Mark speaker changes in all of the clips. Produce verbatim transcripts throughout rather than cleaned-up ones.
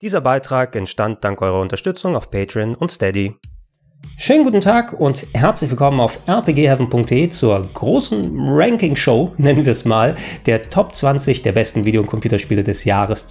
Speaker 1: Dieser Beitrag entstand dank eurer Unterstützung auf Patreon und Steady. Schönen guten Tag und herzlich willkommen auf r p g heaven punkt d e zur großen Ranking-Show, nennen wir es mal, der Top zwanzig der besten Video- und Computerspiele des Jahres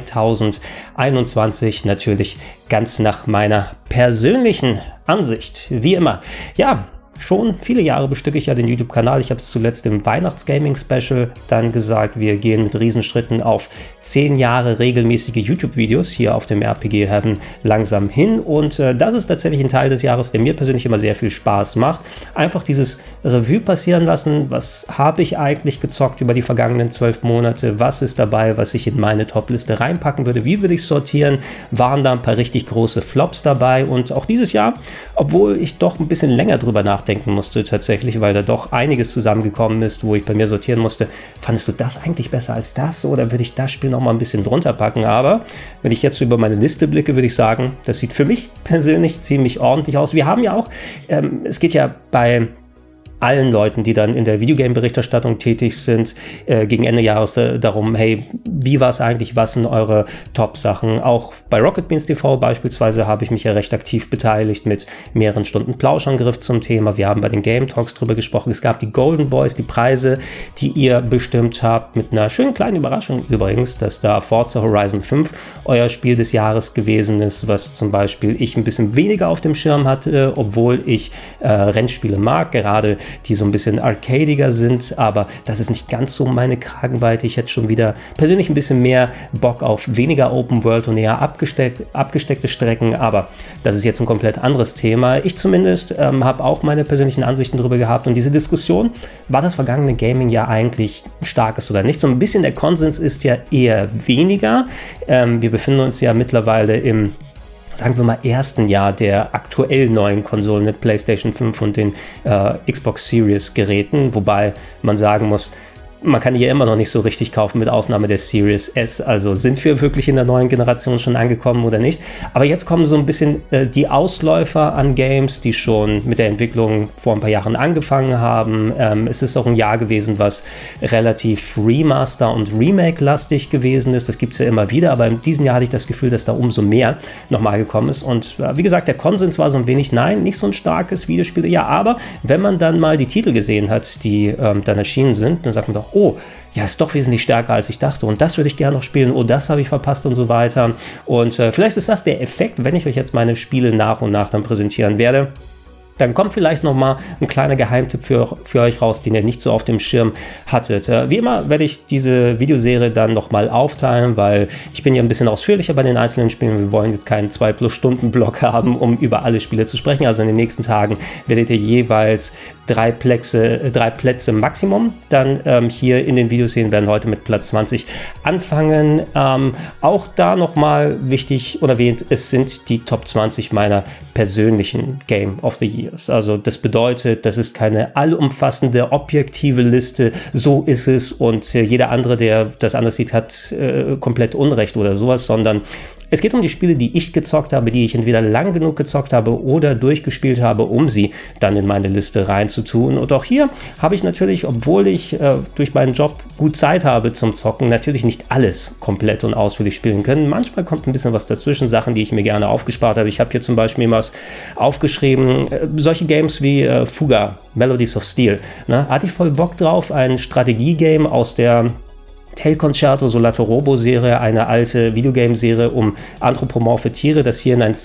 Speaker 1: zweitausendeinundzwanzig. Natürlich ganz nach meiner persönlichen Ansicht, wie immer. Ja, schon viele Jahre bestücke ich ja den YouTube-Kanal. Ich habe es zuletzt im Weihnachts-Gaming-Special dann gesagt, wir gehen mit Riesenschritten auf zehn Jahre regelmäßige YouTube-Videos hier auf dem R P G Heaven langsam hin. Und äh, das ist tatsächlich ein Teil des Jahres, der mir persönlich immer sehr viel Spaß macht. Einfach dieses Revue passieren lassen. Was habe ich eigentlich gezockt über die vergangenen zwölf Monate? Was ist dabei, was ich in meine Top-Liste reinpacken würde? Wie würde ich sortieren? Waren da ein paar richtig große Flops dabei? Und auch dieses Jahr, obwohl ich doch ein bisschen länger drüber nachdenke, denken musste tatsächlich, weil da doch einiges zusammengekommen ist, wo ich bei mir sortieren musste. Fandest du das eigentlich besser als das oder würde ich das Spiel noch mal ein bisschen drunter packen? Aber wenn ich jetzt über meine Liste blicke, würde ich sagen, das sieht für mich persönlich ziemlich ordentlich aus. Wir haben ja auch, ähm, es geht ja bei allen Leuten, die dann in der Videogame-Berichterstattung tätig sind, äh, gegen Ende Jahres äh, darum, hey, wie war es eigentlich, was sind eure Top-Sachen? Auch bei Rocket Beans T V beispielsweise habe ich mich ja recht aktiv beteiligt mit mehreren Stunden Plauschangriff zum Thema. Wir haben bei den Game Talks drüber gesprochen. Es gab die Golden Boys, die Preise, die ihr bestimmt habt, mit einer schönen kleinen Überraschung übrigens, dass da Forza Horizon fünf euer Spiel des Jahres gewesen ist, was zum Beispiel ich ein bisschen weniger auf dem Schirm hatte, obwohl ich äh, Rennspiele mag, gerade die so ein bisschen arcadiger sind, aber das ist nicht ganz so meine Kragenweite. Ich hätte schon wieder persönlich ein bisschen mehr Bock auf weniger Open World und eher abgesteck, abgesteckte Strecken, aber das ist jetzt ein komplett anderes Thema. Ich zumindest ähm, habe auch meine persönlichen Ansichten darüber gehabt und diese Diskussion, war das vergangene Gaming-Jahr eigentlich starkes oder nicht? So ein bisschen der Konsens ist ja eher weniger. Ähm, wir befinden uns ja mittlerweile im, sagen wir mal, ersten Jahr der aktuell neuen Konsolen mit PlayStation fünf und den äh, Xbox Series Geräten, wobei man sagen muss, man kann die ja immer noch nicht so richtig kaufen, mit Ausnahme der Series S. Also sind wir wirklich in der neuen Generation schon angekommen oder nicht? Aber jetzt kommen so ein bisschen äh, die Ausläufer an Games, die schon mit der Entwicklung vor ein paar Jahren angefangen haben. Ähm, es ist auch ein Jahr gewesen, was relativ Remaster- und Remake-lastig gewesen ist. Das gibt es ja immer wieder, aber in diesem Jahr hatte ich das Gefühl, dass da umso mehr nochmal gekommen ist. Und äh, wie gesagt, der Konsens war so ein wenig, nein, nicht so ein starkes Videospiel. Ja, aber wenn man dann mal die Titel gesehen hat, die ähm, dann erschienen sind, dann sagt man doch, oh, ja, ist doch wesentlich stärker, als ich dachte und das würde ich gerne noch spielen, oh, das habe ich verpasst und so weiter. Und äh, vielleicht ist das der Effekt, wenn ich euch jetzt meine Spiele nach und nach dann präsentieren werde. Dann kommt vielleicht noch mal ein kleiner Geheimtipp für, für euch raus, den ihr nicht so auf dem Schirm hattet. Äh, wie immer werde ich diese Videoserie dann noch mal aufteilen, weil ich bin ja ein bisschen ausführlicher bei den einzelnen Spielen. Wir wollen jetzt keinen zwei plus Stunden Block haben, um über alle Spiele zu sprechen. Also in den nächsten Tagen werdet ihr jeweils drei Plätze, äh, drei Plätze Maximum dann ähm, hier in den Videos sehen. Wir werden heute mit Platz zwanzig anfangen. Ähm, auch da noch mal wichtig und erwähnt, es sind die Top zwanzig meiner persönlichen Game of the Year. Also das bedeutet, das ist keine allumfassende, objektive Liste, so ist es und äh, jeder andere, der das anders sieht, hat äh, komplett Unrecht oder sowas, sondern es geht um die Spiele, die ich gezockt habe, die ich entweder lang genug gezockt habe oder durchgespielt habe, um sie dann in meine Liste reinzutun. Und auch hier habe ich natürlich, obwohl ich äh, durch meinen Job gut Zeit habe zum Zocken, natürlich nicht alles komplett und ausführlich spielen können. Manchmal kommt ein bisschen was dazwischen, Sachen, die ich mir gerne aufgespart habe. Ich habe hier zum Beispiel was aufgeschrieben, äh, solche Games wie äh, Fuga, Melodies of Steel. Ne? Hatte ich voll Bock drauf, ein Strategiegame aus der Tail Concerto Solato Robo Serie, eine alte Videogame-Serie um anthropomorphe Tiere, das hier in ein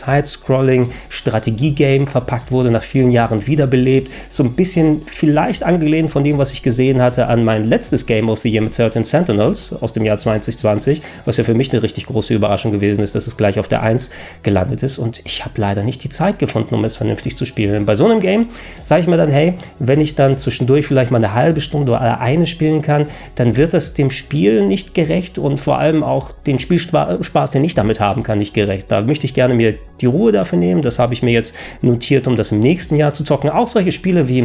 Speaker 1: Side-Scrolling-Strategie-Game verpackt wurde, nach vielen Jahren wiederbelebt. So ein bisschen vielleicht angelehnt von dem, was ich gesehen hatte an mein letztes Game of the Year mit thirteen Sentinels aus dem Jahr zwanzig zwanzig, was ja für mich eine richtig große Überraschung gewesen ist, dass es gleich auf der eins gelandet ist und ich habe leider nicht die Zeit gefunden, um es vernünftig zu spielen. Bei so einem Game sage ich mir dann, hey, wenn ich dann zwischendurch vielleicht mal eine halbe Stunde oder eine spielen kann, dann wird das dem Spiel nicht gerecht und vor allem auch den Spielspaß, den ich damit haben kann, nicht gerecht. Da möchte ich gerne mir die Ruhe dafür nehmen. Das habe ich mir jetzt notiert, um das im nächsten Jahr zu zocken. Auch solche Spiele wie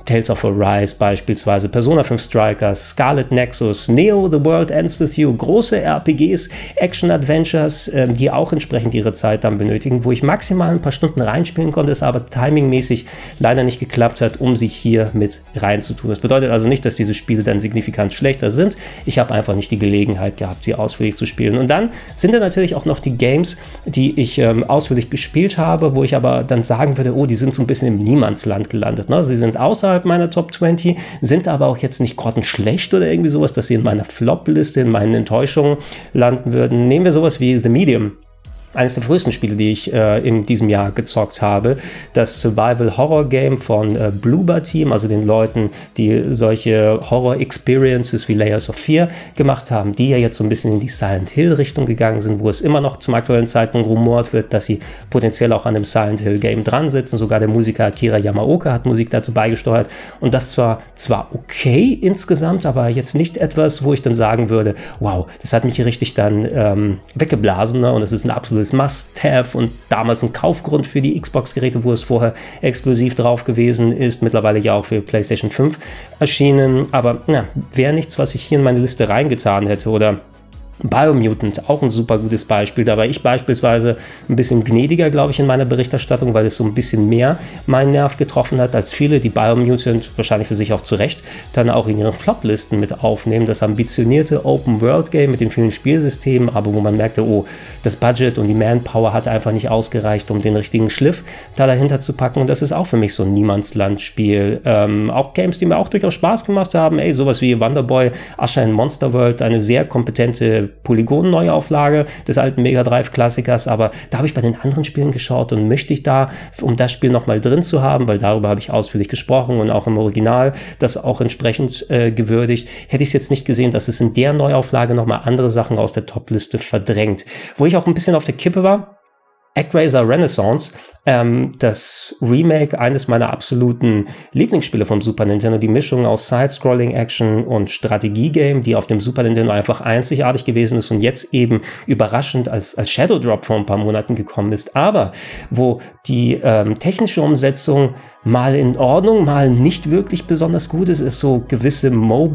Speaker 1: Tales of Arise beispielsweise, Persona fünf Strikers, Scarlet Nexus, Neo, The World Ends With You, große R P Gs, Action-Adventures, ähm, die auch entsprechend ihre Zeit dann benötigen, wo ich maximal ein paar Stunden reinspielen konnte, es aber timingmäßig leider nicht geklappt hat, um sich hier mit reinzutun. Das bedeutet also nicht, dass diese Spiele dann signifikant schlechter sind. Ich habe einfach nicht die Gelegenheit gehabt, sie ausführlich zu spielen. Und dann sind da natürlich auch noch die Games, die ich ähm, ausführlich gespielt habe, wo ich aber dann sagen würde, oh, die sind so ein bisschen im Niemandsland gelandet. Ne? Sie sind außerhalb meiner Top zwanzig, sind aber auch jetzt nicht grottenschlecht oder irgendwie sowas, dass sie in meiner Flop-Liste, in meinen Enttäuschungen landen würden. Nehmen wir sowas wie The Medium. Eines der frühesten Spiele, die ich äh, in diesem Jahr gezockt habe, das Survival-Horror-Game von äh, Bloober Team, also den Leuten, die solche Horror-Experiences wie Layers of Fear gemacht haben, die ja jetzt so ein bisschen in die Silent Hill-Richtung gegangen sind, wo es immer noch zum aktuellen Zeitpunkt rumort wird, dass sie potenziell auch an einem Silent Hill-Game dran sitzen. Sogar der Musiker Akira Yamaoka hat Musik dazu beigesteuert und das war zwar okay insgesamt, aber jetzt nicht etwas, wo ich dann sagen würde, wow, das hat mich hier richtig dann ähm, weggeblasen, ne? Und es ist ein absolutes Must-Have und damals ein Kaufgrund für die Xbox-Geräte, wo es vorher exklusiv drauf gewesen ist, mittlerweile ja auch für PlayStation fünf erschienen, aber ja, wäre nichts, was ich hier in meine Liste reingetan hätte. Oder Biomutant, auch ein super gutes Beispiel. Da war ich beispielsweise ein bisschen gnädiger, glaube ich, in meiner Berichterstattung, weil es so ein bisschen mehr meinen Nerv getroffen hat, als viele, die Biomutant, wahrscheinlich für sich auch zu Recht, dann auch in ihren Flop-Listen mit aufnehmen. Das ambitionierte Open-World-Game mit den vielen Spielsystemen, aber wo man merkte, oh, das Budget und die Manpower hat einfach nicht ausgereicht, um den richtigen Schliff da dahinter zu packen. Und das ist auch für mich so ein Niemandsland-Spiel. Ähm, auch Games, die mir auch durchaus Spaß gemacht haben. Ey, sowas wie Wonderboy, Asher in Monster World, eine sehr kompetente Polygon-Neuauflage des alten Mega Drive-Klassikers, aber da habe ich bei den anderen Spielen geschaut und möchte ich da, um das Spiel nochmal drin zu haben, weil darüber habe ich ausführlich gesprochen und auch im Original das auch entsprechend äh, gewürdigt, hätte ich es jetzt nicht gesehen, dass es in der Neuauflage nochmal andere Sachen aus der Top-Liste verdrängt. Wo ich auch ein bisschen auf der Kippe war, ActRaiser Renaissance, ähm, das Remake eines meiner absoluten Lieblingsspiele vom Super Nintendo, die Mischung aus Side-Scrolling, Action und Strategie-Game, die auf dem Super Nintendo einfach einzigartig gewesen ist und jetzt eben überraschend als, als Shadow Drop vor ein paar Monaten gekommen ist, aber wo die ähm, technische Umsetzung mal in Ordnung, mal nicht wirklich besonders gut ist, es so gewisse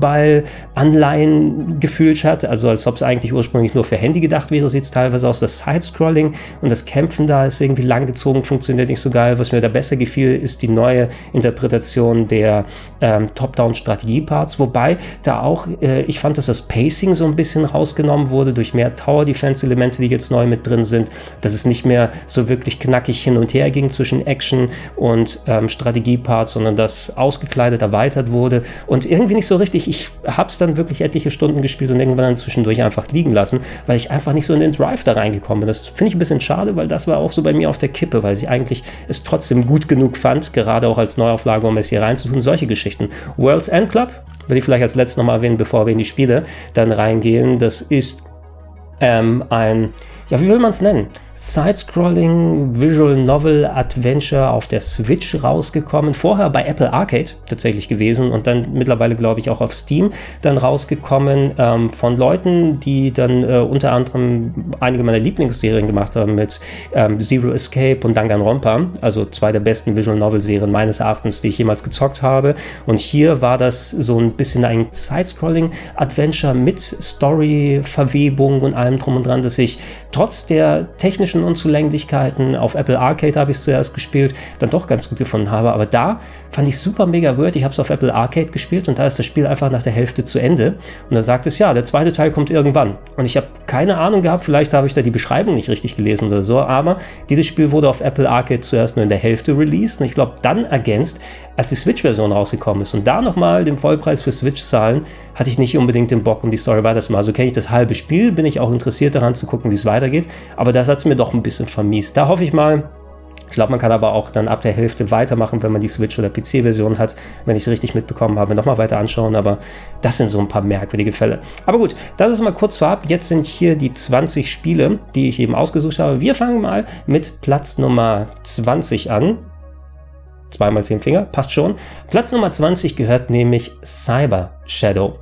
Speaker 1: Mobile-Anleihen gefühlt hat, also als ob es eigentlich ursprünglich nur für Handy gedacht wäre, sieht es teilweise aus. Das Side-Scrolling und das Kämpfen da ist irgendwie langgezogen, funktioniert nicht so geil. Was mir da besser gefiel, ist die neue Interpretation der ähm, Top-Down-Strategie-Parts, wobei da auch, äh, ich fand, dass das Pacing so ein bisschen rausgenommen wurde durch mehr Tower-Defense-Elemente, die jetzt neu mit drin sind, dass es nicht mehr so wirklich knackig hin und her ging zwischen Action und ähm, Strategie-Parts, sondern das ausgekleidet erweitert wurde und irgendwie nicht so richtig. Ich habe es dann wirklich etliche Stunden gespielt und irgendwann dann zwischendurch einfach liegen lassen, weil ich einfach nicht so in den Drive da reingekommen bin. Das finde ich ein bisschen schade, weil das war auch so bei mir auf der Kippe, weil ich eigentlich es trotzdem gut genug fand, gerade auch als Neuauflage, um es hier reinzutun. Solche Geschichten. World's End Club, würde ich vielleicht als letztes nochmal erwähnen, bevor wir in die Spiele dann reingehen. Das ist ähm, ein, ja, wie will man es nennen? Side-Scrolling Visual Novel Adventure auf der Switch rausgekommen, vorher bei Apple Arcade tatsächlich gewesen und dann mittlerweile, glaube ich, auch auf Steam dann rausgekommen, ähm, von Leuten, die dann äh, unter anderem einige meiner Lieblingsserien gemacht haben mit ähm, Zero Escape und Danganronpa, also zwei der besten Visual Novel Serien meines Erachtens, die ich jemals gezockt habe, und hier war das so ein bisschen ein Side-Scrolling Adventure mit Story-Verwebung und allem drum und dran, dass ich trotz der technischen Unzulänglichkeiten, auf Apple Arcade habe ich es zuerst gespielt, dann doch ganz gut gefunden habe, aber da fand ich super mega weird. Ich habe es auf Apple Arcade gespielt und da ist das Spiel einfach nach der Hälfte zu Ende und da sagt es, ja, der zweite Teil kommt irgendwann und ich habe keine Ahnung gehabt, vielleicht habe ich da die Beschreibung nicht richtig gelesen oder so, aber dieses Spiel wurde auf Apple Arcade zuerst nur in der Hälfte released und ich glaube dann ergänzt, als die Switch-Version rausgekommen ist und da nochmal den Vollpreis für Switch zahlen, hatte ich nicht unbedingt den Bock, um die Story weiterzumachen. Also kenne ich das halbe Spiel, bin ich auch interessiert daran zu gucken, wie es weitergeht, aber das hat es mir doch ein bisschen vermiest. Da hoffe ich mal, ich glaube, man kann aber auch dann ab der Hälfte weitermachen, wenn man die Switch- oder P C-Version hat, wenn ich es richtig mitbekommen habe, nochmal weiter anschauen, aber das sind so ein paar merkwürdige Fälle. Aber gut, das ist mal kurz vorab. Jetzt sind hier die zwanzig Spiele, die ich eben ausgesucht habe. Wir fangen mal mit Platz Nummer zwanzig an. Zweimal zehn Finger, passt schon. Platz Nummer zwanzig gehört nämlich Cyber Shadow.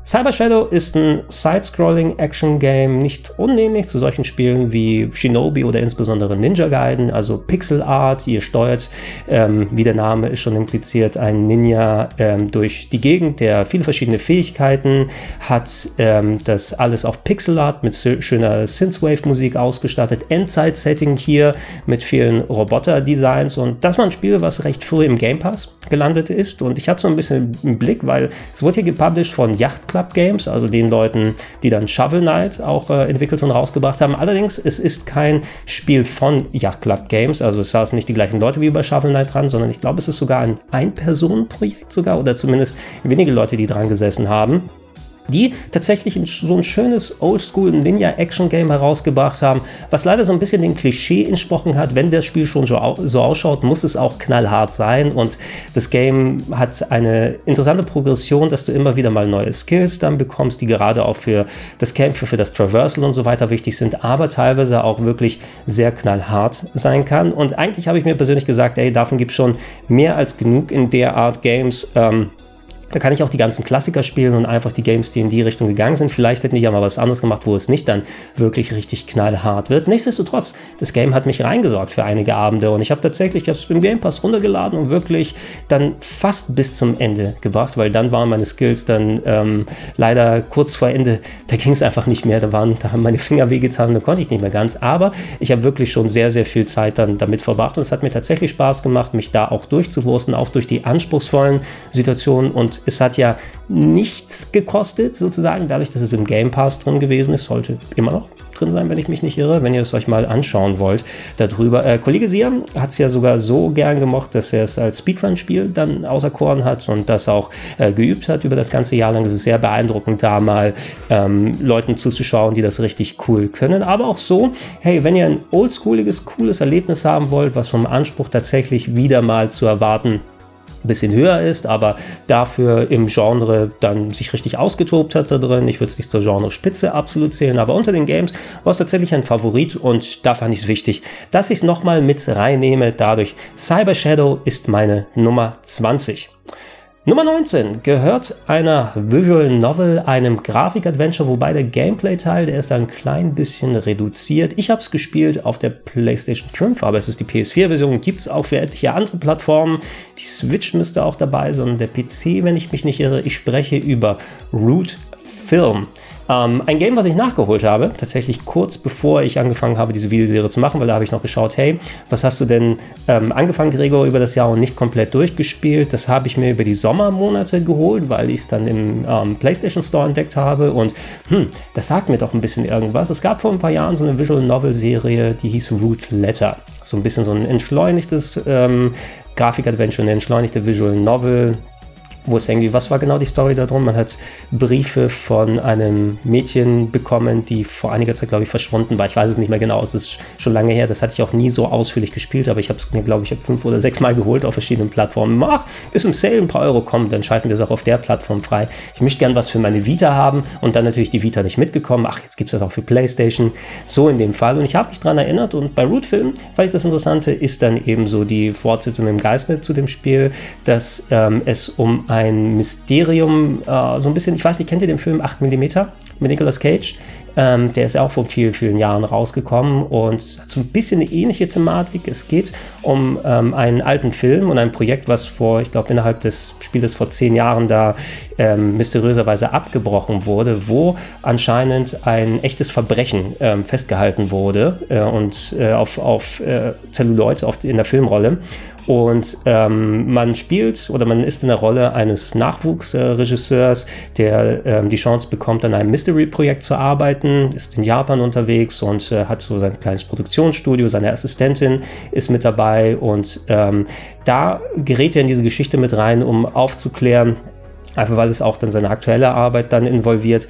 Speaker 1: Cyber Shadow ist ein Side-Scrolling-Action-Game, nicht unähnlich zu solchen Spielen wie Shinobi oder insbesondere Ninja Gaiden, also Pixel Art. Ihr steuert, ähm, wie der Name ist schon impliziert, einen Ninja ähm, durch die Gegend, der viele verschiedene Fähigkeiten hat. Ähm, das alles auf Pixel Art mit schöner Synthwave-Musik ausgestattet. Endzeit-Setting hier mit vielen Roboter-Designs, und das war ein Spiel, was recht früh im Game Pass gelandet ist, und ich hatte so ein bisschen einen Blick, weil es wurde hier gepublished von Yacht Club Games, also den Leuten, die dann Shovel Knight auch äh, entwickelt und rausgebracht haben. Allerdings, es ist kein Spiel von Yacht Club Games, also es saßen nicht die gleichen Leute wie bei Shovel Knight dran, sondern ich glaube, es ist sogar ein Ein-Personen-Projekt sogar, oder zumindest wenige Leute, die dran gesessen haben, die tatsächlich so ein schönes Oldschool-Ninja-Action-Game herausgebracht haben, was leider so ein bisschen den Klischee entsprochen hat. Wenn das Spiel schon so ausschaut, muss es auch knallhart sein, und das Game hat eine interessante Progression, dass du immer wieder mal neue Skills dann bekommst, die gerade auch für das Kämpfen, für das Traversal und so weiter wichtig sind, aber teilweise auch wirklich sehr knallhart sein kann. Und eigentlich habe ich mir persönlich gesagt, ey, davon gibt es schon mehr als genug in der Art Games. ähm, Da kann ich auch die ganzen Klassiker spielen und einfach die Games, die in die Richtung gegangen sind. Vielleicht hätten die ja mal was anderes gemacht, wo es nicht dann wirklich richtig knallhart wird. Nichtsdestotrotz, das Game hat mich reingesorgt für einige Abende, und ich habe tatsächlich, ich habe es im Game Pass runtergeladen und wirklich dann fast bis zum Ende gebracht, weil dann waren meine Skills dann ähm, leider kurz vor Ende, da ging es einfach nicht mehr, da, waren, da haben meine Finger wehgetan und da konnte ich nicht mehr ganz, aber ich habe wirklich schon sehr, sehr viel Zeit dann damit verbracht, und es hat mir tatsächlich Spaß gemacht, mich da auch durchzuwursten, auch durch die anspruchsvollen Situationen, und es hat ja nichts gekostet, sozusagen, dadurch, dass es im Game Pass drin gewesen ist, sollte immer noch drin sein, wenn ich mich nicht irre, wenn ihr es euch mal anschauen wollt darüber. Äh, Kollege Siam hat es ja sogar so gern gemocht, dass er es als Speedrun-Spiel dann auserkoren hat und das auch äh, geübt hat über das ganze Jahr lang. Es ist sehr beeindruckend, da mal ähm, Leuten zuzuschauen, die das richtig cool können. Aber auch so, hey, wenn ihr ein oldschooliges, cooles Erlebnis haben wollt, was vom Anspruch tatsächlich wieder mal zu erwarten ein bisschen höher ist, aber dafür im Genre dann sich richtig ausgetobt hat da drin. Ich würde es nicht zur Genre-Spitze absolut zählen, aber unter den Games war es tatsächlich ein Favorit, und da fand ich es wichtig, dass ich es nochmal mit reinnehme. Dadurch, Cyber Shadow ist meine Nummer zwanzig. Nummer neunzehn gehört einer Visual Novel, einem Grafik-Adventure, wobei der Gameplay-Teil, der ist ein klein bisschen reduziert. Ich habe es gespielt auf der PlayStation fünf, aber es ist die P S vier Version, gibt es auch für etliche andere Plattformen. Die Switch müsste auch dabei sein und der P C, wenn ich mich nicht irre. Ich spreche über Root Film. Ähm, ein Game, was ich nachgeholt habe, tatsächlich kurz bevor ich angefangen habe, diese Videoserie zu machen, weil da habe ich noch geschaut, hey, was hast du denn ähm, angefangen, Gregor, über das Jahr und nicht komplett durchgespielt? Das habe ich mir über die Sommermonate geholt, weil ich es dann im ähm, PlayStation Store entdeckt habe, und hm, das sagt mir doch ein bisschen irgendwas. Es gab vor ein paar Jahren so eine Visual Novel Serie, die hieß Root Letter. So ein bisschen so ein entschleunigtes ähm, Grafik-Adventure, eine entschleunigte Visual Novel, wo es irgendwie, was war genau die Story da drum? Man hat Briefe von einem Mädchen bekommen, die vor einiger Zeit, glaube ich, verschwunden war. Ich weiß es nicht mehr genau, es ist schon lange her. Das hatte ich auch nie so ausführlich gespielt, aber ich habe es mir, glaube ich, hab fünf oder sechs Mal geholt auf verschiedenen Plattformen. Ach, ist im Sale, ein paar Euro, kommen, dann schalten wir es auch auf der Plattform frei. Ich möchte gern was für meine Vita haben, und dann natürlich die Vita nicht mitgekommen. Ach, jetzt gibt es das auch für PlayStation. So in dem Fall. Und ich habe mich daran erinnert, und bei Root Film, weil ich das Interessante, ist dann eben so die Fortsetzung im Geiste zu dem Spiel, dass ähm, es um ein Mysterium, äh, so ein bisschen, ich weiß nicht, kennt ihr den Film acht Millimeter mit Nicolas Cage? Ähm, der ist ja auch vor vielen, vielen Jahren rausgekommen und hat so ein bisschen eine ähnliche Thematik. Es geht um ähm, einen alten Film und ein Projekt, was vor, ich glaube, innerhalb des Spieles vor zehn Jahren da ähm, mysteriöserweise abgebrochen wurde, wo anscheinend ein echtes Verbrechen ähm, festgehalten wurde äh, und äh, auf, auf äh, Zelluloid auf, in der Filmrolle. Und ähm, man spielt oder man ist in der Rolle eines Nachwuchsregisseurs, äh, der ähm, die Chance bekommt, an einem Mystery-Projekt zu arbeiten, ist in Japan unterwegs und äh, hat so sein kleines Produktionsstudio, seine Assistentin ist mit dabei, und ähm, da gerät er in diese Geschichte mit rein, um aufzuklären, einfach weil es auch dann seine aktuelle Arbeit dann involviert,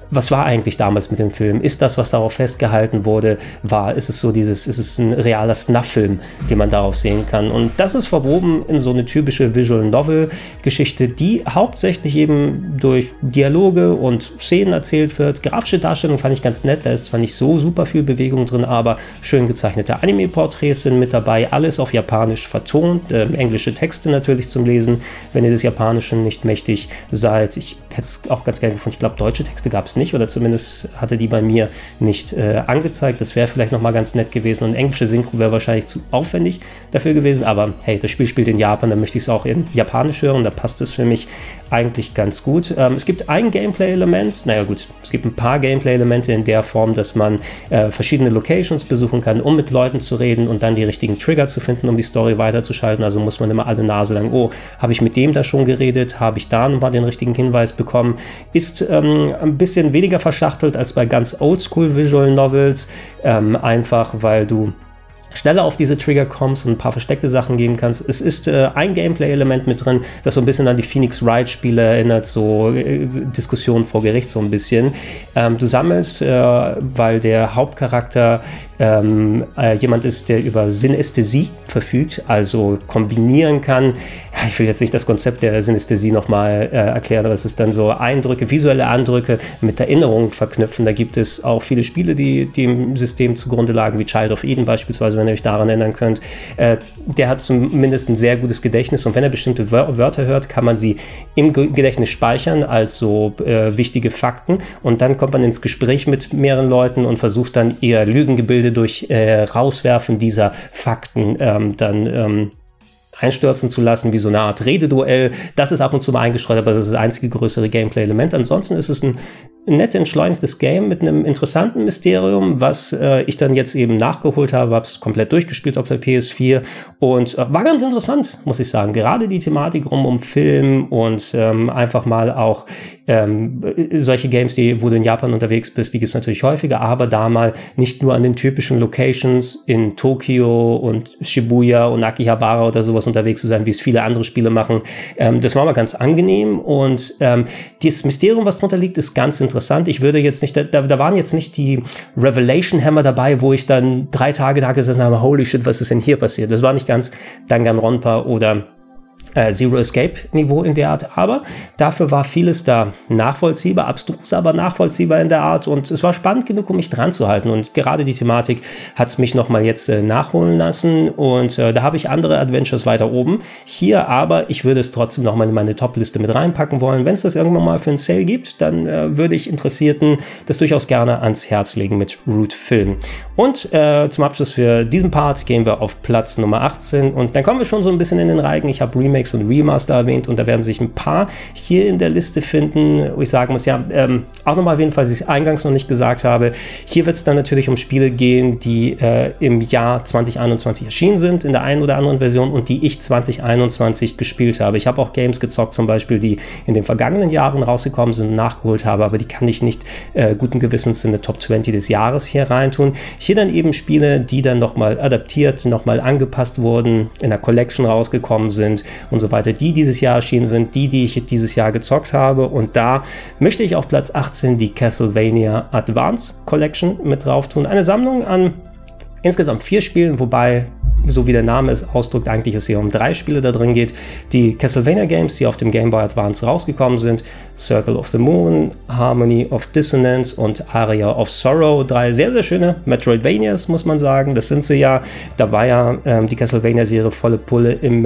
Speaker 1: was war eigentlich damals mit dem Film? Ist das, was darauf festgehalten wurde, wahr? Ist es so dieses, ist es ein realer Snuff-Film, den man darauf sehen kann? Und das ist verwoben in so eine typische Visual Novel-Geschichte, die hauptsächlich eben durch Dialoge und Szenen erzählt wird. Grafische Darstellung fand ich ganz nett, da ist zwar nicht so super viel Bewegung drin, aber schön gezeichnete Anime-Porträts sind mit dabei, alles auf Japanisch vertont, äh, englische Texte natürlich zum Lesen, wenn ihr des Japanischen nicht mächtig seid. Ich hätte es auch ganz gerne gefunden, ich glaube, deutsche Texte gab es nicht, oder zumindest hatte die bei mir nicht äh, angezeigt. Das wäre vielleicht nochmal ganz nett gewesen, und englische Synchro wäre wahrscheinlich zu aufwendig dafür gewesen, aber hey, das Spiel spielt in Japan, dann möchte ich es auch in Japanisch hören, da passt es für mich eigentlich ganz gut. Ähm, es gibt ein Gameplay-Element, naja gut, es gibt ein paar Gameplay-Elemente in der Form, dass man äh, verschiedene Locations besuchen kann, um mit Leuten zu reden und dann die richtigen Trigger zu finden, um die Story weiterzuschalten. Also muss man immer alle Nase lang, oh, habe ich mit dem da schon geredet, habe ich da nochmal den richtigen Hinweis bekommen. Ist ähm, ein bisschen weniger verschachtelt als bei ganz Oldschool Visual Novels, ähm, einfach weil du schneller auf diese Trigger kommst und ein paar versteckte Sachen geben kannst. Es ist äh, ein Gameplay-Element mit drin, das so ein bisschen an die Phoenix Wright-Spiele erinnert, so äh, Diskussionen vor Gericht so ein bisschen. Ähm, du sammelst, äh, weil der Hauptcharakter ähm, äh, jemand ist, der über Synästhesie verfügt, also kombinieren kann. Ja, ich will jetzt nicht das Konzept der Synästhesie nochmal äh, erklären, aber es ist dann so Eindrücke, visuelle Eindrücke mit Erinnerungen verknüpfen. Da gibt es auch viele Spiele, die, die im System zugrunde lagen, wie Child of Eden beispielsweise, wenn ihr euch daran erinnern könnt. Äh, der hat zumindest ein sehr gutes Gedächtnis, und wenn er bestimmte Wör- Wörter hört, kann man sie im Ge- Gedächtnis speichern als so äh, wichtige Fakten, und dann kommt man ins Gespräch mit mehreren Leuten und versucht dann ihr Lügengebilde durch äh, Rauswerfen dieser Fakten ähm, dann ähm, einstürzen zu lassen, wie so eine Art Rededuell. Das ist ab und zu mal eingestreut, aber das ist das einzige größere Gameplay-Element. Ansonsten ist es ein nett entschleunigtes Game mit einem interessanten Mysterium, was äh, ich dann jetzt eben nachgeholt habe, habe es komplett durchgespielt auf der P S vier und äh, war ganz interessant, muss ich sagen. Gerade die Thematik rum um Film und ähm, einfach mal auch ähm, solche Games, die, wo du in Japan unterwegs bist, die gibt es natürlich häufiger, aber da mal nicht nur an den typischen Locations in Tokio und Shibuya und Akihabara oder sowas unterwegs zu sein, wie es viele andere Spiele machen. Ähm, das war mal ganz angenehm, und ähm, das Mysterium, was drunter liegt, ist ganz interessant. Ich würde jetzt nicht, da, da waren jetzt nicht die Revelation Hammer dabei, wo ich dann drei Tage da gesessen habe, holy shit, was ist denn hier passiert? Das war nicht ganz Danganronpa oder Äh, Zero Escape Niveau in der Art, aber dafür war vieles da nachvollziehbar, abstrus, aber nachvollziehbar in der Art, und es war spannend genug, um mich dran zu halten, und gerade die Thematik hat es mich nochmal jetzt äh, nachholen lassen, und äh, da habe ich andere Adventures weiter oben. Hier aber, ich würde es trotzdem nochmal in meine Top-Liste mit reinpacken wollen. Wenn es das irgendwann mal für einen Sale gibt, dann äh, würde ich Interessierten das durchaus gerne ans Herz legen mit Root Film. Und äh, zum Abschluss für diesen Part gehen wir auf Platz Nummer achtzehn, und dann kommen wir schon so ein bisschen in den Reigen. Ich habe Remake und Remaster erwähnt, und da werden sich ein paar hier in der Liste finden, wo ich sagen muss, ja, ähm, auch nochmal erwähnen, falls ich es eingangs noch nicht gesagt habe, hier wird es dann natürlich um Spiele gehen, die äh, im Jahr zwanzig einundzwanzig erschienen sind, in der einen oder anderen Version, und die ich zwanzig einundzwanzig gespielt habe. Ich habe auch Games gezockt, zum Beispiel, die in den vergangenen Jahren rausgekommen sind und nachgeholt habe, aber die kann ich nicht äh, guten Gewissens in eine Top zwanzig des Jahres hier reintun. Hier dann eben Spiele, die dann nochmal adaptiert, nochmal angepasst wurden, in der Collection rausgekommen sind und so weiter, die dieses Jahr erschienen sind, die, die ich dieses Jahr gezockt habe, und da möchte ich auf Platz achtzehn die Castlevania Advance Collection mit drauf tun. Eine Sammlung an insgesamt vier Spielen, wobei, so wie der Name es ausdrückt, eigentlich es hier um drei Spiele da drin geht. Die Castlevania Games, die auf dem Game Boy Advance rausgekommen sind, Circle of the Moon, Harmony of Dissonance und Aria of Sorrow. Drei sehr, sehr schöne Metroidvanias, muss man sagen. Das sind sie ja. Da war ja ähm, die Castlevania-Serie volle Pulle im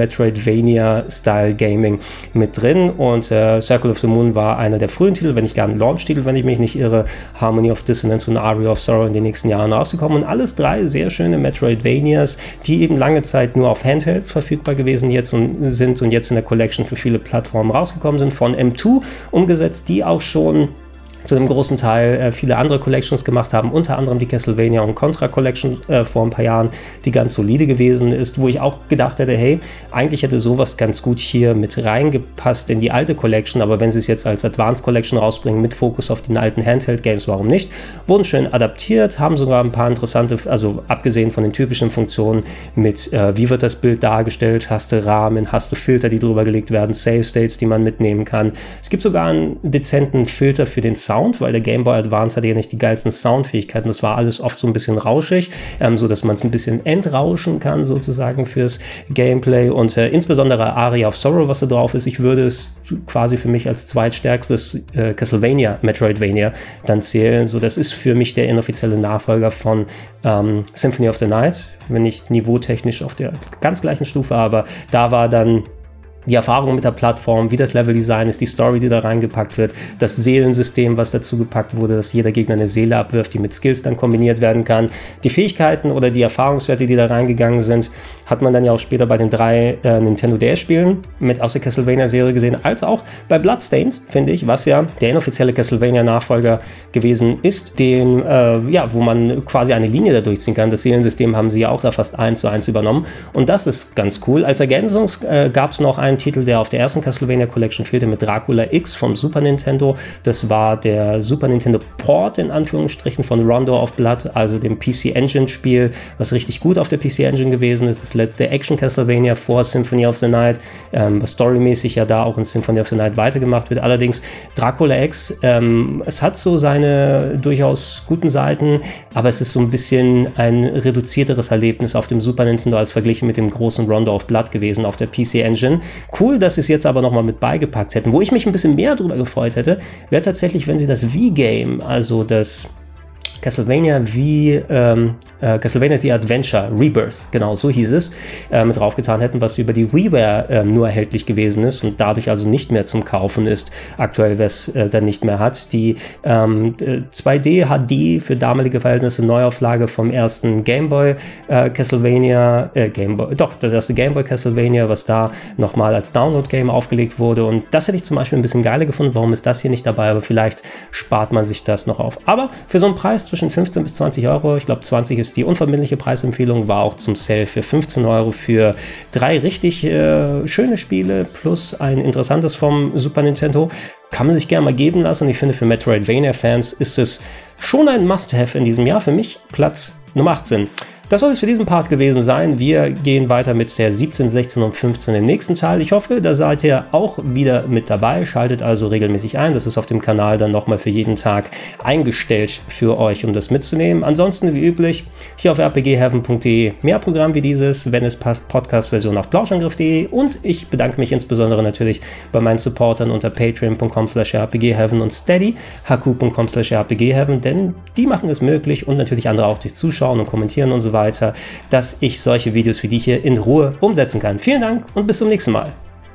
Speaker 1: Metroidvania-Style-Gaming mit drin, und äh, Circle of the Moon war einer der frühen Titel, wenn nicht gar ein Launch-Titel, wenn ich mich nicht irre. Harmony of Dissonance und Aria of Sorrow in den nächsten Jahren rausgekommen, und alles drei sehr schöne Metroidvanias, die eben lange Zeit nur auf Handhelds verfügbar gewesen jetzt und sind und jetzt in der Collection für viele Plattformen rausgekommen sind, von M zwei umgesetzt, die auch schon zu einem großen Teil äh, viele andere Collections gemacht haben, unter anderem die Castlevania und Contra Collection äh, vor ein paar Jahren, die ganz solide gewesen ist, wo ich auch gedacht hätte, hey, eigentlich hätte sowas ganz gut hier mit reingepasst in die alte Collection, aber wenn sie es jetzt als Advanced Collection rausbringen, mit Fokus auf den alten Handheld-Games, warum nicht? Wurden schön adaptiert, haben sogar ein paar interessante, also abgesehen von den typischen Funktionen mit, äh, wie wird das Bild dargestellt, hast du Rahmen, hast du Filter, die drüber gelegt werden, Save States, die man mitnehmen kann. Es gibt sogar einen dezenten Filter für den Sound, Sound, weil der Game Boy Advance hatte ja nicht die geilsten Soundfähigkeiten. Das war alles oft so ein bisschen rauschig, ähm, so dass man es ein bisschen entrauschen kann sozusagen fürs Gameplay und äh, insbesondere Aria of Sorrow, was da drauf ist. Ich würde es quasi für mich als zweitstärkstes äh, Castlevania, Metroidvania dann zählen. So, das ist für mich der inoffizielle Nachfolger von ähm, Symphony of the Night, wenn nicht niveautechnisch auf der ganz gleichen Stufe, aber da war dann die Erfahrung mit der Plattform, wie das Leveldesign ist, die Story, die da reingepackt wird, das Seelensystem, was dazu gepackt wurde, dass jeder Gegner eine Seele abwirft, die mit Skills dann kombiniert werden kann. Die Fähigkeiten oder die Erfahrungswerte, die da reingegangen sind, hat man dann ja auch später bei den drei äh, Nintendo D S-Spielen mit aus der Castlevania-Serie gesehen, als auch bei Bloodstained, finde ich, was ja der inoffizielle Castlevania-Nachfolger gewesen ist, den, äh, ja, wo man quasi eine Linie da durchziehen kann. Das Seelensystem haben sie ja auch da fast eins zu eins übernommen und das ist ganz cool. Als Ergänzung äh, gab es noch einen Titel, der auf der ersten Castlevania Collection fehlte, mit Dracula X vom Super Nintendo. Das war der Super Nintendo Port in Anführungsstrichen von Rondo of Blood, also dem P C Engine Spiel, was richtig gut auf der P C Engine gewesen ist. Das letzte Action Castlevania vor Symphony of the Night, ähm, was storymäßig ja da auch in Symphony of the Night weitergemacht wird. Allerdings Dracula X, ähm, es hat so seine durchaus guten Seiten, aber es ist so ein bisschen ein reduzierteres Erlebnis auf dem Super Nintendo als verglichen mit dem großen Rondo of Blood gewesen auf der P C Engine. Cool, dass sie es jetzt aber nochmal mit beigepackt hätten. Wo ich mich ein bisschen mehr drüber gefreut hätte, wäre tatsächlich, wenn sie das Wii-Game, also das Castlevania wie ähm, äh, Castlevania The Adventure Rebirth, genau so hieß es, äh, mit draufgetan hätten, was über die WiiWare äh, nur erhältlich gewesen ist und dadurch also nicht mehr zum Kaufen ist, aktuell wer es äh, dann nicht mehr hat. Die ähm, zwei D H D für damalige Verhältnisse Neuauflage vom ersten Gameboy äh, Castlevania, äh, Gameboy, doch, das erste Gameboy Castlevania, was da nochmal als Download-Game aufgelegt wurde und das hätte ich zum Beispiel ein bisschen geiler gefunden. Warum ist das hier nicht dabei? Aber vielleicht spart man sich das noch auf. Aber für so einen Preis zwischen fünfzehn bis zwanzig Euro, ich glaube zwanzig ist die unverbindliche Preisempfehlung, war auch zum Sale für fünfzehn Euro für drei richtig äh, schöne Spiele plus ein interessantes vom Super Nintendo. Kann man sich gerne mal geben lassen und ich finde, für Metroidvania-Fans ist es schon ein Must-Have in diesem Jahr. Für mich Platz Nummer achtzehn. Das soll es für diesen Part gewesen sein. Wir gehen weiter mit der siebzehn, sechzehn und fünfzehn im nächsten Teil. Ich hoffe, da seid ihr auch wieder mit dabei. Schaltet also regelmäßig ein. Das ist auf dem Kanal dann nochmal für jeden Tag eingestellt für euch, um das mitzunehmen. Ansonsten, wie üblich, hier auf r p g heaven punkt d e mehr Programm wie dieses, wenn es passt, Podcast-Version auf plauschangriff punkt d e und ich bedanke mich insbesondere natürlich bei meinen Supportern unter patreon punkt com slash r p g heaven und steady, h q punkt com slash r p g heaven, denn die machen es möglich und natürlich andere auch durch Zuschauen und Kommentieren und so weiter. weiter, dass ich solche Videos wie die hier in Ruhe umsetzen kann. Vielen Dank und bis zum nächsten Mal.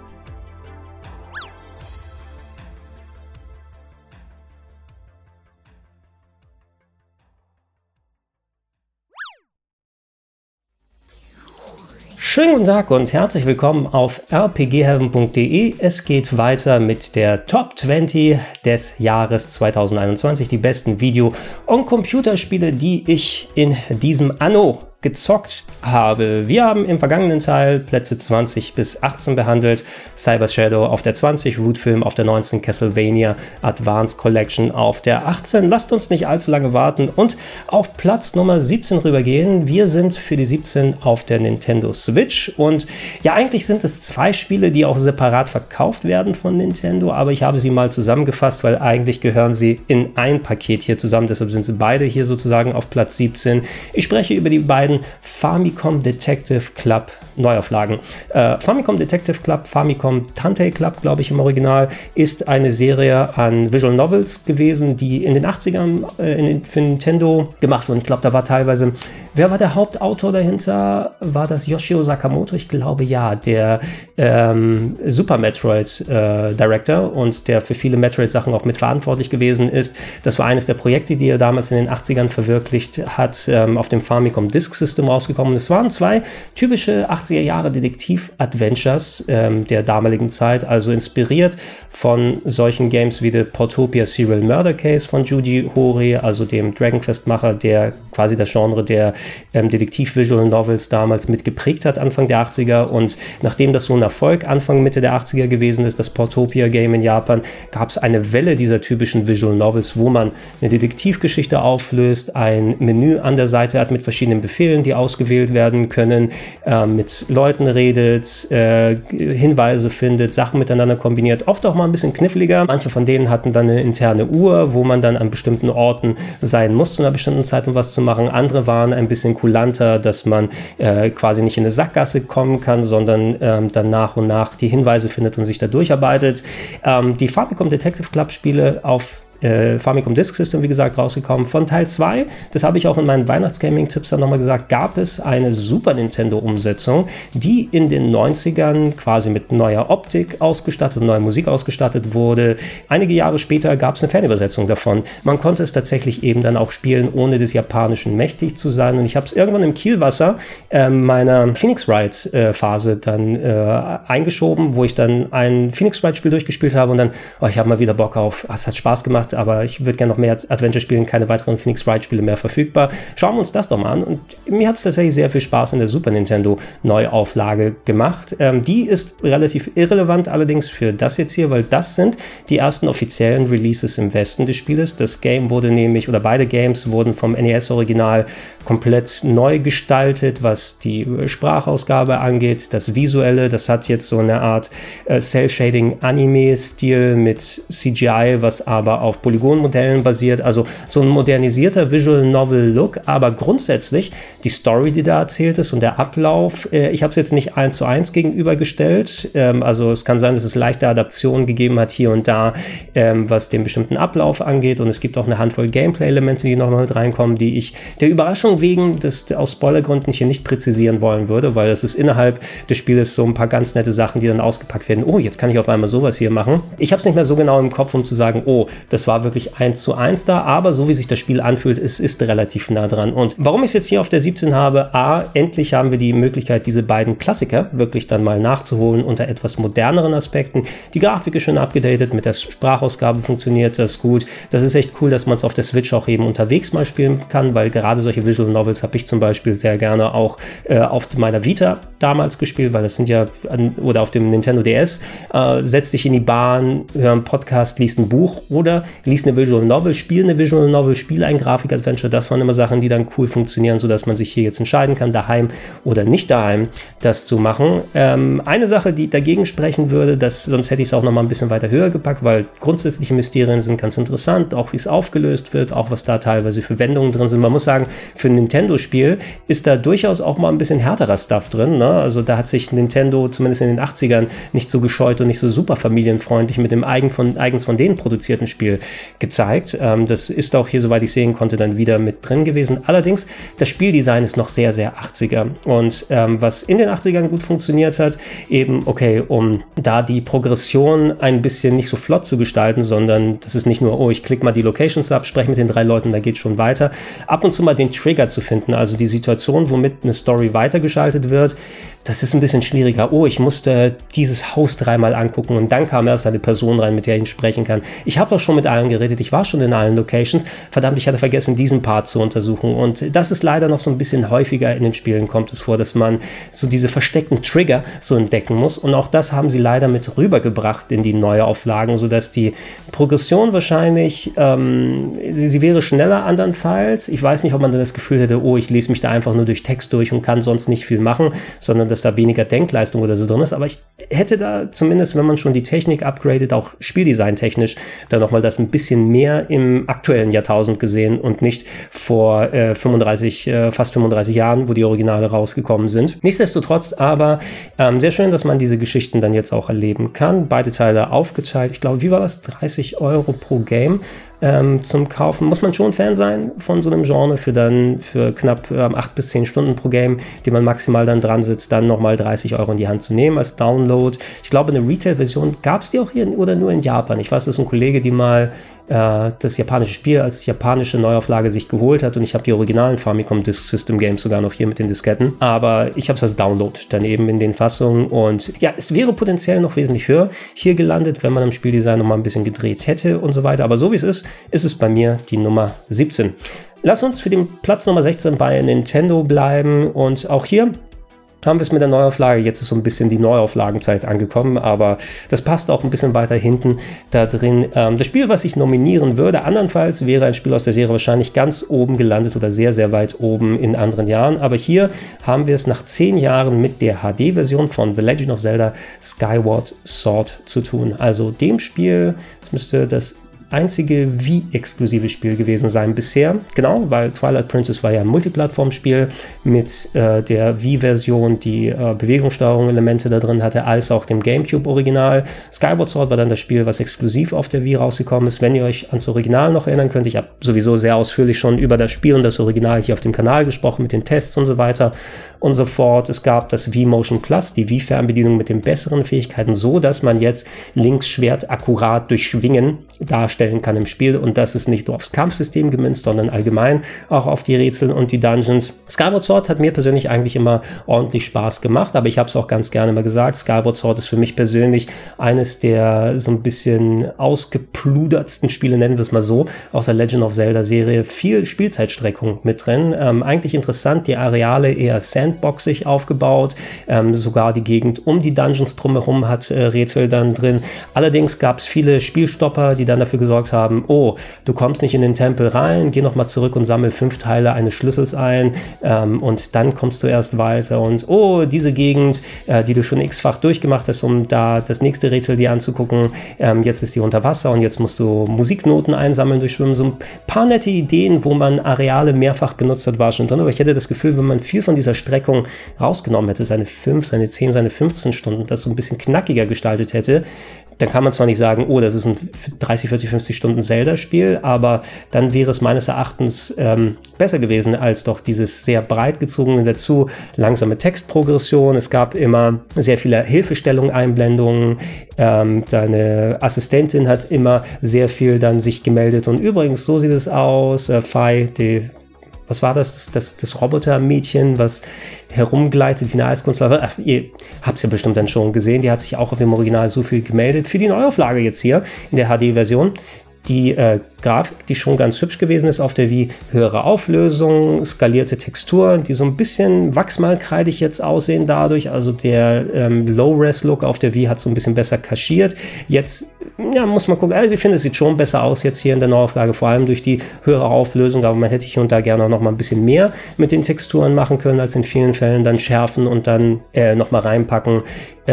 Speaker 1: Schönen guten Tag und herzlich willkommen auf r p g heaven punkt d e. Es geht weiter mit der Top zwanzig des Jahres zweitausendeinundzwanzig, die besten Video- und Computerspiele, die ich in diesem Anno gezockt habe. Wir haben im vergangenen Teil Plätze zwanzig bis achtzehn behandelt. Cyber Shadow auf der zwanzig, Root Film auf der neunzehn, Castlevania Advance Collection auf der achtzehn. Lasst uns nicht allzu lange warten und auf Platz Nummer siebzehn rübergehen. Wir sind für die siebzehn auf der Nintendo Switch und ja, eigentlich sind es zwei Spiele, die auch separat verkauft werden von Nintendo, aber ich habe sie mal zusammengefasst, weil eigentlich gehören sie in ein Paket hier zusammen. Deshalb sind sie beide hier sozusagen auf Platz siebzehn. Ich spreche über die beiden Famicom Detective Club Neuauflagen. Äh, Famicom Detective Club, Famicom Tantei Club, glaube ich im Original, ist eine Serie an Visual Novels gewesen, die in den achtzigern äh, in den, für Nintendo gemacht wurden. Ich glaube, da war teilweise, wer war der Hauptautor dahinter? War das Yoshio Sakamoto? Ich glaube ja, der ähm, Super Metroid äh, Director und der für viele Metroid-Sachen auch mitverantwortlich gewesen ist. Das war eines der Projekte, die er damals in den achtzigern verwirklicht hat, ähm, auf dem Famicom Disk System rausgekommen. Es waren zwei typische achtziger Jahre Detektiv-Adventures ähm, der damaligen Zeit, also inspiriert von solchen Games wie The Portopia Serial Murder Case von Yuji Horii, also dem Dragon Quest-Macher, der quasi das Genre der ähm, Detektiv-Visual Novels damals mitgeprägt hat, Anfang der achtziger. Und nachdem das so ein Erfolg Anfang, Mitte der achtziger gewesen ist, das Portopia-Game in Japan, gab es eine Welle dieser typischen Visual Novels, wo man eine Detektivgeschichte auflöst, ein Menü an der Seite hat mit verschiedenen Befehlen, Spielen, die ausgewählt werden können, äh, mit Leuten redet, äh, Hinweise findet, Sachen miteinander kombiniert, oft auch mal ein bisschen kniffliger. Manche von denen hatten dann eine interne Uhr, wo man dann an bestimmten Orten sein muss zu einer bestimmten Zeit, um was zu machen. Andere waren ein bisschen kulanter, dass man äh, quasi nicht in eine Sackgasse kommen kann, sondern ähm, dann nach und nach die Hinweise findet und sich da durcharbeitet. Ähm, die Famicom Detective Club Spiele auf Äh, Famicom Disk System, wie gesagt, rausgekommen. Von Teil zwei, das habe ich auch in meinen Weihnachtsgaming-Tipps dann nochmal gesagt, gab es eine Super Nintendo-Umsetzung, die in den neunzigern quasi mit neuer Optik ausgestattet und neuer Musik ausgestattet wurde. Einige Jahre später gab es eine Fernübersetzung davon. Man konnte es tatsächlich eben dann auch spielen, ohne des Japanischen mächtig zu sein. Und ich habe es irgendwann im Kielwasser äh, meiner Phoenix Wright-Phase dann äh, eingeschoben, wo ich dann ein Phoenix Wright-Spiel durchgespielt habe und dann, oh, ich habe mal wieder Bock auf, es hat Spaß gemacht, aber ich würde gerne noch mehr Adventure spielen, keine weiteren Phoenix Wright Spiele mehr verfügbar. Schauen wir uns das doch mal an. Und mir hat es tatsächlich sehr viel Spaß in der Super Nintendo Neuauflage gemacht. Ähm, die ist relativ irrelevant allerdings für das jetzt hier, weil das sind die ersten offiziellen Releases im Westen des Spieles. Das Game wurde nämlich, oder beide Games wurden vom N E S-Original komplett neu gestaltet, was die Sprachausgabe angeht, das Visuelle. Das hat jetzt so eine Art äh, Cell-Shading-Anime-Stil mit C G I, was aber auf Polygonmodellen basiert, also so ein modernisierter Visual Novel Look, aber grundsätzlich die Story, die da erzählt ist und der Ablauf, äh, ich habe es jetzt nicht eins zu eins gegenübergestellt, ähm, also es kann sein, dass es leichte Adaptionen gegeben hat hier und da, ähm, was den bestimmten Ablauf angeht und es gibt auch eine Handvoll Gameplay-Elemente, die nochmal mit reinkommen, die ich der Überraschung wegen des, aus Spoilergründen hier nicht präzisieren wollen würde, weil es ist innerhalb des Spieles so ein paar ganz nette Sachen, die dann ausgepackt werden. Oh, jetzt kann ich auf einmal sowas hier machen. Ich habe es nicht mehr so genau im Kopf, um zu sagen, oh, das war wirklich eins zu eins da, aber so wie sich das Spiel anfühlt, es ist relativ nah dran. Und warum ich es jetzt hier auf der siebzehn habe, A, endlich haben wir die Möglichkeit, diese beiden Klassiker wirklich dann mal nachzuholen unter etwas moderneren Aspekten. Die Grafik ist schön abgedatet, mit der Sprachausgabe funktioniert das gut. Das ist echt cool, dass man es auf der Switch auch eben unterwegs mal spielen kann, weil gerade solche Visual Novels habe ich zum Beispiel sehr gerne auch äh, auf meiner Vita damals gespielt, weil das sind ja, oder auf dem Nintendo D S, äh, setz dich in die Bahn, hör einen Podcast, liest ein Buch oder liest eine Visual Novel, spiel eine Visual Novel, spiel ein Grafik-Adventure. Das waren immer Sachen, die dann cool funktionieren, sodass man sich hier jetzt entscheiden kann, daheim oder nicht daheim, das zu machen. Ähm, eine Sache, die dagegen sprechen würde, dass, sonst hätte ich es auch noch mal ein bisschen weiter höher gepackt, weil grundsätzliche Mysterien sind ganz interessant, auch wie es aufgelöst wird, auch was da teilweise für Wendungen drin sind. Man muss sagen, für ein Nintendo-Spiel ist da durchaus auch mal ein bisschen härterer Stuff drin, ne? Also da hat sich Nintendo zumindest in den achtzigern nicht so gescheut und nicht so super familienfreundlich mit dem eigen von, eigens von denen produzierten Spiel gezeigt. Ähm, das ist auch hier, soweit ich sehen konnte, dann wieder mit drin gewesen. Allerdings, das Spieldesign ist noch sehr, sehr achtziger. Und ähm, was in den achtzigern gut funktioniert hat, eben, okay, um da die Progression ein bisschen nicht so flott zu gestalten, sondern das ist nicht nur, oh, ich klicke mal die Locations ab, spreche mit den drei Leuten, da geht schon weiter. Ab und zu mal den Trigger zu finden, also die Situation, womit eine Story weitergeschaltet wird, das ist ein bisschen schwieriger. Oh, ich musste dieses Haus dreimal angucken und dann kam erst eine Person rein, mit der ich sprechen kann. Ich habe doch schon mit allen geredet, ich war schon in allen Locations. Verdammt, ich hatte vergessen, diesen Part zu untersuchen. Und das ist leider noch so ein bisschen häufiger in den Spielen, kommt es vor, dass man so diese versteckten Trigger so entdecken muss. Und auch das haben sie leider mit rübergebracht in die Neuauflagen, sodass die Progression wahrscheinlich, ähm, sie, sie wäre schneller andernfalls. Ich weiß nicht, ob man dann das Gefühl hätte, oh, ich lese mich da einfach nur durch Text durch und kann sonst nicht viel machen, sondern dass da weniger Denkleistung oder so drin ist, aber ich hätte da zumindest, wenn man schon die Technik upgradet, auch spieldesigntechnisch, da nochmal das ein bisschen mehr im aktuellen Jahrtausend gesehen und nicht vor äh, fünfunddreißig, äh, fast fünfunddreißig Jahren, wo die Originale rausgekommen sind. Nichtsdestotrotz aber ähm, sehr schön, dass man diese Geschichten dann jetzt auch erleben kann. Beide Teile aufgeteilt, ich glaube, wie war das? dreißig Euro pro Game. Ähm, zum Kaufen. Muss man schon Fan sein von so einem Genre für dann für knapp ähm, acht bis zehn Stunden pro Game, die man maximal dann dran sitzt, dann nochmal dreißig Euro in die Hand zu nehmen als Download. Ich glaube, eine Retail-Version gab es die auch hier in, oder nur in Japan. Ich weiß, das ist ein Kollege, die mal äh, das japanische Spiel als japanische Neuauflage sich geholt hat und ich habe die originalen Famicom Disk System Games sogar noch hier mit den Disketten. Aber ich habe es als Download dann eben in den Fassungen und ja, es wäre potenziell noch wesentlich höher hier gelandet, wenn man am Spieldesign nochmal ein bisschen gedreht hätte und so weiter. Aber so wie es ist, ist es bei mir die Nummer siebzehn. Lass uns für den Platz Nummer sechzehn bei Nintendo bleiben und auch hier haben wir es mit der Neuauflage. Jetzt ist so ein bisschen die Neuauflagenzeit angekommen, aber das passt auch ein bisschen weiter hinten da drin. Ähm, das Spiel, was ich nominieren würde, andernfalls wäre ein Spiel aus der Serie wahrscheinlich ganz oben gelandet oder sehr, sehr weit oben in anderen Jahren. Aber hier haben wir es nach zehn Jahren mit der H D-Version von The Legend of Zelda Skyward Sword zu tun. Also dem Spiel, das müsste das einzige Wii-exklusive Spiel gewesen sein bisher. Genau, weil Twilight Princess war ja ein Multiplattform-Spiel mit äh, der Wii-Version, die äh, Bewegungssteuerung-Elemente da drin hatte, als auch dem GameCube-Original. Skyward Sword war dann das Spiel, was exklusiv auf der Wii rausgekommen ist. Wenn ihr euch ans Original noch erinnern könnt, ich habe sowieso sehr ausführlich schon über das Spiel und das Original hier auf dem Kanal gesprochen, mit den Tests und so weiter und so fort. Es gab das Wii Motion Plus, die Wii-Fernbedienung mit den besseren Fähigkeiten, so dass man jetzt Links Schwert akkurat durch Schwingen darstellt kann im Spiel, und das ist nicht nur aufs Kampfsystem gemünzt, sondern allgemein auch auf die Rätsel und die Dungeons. Skyward Sword hat mir persönlich eigentlich immer ordentlich Spaß gemacht, aber ich habe es auch ganz gerne mal gesagt, Skyward Sword ist für mich persönlich eines der so ein bisschen ausgepludertsten Spiele, nennen wir es mal so, aus der Legend of Zelda Serie. Viel Spielzeitstreckung mit drin, ähm, eigentlich interessant, die Areale eher sandboxig aufgebaut, ähm, sogar die Gegend um die Dungeons drumherum hat äh, Rätsel dann drin. Allerdings gab es viele Spielstopper, die dann dafür gesorgt haben, oh, du kommst nicht in den Tempel rein, geh nochmal zurück und sammel fünf Teile eines Schlüssels ein ähm, und dann kommst du erst weiter und oh, diese Gegend, äh, die du schon x-fach durchgemacht hast, um da das nächste Rätsel dir anzugucken, ähm, jetzt ist die unter Wasser und jetzt musst du Musiknoten einsammeln durch Schwimmen. So ein paar nette Ideen, wo man Areale mehrfach benutzt hat, war schon drin, aber ich hätte das Gefühl, wenn man viel von dieser Streckung rausgenommen hätte, seine fünf, seine zehn, seine fünfzehn Stunden, das so ein bisschen knackiger gestaltet hätte, dann kann man zwar nicht sagen, oh, das ist ein dreißig, vierzig, fünfzig Stunden Zelda-Spiel, aber dann wäre es meines Erachtens ähm, besser gewesen als doch dieses sehr breit gezogene, dazu langsame Textprogression. Es gab immer sehr viele Hilfestellungen, Einblendungen. Ähm, deine Assistentin hat immer sehr viel dann sich gemeldet und übrigens, so sieht es aus, äh, Fei, die was war das? Das, das, das Robotermädchen, was herumgleitet wie eine Eiskunstläufer. Ach, ihr habt es ja bestimmt dann schon gesehen. Die hat sich auch auf dem Original so viel gemeldet. Für die Neuauflage jetzt hier in der H D-Version. Die äh, Grafik, die schon ganz hübsch gewesen ist auf der Wii, höhere Auflösung, skalierte Texturen, die so ein bisschen wachsmalkreidig jetzt aussehen dadurch. Also der ähm, Low-Res-Look auf der Wii hat so ein bisschen besser kaschiert. Jetzt, ja, muss man gucken. Also ich finde, es sieht schon besser aus jetzt hier in der Neuauflage, vor allem durch die höhere Auflösung. Aber man hätte hier und da gerne auch noch mal ein bisschen mehr mit den Texturen machen können, als in vielen Fällen dann schärfen und dann äh, noch mal reinpacken.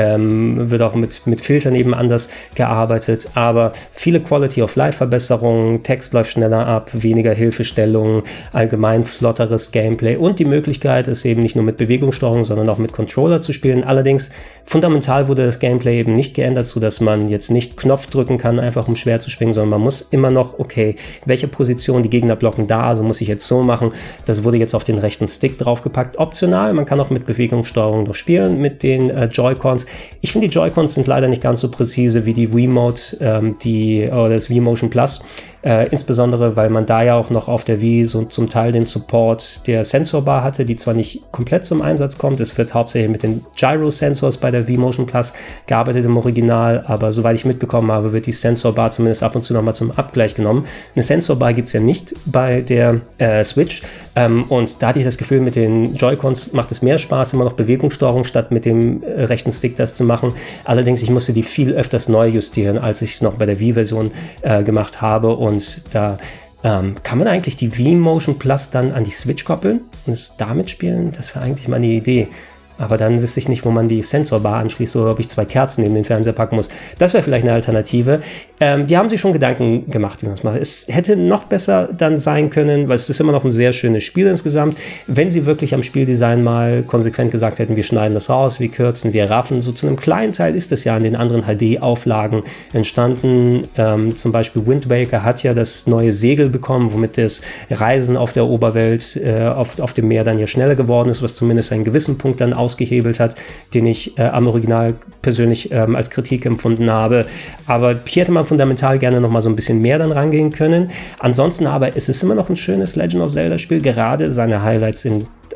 Speaker 1: Ähm, wird auch mit, mit Filtern eben anders gearbeitet. Aber viele Quality-of-Life-Verbesserungen, Text läuft schneller ab, weniger Hilfestellungen, allgemein flotteres Gameplay und die Möglichkeit, es eben nicht nur mit Bewegungssteuerung, sondern auch mit Controller zu spielen. Allerdings, fundamental wurde das Gameplay eben nicht geändert, sodass man jetzt nicht Knopf drücken kann, einfach um schwer zu springen, sondern man muss immer noch, okay, welche Position die Gegner blocken da, also muss ich jetzt so machen. Das wurde jetzt auf den rechten Stick draufgepackt. Optional, man kann auch mit Bewegungssteuerung noch spielen, mit den äh, Joy-Cons. Ich finde, die Joy-Cons sind leider nicht ganz so präzise wie die Wiimote, ähm, die, oder das Wii Motion Plus. Äh, insbesondere, weil man da ja auch noch auf der Wii so zum Teil den Support der Sensorbar hatte, die zwar nicht komplett zum Einsatz kommt, es wird hauptsächlich mit den Gyro-Sensors bei der Wii Motion Plus gearbeitet im Original, aber soweit ich mitbekommen habe, wird die Sensorbar zumindest ab und zu nochmal zum Abgleich genommen. Eine Sensorbar gibt es ja nicht bei der äh, Switch ähm, und da hatte ich das Gefühl, mit den Joy-Cons macht es mehr Spaß, immer noch Bewegungssteuerung statt mit dem äh, rechten Stick das zu machen. Allerdings, ich musste die viel öfters neu justieren, als ich es noch bei der Wii-Version äh, gemacht habe. Und da ähm, kann man eigentlich die Wii Motion Plus dann an die Switch koppeln und es damit spielen. Das wäre eigentlich mal eine Idee. Aber dann wüsste ich nicht, wo man die Sensorbar anschließt oder ob ich zwei Kerzen neben den Fernseher packen muss. Das wäre vielleicht eine Alternative. Ähm, die haben sich schon Gedanken gemacht, wie man es macht. Es hätte noch besser dann sein können, weil es ist immer noch ein sehr schönes Spiel insgesamt, wenn sie wirklich am Spieldesign mal konsequent gesagt hätten, wir schneiden das raus, wir kürzen, wir raffen. So zu einem kleinen Teil ist es ja an den anderen H D-Auflagen entstanden. Ähm, zum Beispiel Wind Waker hat ja das neue Segel bekommen, womit das Reisen auf der Oberwelt, äh, auf, auf dem Meer dann ja schneller geworden ist, was zumindest einen gewissen Punkt dann ausgehebelt hat, den ich äh, am Original persönlich ähm, als Kritik empfunden habe. Aber hier hätte man fundamental gerne noch mal so ein bisschen mehr dann rangehen können. Ansonsten aber es ist immer noch ein schönes Legend of Zelda Spiel, gerade seine Highlights in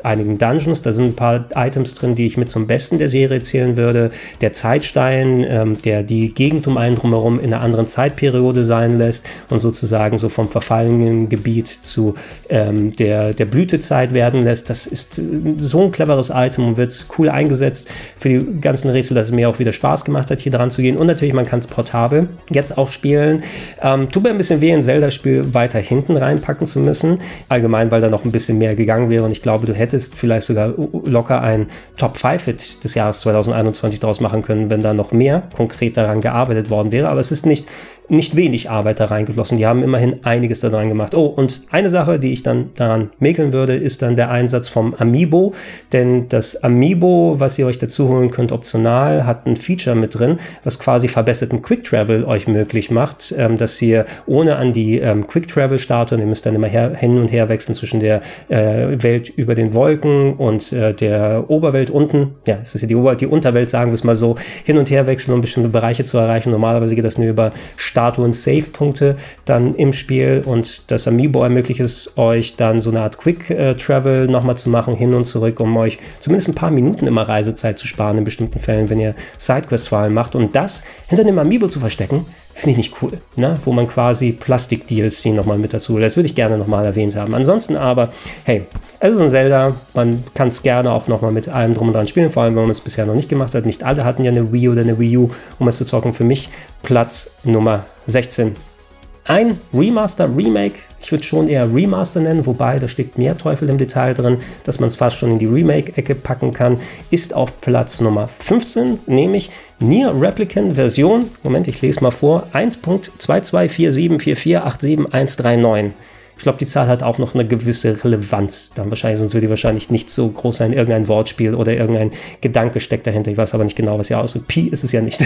Speaker 1: einigen Dungeons. Da sind ein paar Items drin, die ich mit zum Besten der Serie zählen würde. Der Zeitstein, ähm, der die Gegend um einen drumherum in einer anderen Zeitperiode sein lässt und sozusagen so vom verfallenen Gebiet zu ähm, der, der Blütezeit werden lässt. Das ist so ein cleveres Item und wird cool eingesetzt für die ganzen Rätsel, dass es mir auch wieder Spaß gemacht hat, hier dran zu gehen. Und natürlich, man kann es portabel jetzt auch spielen. Ähm, tut mir ein bisschen weh, ein Zelda-Spiel weiter hinten reinpacken zu müssen. Allgemein, weil da noch ein bisschen mehr gegangen wäre. Und ich glaube, du hättest vielleicht sogar locker ein Top fünf Hit des Jahres zwanzig einundzwanzig draus machen können, wenn da noch mehr konkret daran gearbeitet worden wäre. Aber es ist nicht nicht wenig Arbeit da reingeflossen. Die haben immerhin einiges daran gemacht. Oh, und eine Sache, die ich dann daran mäkeln würde, ist dann der Einsatz vom Amiibo. Denn das Amiibo, was ihr euch dazu holen könnt, optional, hat ein Feature mit drin, was quasi verbesserten Quick Travel euch möglich macht, ähm, dass ihr ohne an die ähm, Quick Travel Statuen, ihr müsst dann immer her, hin und her wechseln zwischen der äh, Welt über den Wolken und äh, der Oberwelt unten. Ja, es ist ja die Oberwelt, die Unterwelt, sagen wir es mal so, hin und her wechseln, um bestimmte Bereiche zu erreichen. Normalerweise geht das nur über Statuen Save-Punkte dann im Spiel, und das Amiibo ermöglicht es euch dann so eine Art Quick-Travel nochmal zu machen, hin und zurück, um euch zumindest ein paar Minuten immer Reisezeit zu sparen in bestimmten Fällen, wenn ihr Sidequests vor allem macht. Und das hinter dem Amiibo zu verstecken, finde ich nicht cool, ne? Wo man quasi Plastik-D L C nochmal mit dazu, das würde ich gerne nochmal erwähnt haben. Ansonsten aber, hey, es ist ein Zelda, man kann es gerne auch nochmal mit allem drum und dran spielen, vor allem, wenn man es bisher noch nicht gemacht hat. Nicht alle hatten ja eine Wii oder eine Wii U, um es zu zocken. Für mich Platz Nummer sechzehn. Ein Remaster, Remake, ich würde schon eher Remaster nennen, wobei da steckt mehr Teufel im Detail drin, dass man es fast schon in die Remake-Ecke packen kann, ist auf Platz Nummer fünfzehn, nämlich Nier Replicant Version, Moment, ich lese mal vor, eins Punkt zwei zwei vier sieben vier vier acht sieben eins drei neun. Ich glaube, die Zahl hat auch noch eine gewisse Relevanz. Dann wahrscheinlich, sonst würde die wahrscheinlich nicht so groß sein. Irgendein Wortspiel oder irgendein Gedanke steckt dahinter. Ich weiß aber nicht genau, was hier aussieht. Pi ist es ja nicht.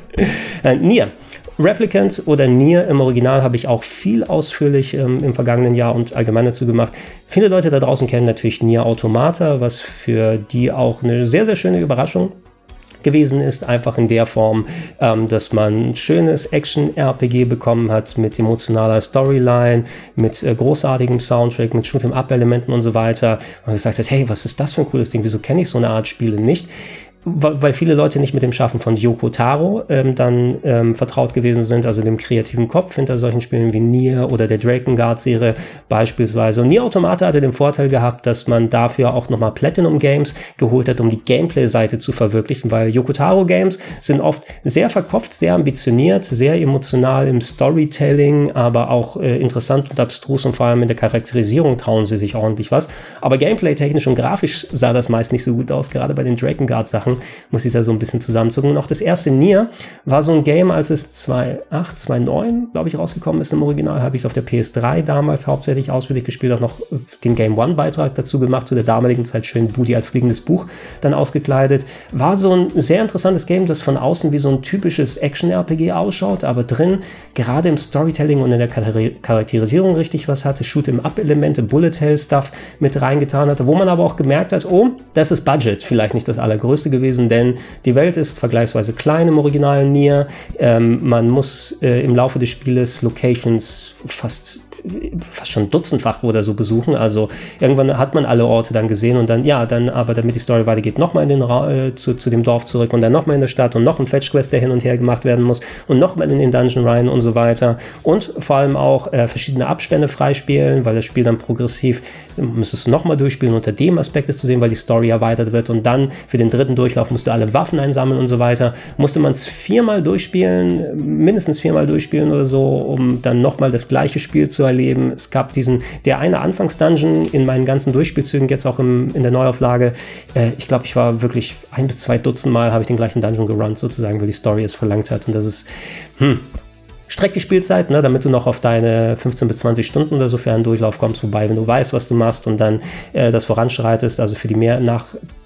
Speaker 1: Nier. Replicant oder Nier im Original habe ich auch viel ausführlich ähm, im vergangenen Jahr und allgemein dazu gemacht. Viele Leute da draußen kennen natürlich Nier Automata, was für die auch eine sehr, sehr schöne Überraschung gewesen ist, einfach in der Form, ähm, dass man ein schönes Action-R P G bekommen hat mit emotionaler Storyline, mit äh, großartigem Soundtrack, mit Shoot-'em-up-Elementen und so weiter. Und man gesagt hat, hey, was ist das für ein cooles Ding? Wieso kenne ich so eine Art Spiele nicht? Weil viele Leute nicht mit dem Schaffen von Yoko Taro ähm, dann ähm, vertraut gewesen sind, also dem kreativen Kopf hinter solchen Spielen wie Nier oder der Drakengard-Serie beispielsweise. Und Nier Automata hatte den Vorteil gehabt, dass man dafür auch nochmal Platinum Games geholt hat, um die Gameplay-Seite zu verwirklichen, weil Yoko Taro Games sind oft sehr verkopft, sehr ambitioniert, sehr emotional im Storytelling, aber auch äh, interessant und abstrus, und vor allem in der Charakterisierung trauen sie sich ordentlich was. Aber Gameplay-technisch und grafisch sah das meist nicht so gut aus, gerade bei den Drakengard-Sachen muss ich da so ein bisschen zusammenzucken. Und auch das erste Nier war so ein Game, als es zweitausendacht, zweitausendneun, glaube ich, rausgekommen ist im Original, habe ich es auf der P S drei damals hauptsächlich ausführlich gespielt, auch noch den Game One Beitrag dazu gemacht, zu der damaligen Zeit schön Budi als fliegendes Buch dann ausgekleidet. War so ein sehr interessantes Game, das von außen wie so ein typisches Action-R P G ausschaut, aber drin gerade im Storytelling und in der Charakterisierung richtig was hatte, Shoot-'em-up-Elemente, Bullet-Hell-Stuff mit reingetan hatte, wo man aber auch gemerkt hat, oh, das ist Budget, vielleicht nicht das allergrößte gewesen, denn die Welt ist vergleichsweise klein im originalen Nier. Ähm, man muss äh, im Laufe des Spieles Locations fast fast schon dutzendfach oder so besuchen, also irgendwann hat man alle Orte dann gesehen und dann, ja, dann aber damit die Story weitergeht, nochmal in den Ra- äh, zu, zu dem Dorf zurück und dann nochmal in der Stadt und noch ein Fetch-Quest, der hin und her gemacht werden muss und nochmal in den Dungeon rein und so weiter, und vor allem auch äh, verschiedene Abstände freispielen, weil das Spiel dann progressiv, müsstest du nochmal durchspielen, unter dem Aspekt ist zu sehen, weil die Story erweitert wird, und dann für den dritten Durchlauf musst du alle Waffen einsammeln und so weiter, musste man es viermal durchspielen, mindestens viermal durchspielen oder so, um dann nochmal das gleiche Spiel zu erleben. Es gab diesen, der eine Anfangsdungeon in meinen ganzen Durchspielzügen, jetzt auch im, in der Neuauflage, äh, ich glaube, ich war wirklich ein bis zwei Dutzend Mal habe ich den gleichen Dungeon gerannt, sozusagen, weil die Story es verlangt hat, und das ist, hm, streckt die Spielzeit, ne, damit du noch auf deine fünfzehn bis zwanzig Stunden oder so für einen Durchlauf kommst, wobei, wenn du weißt, was du machst und dann äh, das voranschreitest, also für die mehr nach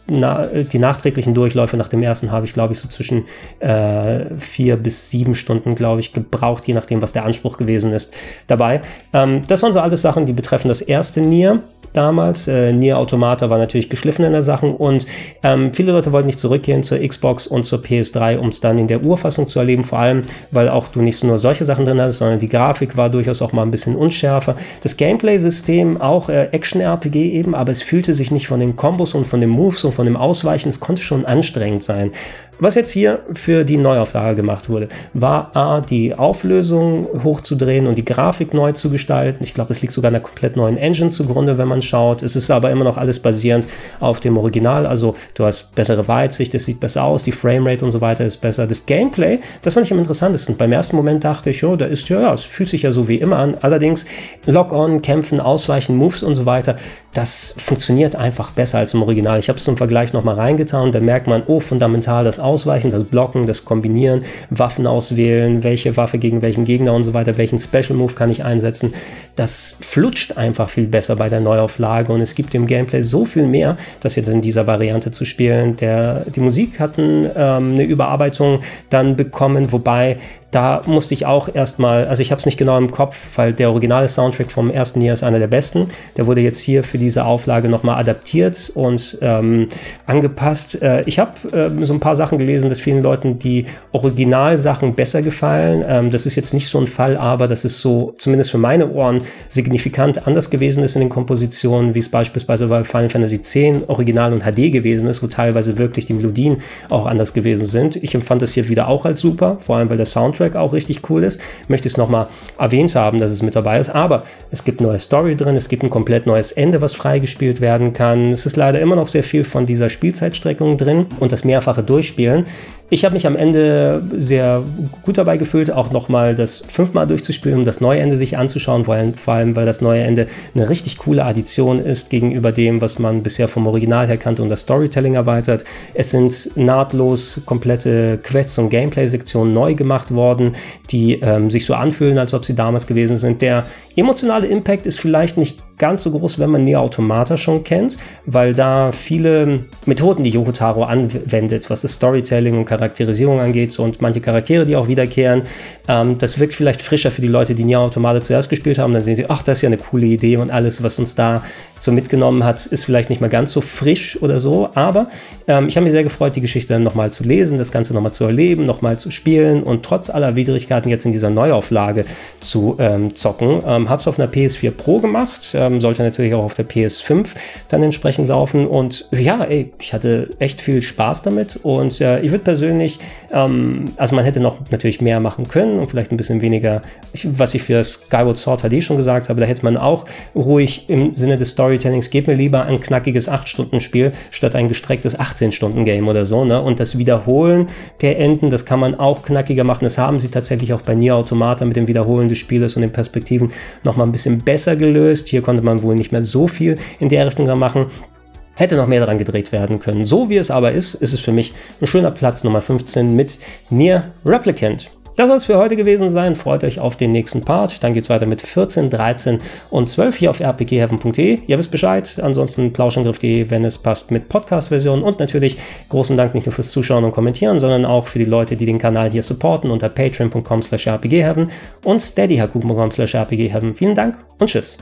Speaker 1: na, die nachträglichen Durchläufe nach dem ersten habe ich, glaube ich, so zwischen äh, vier bis sieben Stunden, glaube ich, gebraucht, je nachdem, was der Anspruch gewesen ist, dabei. Ähm, das waren so alles Sachen, die betreffen das erste Nier damals. Äh, Nier Automata war natürlich geschliffen in der Sachen und ähm, viele Leute wollten nicht zurückgehen zur Xbox und zur P S drei, um es dann in der Urfassung zu erleben, vor allem, weil auch du nicht nur solche Sachen drin hattest, sondern die Grafik war durchaus auch mal ein bisschen unschärfer. Das Gameplay-System, auch äh, Action-R P G eben, aber es fühlte sich nicht von den Kombos und von den Moves und von dem Ausweichen, es konnte schon anstrengend sein. Was jetzt hier für die Neuauflage gemacht wurde, war A, die Auflösung hochzudrehen und die Grafik neu zu gestalten. Ich glaube, es liegt sogar einer komplett neuen Engine zugrunde, wenn man schaut. Es ist aber immer noch alles basierend auf dem Original. Also du hast bessere Weitsicht, es sieht besser aus, die Framerate und so weiter ist besser. Das Gameplay, das fand ich am interessantesten. Beim ersten Moment dachte ich, oh, da ist ja, ja, es fühlt sich ja so wie immer an. Allerdings Lock-on, Kämpfen, Ausweichen, Moves und so weiter, das funktioniert einfach besser als im Original. Ich habe es zum Vergleich nochmal reingetan und da merkt man, oh, fundamental das Ausweichen, das Blocken, das Kombinieren, Waffen auswählen, welche Waffe gegen welchen Gegner und so weiter, welchen Special Move kann ich einsetzen. Das flutscht einfach viel besser bei der Neuauflage und es gibt dem Gameplay so viel mehr, das jetzt in dieser Variante zu spielen. Der, die Musik hatten ähm, eine Überarbeitung dann bekommen, wobei da musste ich auch erstmal, also ich habe es nicht genau im Kopf, weil der originale Soundtrack vom ersten Jahr ist einer der besten. Der wurde jetzt hier für diese Auflage nochmal adaptiert und ähm, angepasst. Äh, ich habe äh, so ein paar Sachen gelesen, dass vielen Leuten die Originalsachen besser gefallen. Ähm, das ist jetzt nicht so ein Fall, aber das ist so, zumindest für meine Ohren, signifikant anders gewesen ist in den Kompositionen, wie es beispielsweise bei Final Fantasy X Original und H D gewesen ist, wo teilweise wirklich die Melodien auch anders gewesen sind. Ich empfand das hier wieder auch als super, vor allem weil der Soundtrack auch richtig cool ist. Möchte ich es nochmal erwähnt haben, dass es mit dabei ist, aber es gibt neue Story drin, es gibt ein komplett neues Ende, was freigespielt werden kann. Es ist leider immer noch sehr viel von dieser Spielzeitstreckung drin und das mehrfache Durchspielen. Ich habe mich am Ende sehr gut dabei gefühlt, auch nochmal das fünfmal durchzuspielen, um das neue Ende sich anzuschauen, vor allem, vor allem weil das neue Ende eine richtig coole Addition ist gegenüber dem, was man bisher vom Original her kannte und das Storytelling erweitert. Es sind nahtlos komplette Quests und Gameplay-Sektionen neu gemacht worden, die ähm, sich so anfühlen, als ob sie damals gewesen sind. Der emotionale Impact ist vielleicht nicht ganz so groß, wenn man Nier Automata schon kennt, weil da viele Methoden, die Yoko Taro anwendet, was das Storytelling und Charakterisierung angeht und manche Charaktere, die auch wiederkehren, ähm, das wirkt vielleicht frischer für die Leute, die Nier Automata zuerst gespielt haben. Dann sehen sie, ach, das ist ja eine coole Idee und alles, was uns da so mitgenommen hat, ist vielleicht nicht mal ganz so frisch oder so, aber ähm, ich habe mich sehr gefreut, die Geschichte dann nochmal zu lesen, das Ganze nochmal zu erleben, nochmal zu spielen und trotz aller Widrigkeiten jetzt in dieser Neuauflage zu ähm, zocken. Ähm, habe es auf einer P S vier Pro gemacht, ähm, sollte natürlich auch auf der P S fünf dann entsprechend laufen und ja, ey, ich hatte echt viel Spaß damit und äh, ich würde persönlich, ähm, also man hätte noch natürlich mehr machen können und vielleicht ein bisschen weniger, was ich für Skyward Sword H D schon gesagt habe, da hätte man auch ruhig im Sinne des Storytellings, gebt mir lieber ein knackiges acht Stunden Spiel statt ein gestrecktes achtzehn Stunden Game oder so, ne? Und das Wiederholen der Enden, das kann man auch knackiger machen. Das haben sie tatsächlich auch bei Nier Automata mit dem Wiederholen des Spieles und den Perspektiven nochmal ein bisschen besser gelöst. Hier konnte man wohl nicht mehr so viel in der Richtung machen. Hätte noch mehr daran gedreht werden können. So wie es aber ist, ist es für mich ein schöner Platz Nummer fünfzehn mit Nier Replicant. Das soll es für heute gewesen sein. Freut euch auf den nächsten Part. Dann geht es weiter mit vierzehn, dreizehn und zwölf hier auf r p g heaven punkt d e. Ihr wisst Bescheid. Ansonsten plauschangriff punkt d e, wenn es passt, mit Podcast-Version. Und natürlich großen Dank nicht nur fürs Zuschauen und Kommentieren, sondern auch für die Leute, die den Kanal hier supporten unter patreon punkt com slash r p g heaven und steadyhq punkt com slash r p g heaven. Vielen Dank und tschüss.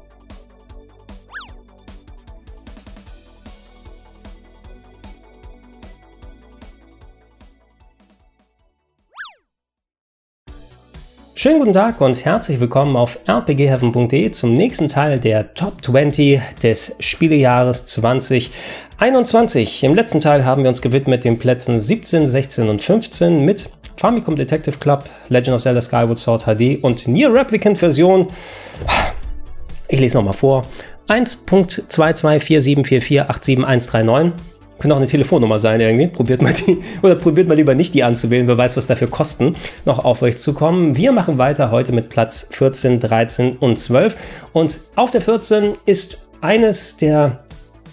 Speaker 1: Schönen guten Tag und herzlich willkommen auf r p g heaven punkt d e zum nächsten Teil der Top zwanzig des Spielejahres zwanzig einundzwanzig. Im letzten Teil haben wir uns gewidmet den Plätzen siebzehn, sechzehn und fünfzehn mit Famicom Detective Club, Legend of Zelda Skyward Sword H D und Nier Replicant Version. Ich lese nochmal vor. eins Punkt zwei zwei vier sieben vier vier acht sieben eins drei neun. Könnte auch eine Telefonnummer sein irgendwie. Probiert mal die, oder probiert mal lieber nicht die anzuwählen. Wer weiß, was dafür Kosten noch auf euch zukommen. Wir machen weiter heute mit Platz vierzehn, dreizehn und zwölf. Und auf der vierzehn ist eines der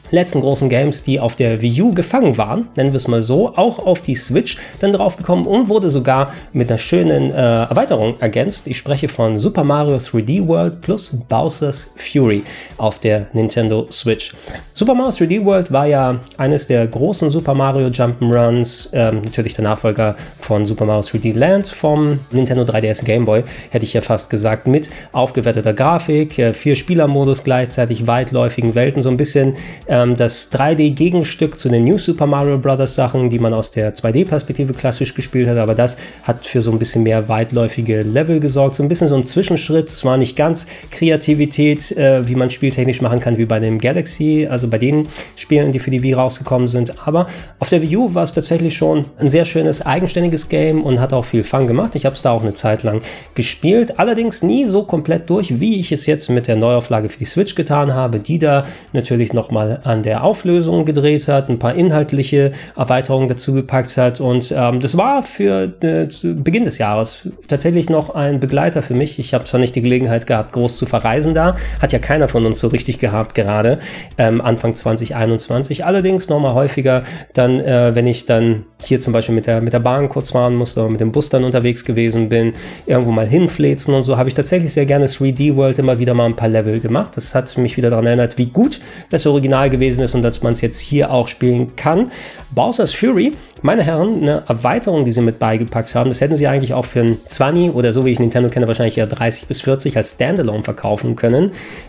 Speaker 1: letzten großen Games, die auf der Wii U gefangen waren, nennen wir es mal so, auch auf die Switch dann drauf gekommen und wurde sogar mit einer schönen äh, Erweiterung ergänzt. Ich spreche von Super Mario drei D World plus Bowser's Fury auf der Nintendo Switch. Super Mario drei D World war ja eines der großen Super Mario Jump'n'Runs, ähm, natürlich der Nachfolger von Super Mario drei D Land vom Nintendo drei D S Game Boy, hätte ich ja fast gesagt, mit aufgewerteter Grafik, äh, vier Spielermodus gleichzeitig, weitläufigen Welten, so ein bisschen ähm, das drei D-Gegenstück zu den New Super Mario Bros. Sachen, die man aus der zwei D-Perspektive klassisch gespielt hat, aber das hat für so ein bisschen mehr weitläufige Level gesorgt, so ein bisschen so ein Zwischenschritt. Es war nicht ganz Kreativität, äh, wie man spieltechnisch machen kann, wie bei dem Galaxy, also bei den Spielen, die für die Wii rausgekommen sind, aber auf der Wii U war es tatsächlich schon ein sehr schönes, eigenständiges Game und hat auch viel Fun gemacht. Ich habe es da auch eine Zeit lang gespielt, allerdings nie so komplett durch, wie ich es jetzt mit der Neuauflage für die Switch getan habe, die da natürlich nochmal an der Auflösung gedreht hat, ein paar inhaltliche Erweiterungen dazu gepackt hat und ähm, das war für äh, zu Beginn des Jahres tatsächlich noch ein Begleiter für mich. Ich habe zwar nicht die Gelegenheit gehabt, groß zu verreisen da, hat ja keiner von uns so richtig gehabt gerade ähm, Anfang zwanzig einundzwanzig, allerdings noch mal häufiger dann, äh, wenn ich dann hier zum Beispiel mit der, mit der Bahn kurz fahren musste oder mit dem Bus dann unterwegs gewesen bin, irgendwo mal hinfläzen und so, habe ich tatsächlich sehr gerne drei D World immer wieder mal ein paar Level gemacht. Das hat mich wieder daran erinnert, wie gut das Original gewesen ist und dass man es jetzt hier auch spielen kann. Bowser's Fury, meine Herren, eine Erweiterung, die sie mit beigepackt haben, das hätten sie eigentlich auch für ein zwanzig oder so wie ich Nintendo kenne, wahrscheinlich eher dreißig bis vierzig als Standalone verkaufen können.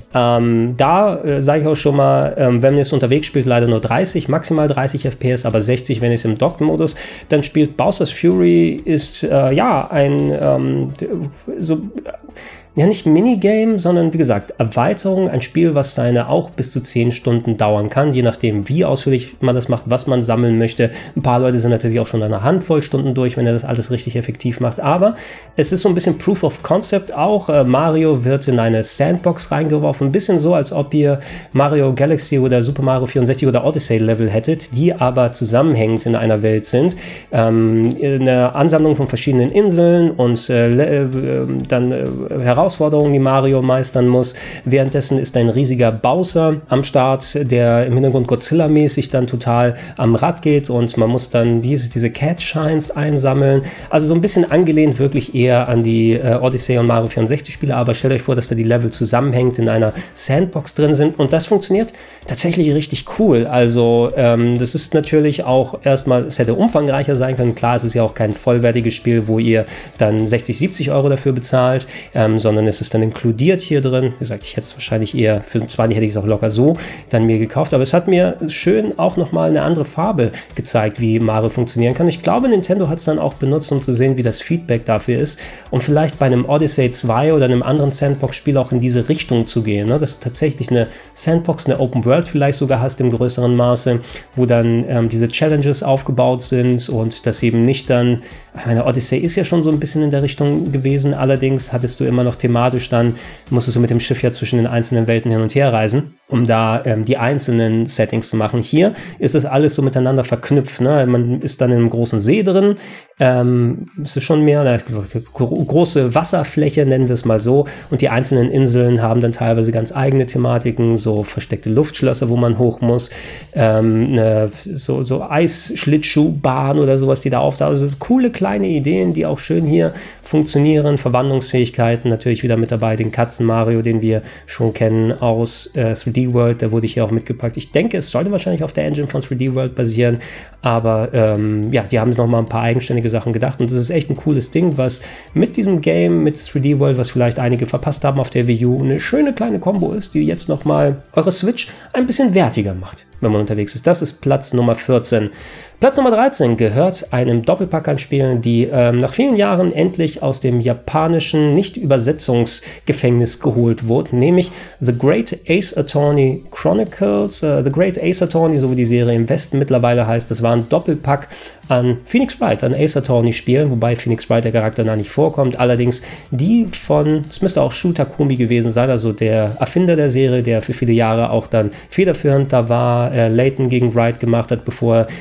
Speaker 1: Ähm, da äh, sage ich auch schon mal, ähm, wenn ihr es unterwegs spielt, leider nur dreißig, maximal dreißig F P S, aber sechzig, wenn ihr es im Docked-Modus dann spielt. Bowser's Fury ist äh, ja ein ähm, so ja nicht Minigame, sondern wie gesagt Erweiterung, ein Spiel, was seine auch bis zu zehn Stunden dauern kann, je nachdem wie ausführlich man das macht, was man sammeln möchte. Ein paar Leute sind natürlich auch schon eine Handvoll Stunden durch, wenn er das alles richtig effektiv macht, aber es ist so ein bisschen Proof of Concept auch. Äh, Mario wird in eine Sandbox reingeworfen, ein bisschen so, als ob ihr Mario Galaxy oder Super Mario vierundsechzig oder Odyssey Level hättet, die aber zusammenhängend in einer Welt sind. Ähm, eine Ansammlung von verschiedenen Inseln und äh, äh, dann äh, heraus Herausforderungen, die Mario meistern muss. Währenddessen ist ein riesiger Bowser am Start, der im Hintergrund Godzilla-mäßig dann total am Rad geht und man muss dann, wie hieß es, diese Cat-Shines einsammeln. Also so ein bisschen angelehnt wirklich eher an die äh, Odyssey und Mario vierundsechzig Spiele, aber stellt euch vor, dass da die Level zusammenhängt in einer Sandbox drin sind und das funktioniert tatsächlich richtig cool. Also ähm, das ist natürlich auch erstmal, es hätte umfangreicher sein können. Klar, es ist ja auch kein vollwertiges Spiel, wo ihr dann sechzig, siebzig Euro dafür bezahlt, ähm, sondern es ist dann inkludiert hier drin. Wie gesagt, ich hätte es wahrscheinlich eher, für zwanzig hätte ich es auch locker so dann mir gekauft, aber es hat mir schön auch nochmal eine andere Farbe gezeigt, wie Mario funktionieren kann. Ich glaube, Nintendo hat es dann auch benutzt, um zu sehen, wie das Feedback dafür ist, um vielleicht bei einem Odyssey zwei oder einem anderen Sandbox-Spiel auch in diese Richtung zu gehen, ne? Dass du tatsächlich eine Sandbox, eine Open World vielleicht sogar hast im größeren Maße, wo dann ähm, diese Challenges aufgebaut sind und das eben nicht dann, ich meine, Odyssey ist ja schon so ein bisschen in der Richtung gewesen, allerdings hattest du immer noch thematisch dann, musstest du mit dem Schiff ja zwischen den einzelnen Welten hin und her reisen, um da ähm, die einzelnen Settings zu machen. Hier ist das alles so miteinander verknüpft, ne? Man ist dann in einem großen See drin, ähm, es ist schon mehr eine große Wasserfläche, nennen wir es mal so, und die einzelnen Inseln haben dann teilweise ganz eigene Thematiken, so versteckte Luftschlösser, wo man hoch muss, ähm, eine, so, so Eisschlittschuhbahn oder sowas, die da auftauchen. Also coole kleine Ideen, die auch schön hier funktionieren, Verwandlungsfähigkeiten, natürlich wieder mit dabei, den Katzen-Mario, den wir schon kennen aus äh, drei D World, der wurde hier auch mitgepackt. Ich denke, es sollte wahrscheinlich auf der Engine von drei D World basieren, aber ähm, ja, die haben noch mal ein paar eigenständige Sachen gedacht und das ist echt ein cooles Ding, was mit diesem Game, mit drei D World, was vielleicht einige verpasst haben auf der Wii U, eine schöne kleine Kombo ist, die jetzt noch mal eure Switch ein bisschen wertiger macht, wenn man unterwegs ist. Das ist Platz Nummer vierzehn. Platz Nummer dreizehn gehört einem Doppelpack an Spielen, die ähm, nach vielen Jahren endlich aus dem japanischen Nicht-Übersetzungsgefängnis geholt wurden, nämlich The Great Ace Attorney Chronicles, äh, The Great Ace Attorney, so wie die Serie im Westen mittlerweile heißt. Das war ein Doppelpack an Phoenix Wright, an Ace Attorney Spielen, wobei Phoenix Wright der Charakter da nicht vorkommt. Allerdings die von, es müsste auch Shu Takumi gewesen sein, also der Erfinder der Serie, der für viele Jahre auch dann federführend da war, äh, Layton gegen Wright gemacht hat, bevor er die Haupt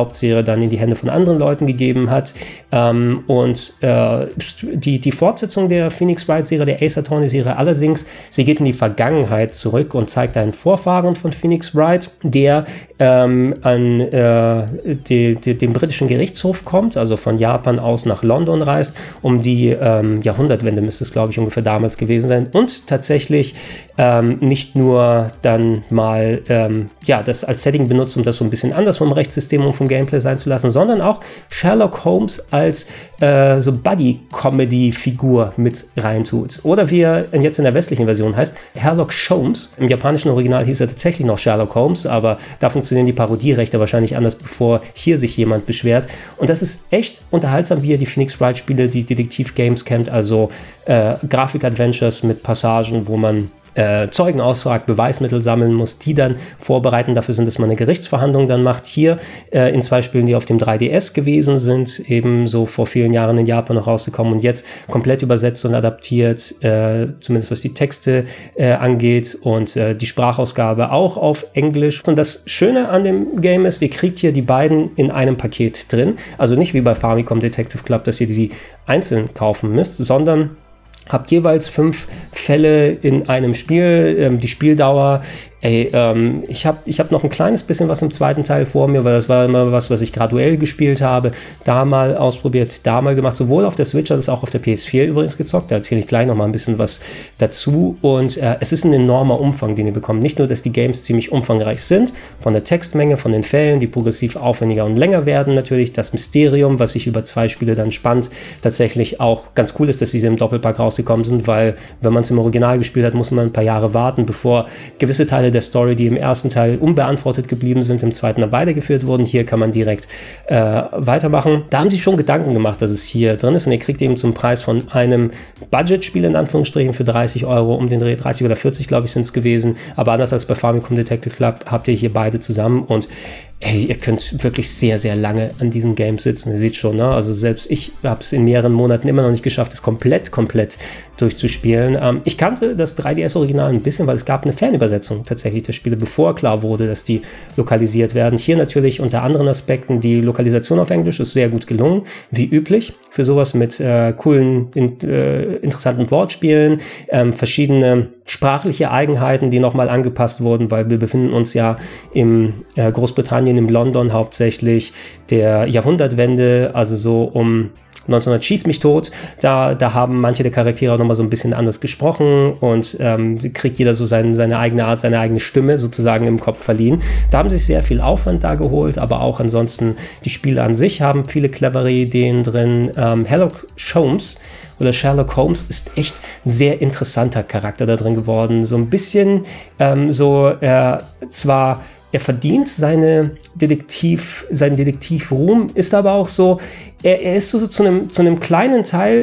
Speaker 1: Hauptserie dann in die Hände von anderen Leuten gegeben hat. Ähm, und äh, die, die Fortsetzung der Phoenix Wright-Serie, der Ace Attorney-Serie allerdings, sie geht in die Vergangenheit zurück und zeigt einen Vorfahren von Phoenix Wright, der ähm, an äh, die, die, den britischen Gerichtshof kommt, also von Japan aus nach London reist, um die ähm, Jahrhundertwende müsste es, glaube ich, ungefähr damals gewesen sein, und tatsächlich ähm, nicht nur dann mal ähm, ja, das als Setting benutzt, um das so ein bisschen anders vom Rechtssystem und vom Gameplay sein zu lassen, sondern auch Sherlock Holmes als äh, so Buddy-Comedy-Figur mit reintut. Oder wie er jetzt in der westlichen Version heißt, Herlock Sholmes. Im japanischen Original hieß er tatsächlich noch Sherlock Holmes, aber da funktionieren die Parodierechte wahrscheinlich anders, bevor hier sich jemand beschwert. Und das ist echt unterhaltsam, wie er die Phoenix Wright-Spiele, die Detektiv-Games kennt, also äh, Grafik-Adventures mit Passagen, wo man Äh, Zeugen ausfragt, Beweismittel sammeln muss, die dann vorbereiten dafür sind, dass man eine Gerichtsverhandlung dann macht. Hier äh, in zwei Spielen, die auf dem drei D S gewesen sind, eben so vor vielen Jahren in Japan noch rausgekommen und jetzt komplett übersetzt und adaptiert, äh, zumindest was die Texte äh, angeht, und äh, die Sprachausgabe auch auf Englisch. Und das Schöne an dem Game ist, ihr kriegt hier die beiden in einem Paket drin. Also nicht wie bei Famicom Detective Club, dass ihr die einzeln kaufen müsst, sondern habt jeweils fünf Fälle in einem Spiel. Ähm, die Spieldauer, ey, ähm, ich habe ich hab noch ein kleines bisschen was im zweiten Teil vor mir, weil das war immer was, was ich graduell gespielt habe. Da mal ausprobiert, da mal gemacht, sowohl auf der Switch als auch auf der P S vier übrigens gezockt. Da erzähle ich gleich noch mal ein bisschen was dazu. Und äh, es ist ein enormer Umfang, den ihr bekommt. Nicht nur, dass die Games ziemlich umfangreich sind, von der Textmenge, von den Fällen, die progressiv aufwendiger und länger werden natürlich. Das Mysterium, was sich über zwei Spiele dann spannt, tatsächlich auch ganz cool ist, dass diese im Doppelpack rausgekommen sind, weil wenn man es im Original gespielt hat, muss man ein paar Jahre warten, bevor gewisse Teile der Story, die im ersten Teil unbeantwortet geblieben sind, im zweiten dann weitergeführt wurden. Hier kann man direkt äh, weitermachen. Da haben sie schon Gedanken gemacht, dass es hier drin ist, und ihr kriegt eben zum Preis von einem Budgetspiel in Anführungsstrichen für dreißig Euro um den Dreh, dreißig oder vierzig, glaube ich, sind es gewesen, aber anders als bei Famicom Detective Club habt ihr hier beide zusammen, und ey, ihr könnt wirklich sehr, sehr lange an diesem Game sitzen. Ihr seht schon, ne? Also selbst ich habe es in mehreren Monaten immer noch nicht geschafft, es komplett, komplett durchzuspielen. Ähm, ich kannte das drei D S-Original ein bisschen, weil es gab eine Fanübersetzung tatsächlich der Spiele, bevor klar wurde, dass die lokalisiert werden. Hier natürlich unter anderen Aspekten die Lokalisation auf Englisch ist sehr gut gelungen, wie üblich, für sowas mit äh, coolen, in, äh, interessanten Wortspielen, ähm, verschiedene sprachliche Eigenheiten, die nochmal angepasst wurden, weil wir befinden uns ja im äh, Großbritannien, im London hauptsächlich der Jahrhundertwende, also so um neunzehnhundert schieß mich tot, da, da haben manche der Charaktere auch nochmal so ein bisschen anders gesprochen, und ähm, kriegt jeder so sein, seine eigene Art, seine eigene Stimme sozusagen im Kopf verliehen. Da haben sich sehr viel Aufwand da geholt, aber auch ansonsten die Spiele an sich haben viele clevere Ideen drin. Ähm, Herlock Sholmes oder Sherlock Holmes ist echt sehr interessanter Charakter da drin geworden. So ein bisschen ähm, so, äh, zwar er verdient seine Detektiv, seinen Detektivruhm, ist aber auch so, er, er ist so, so zu einem zu einem kleinen Teil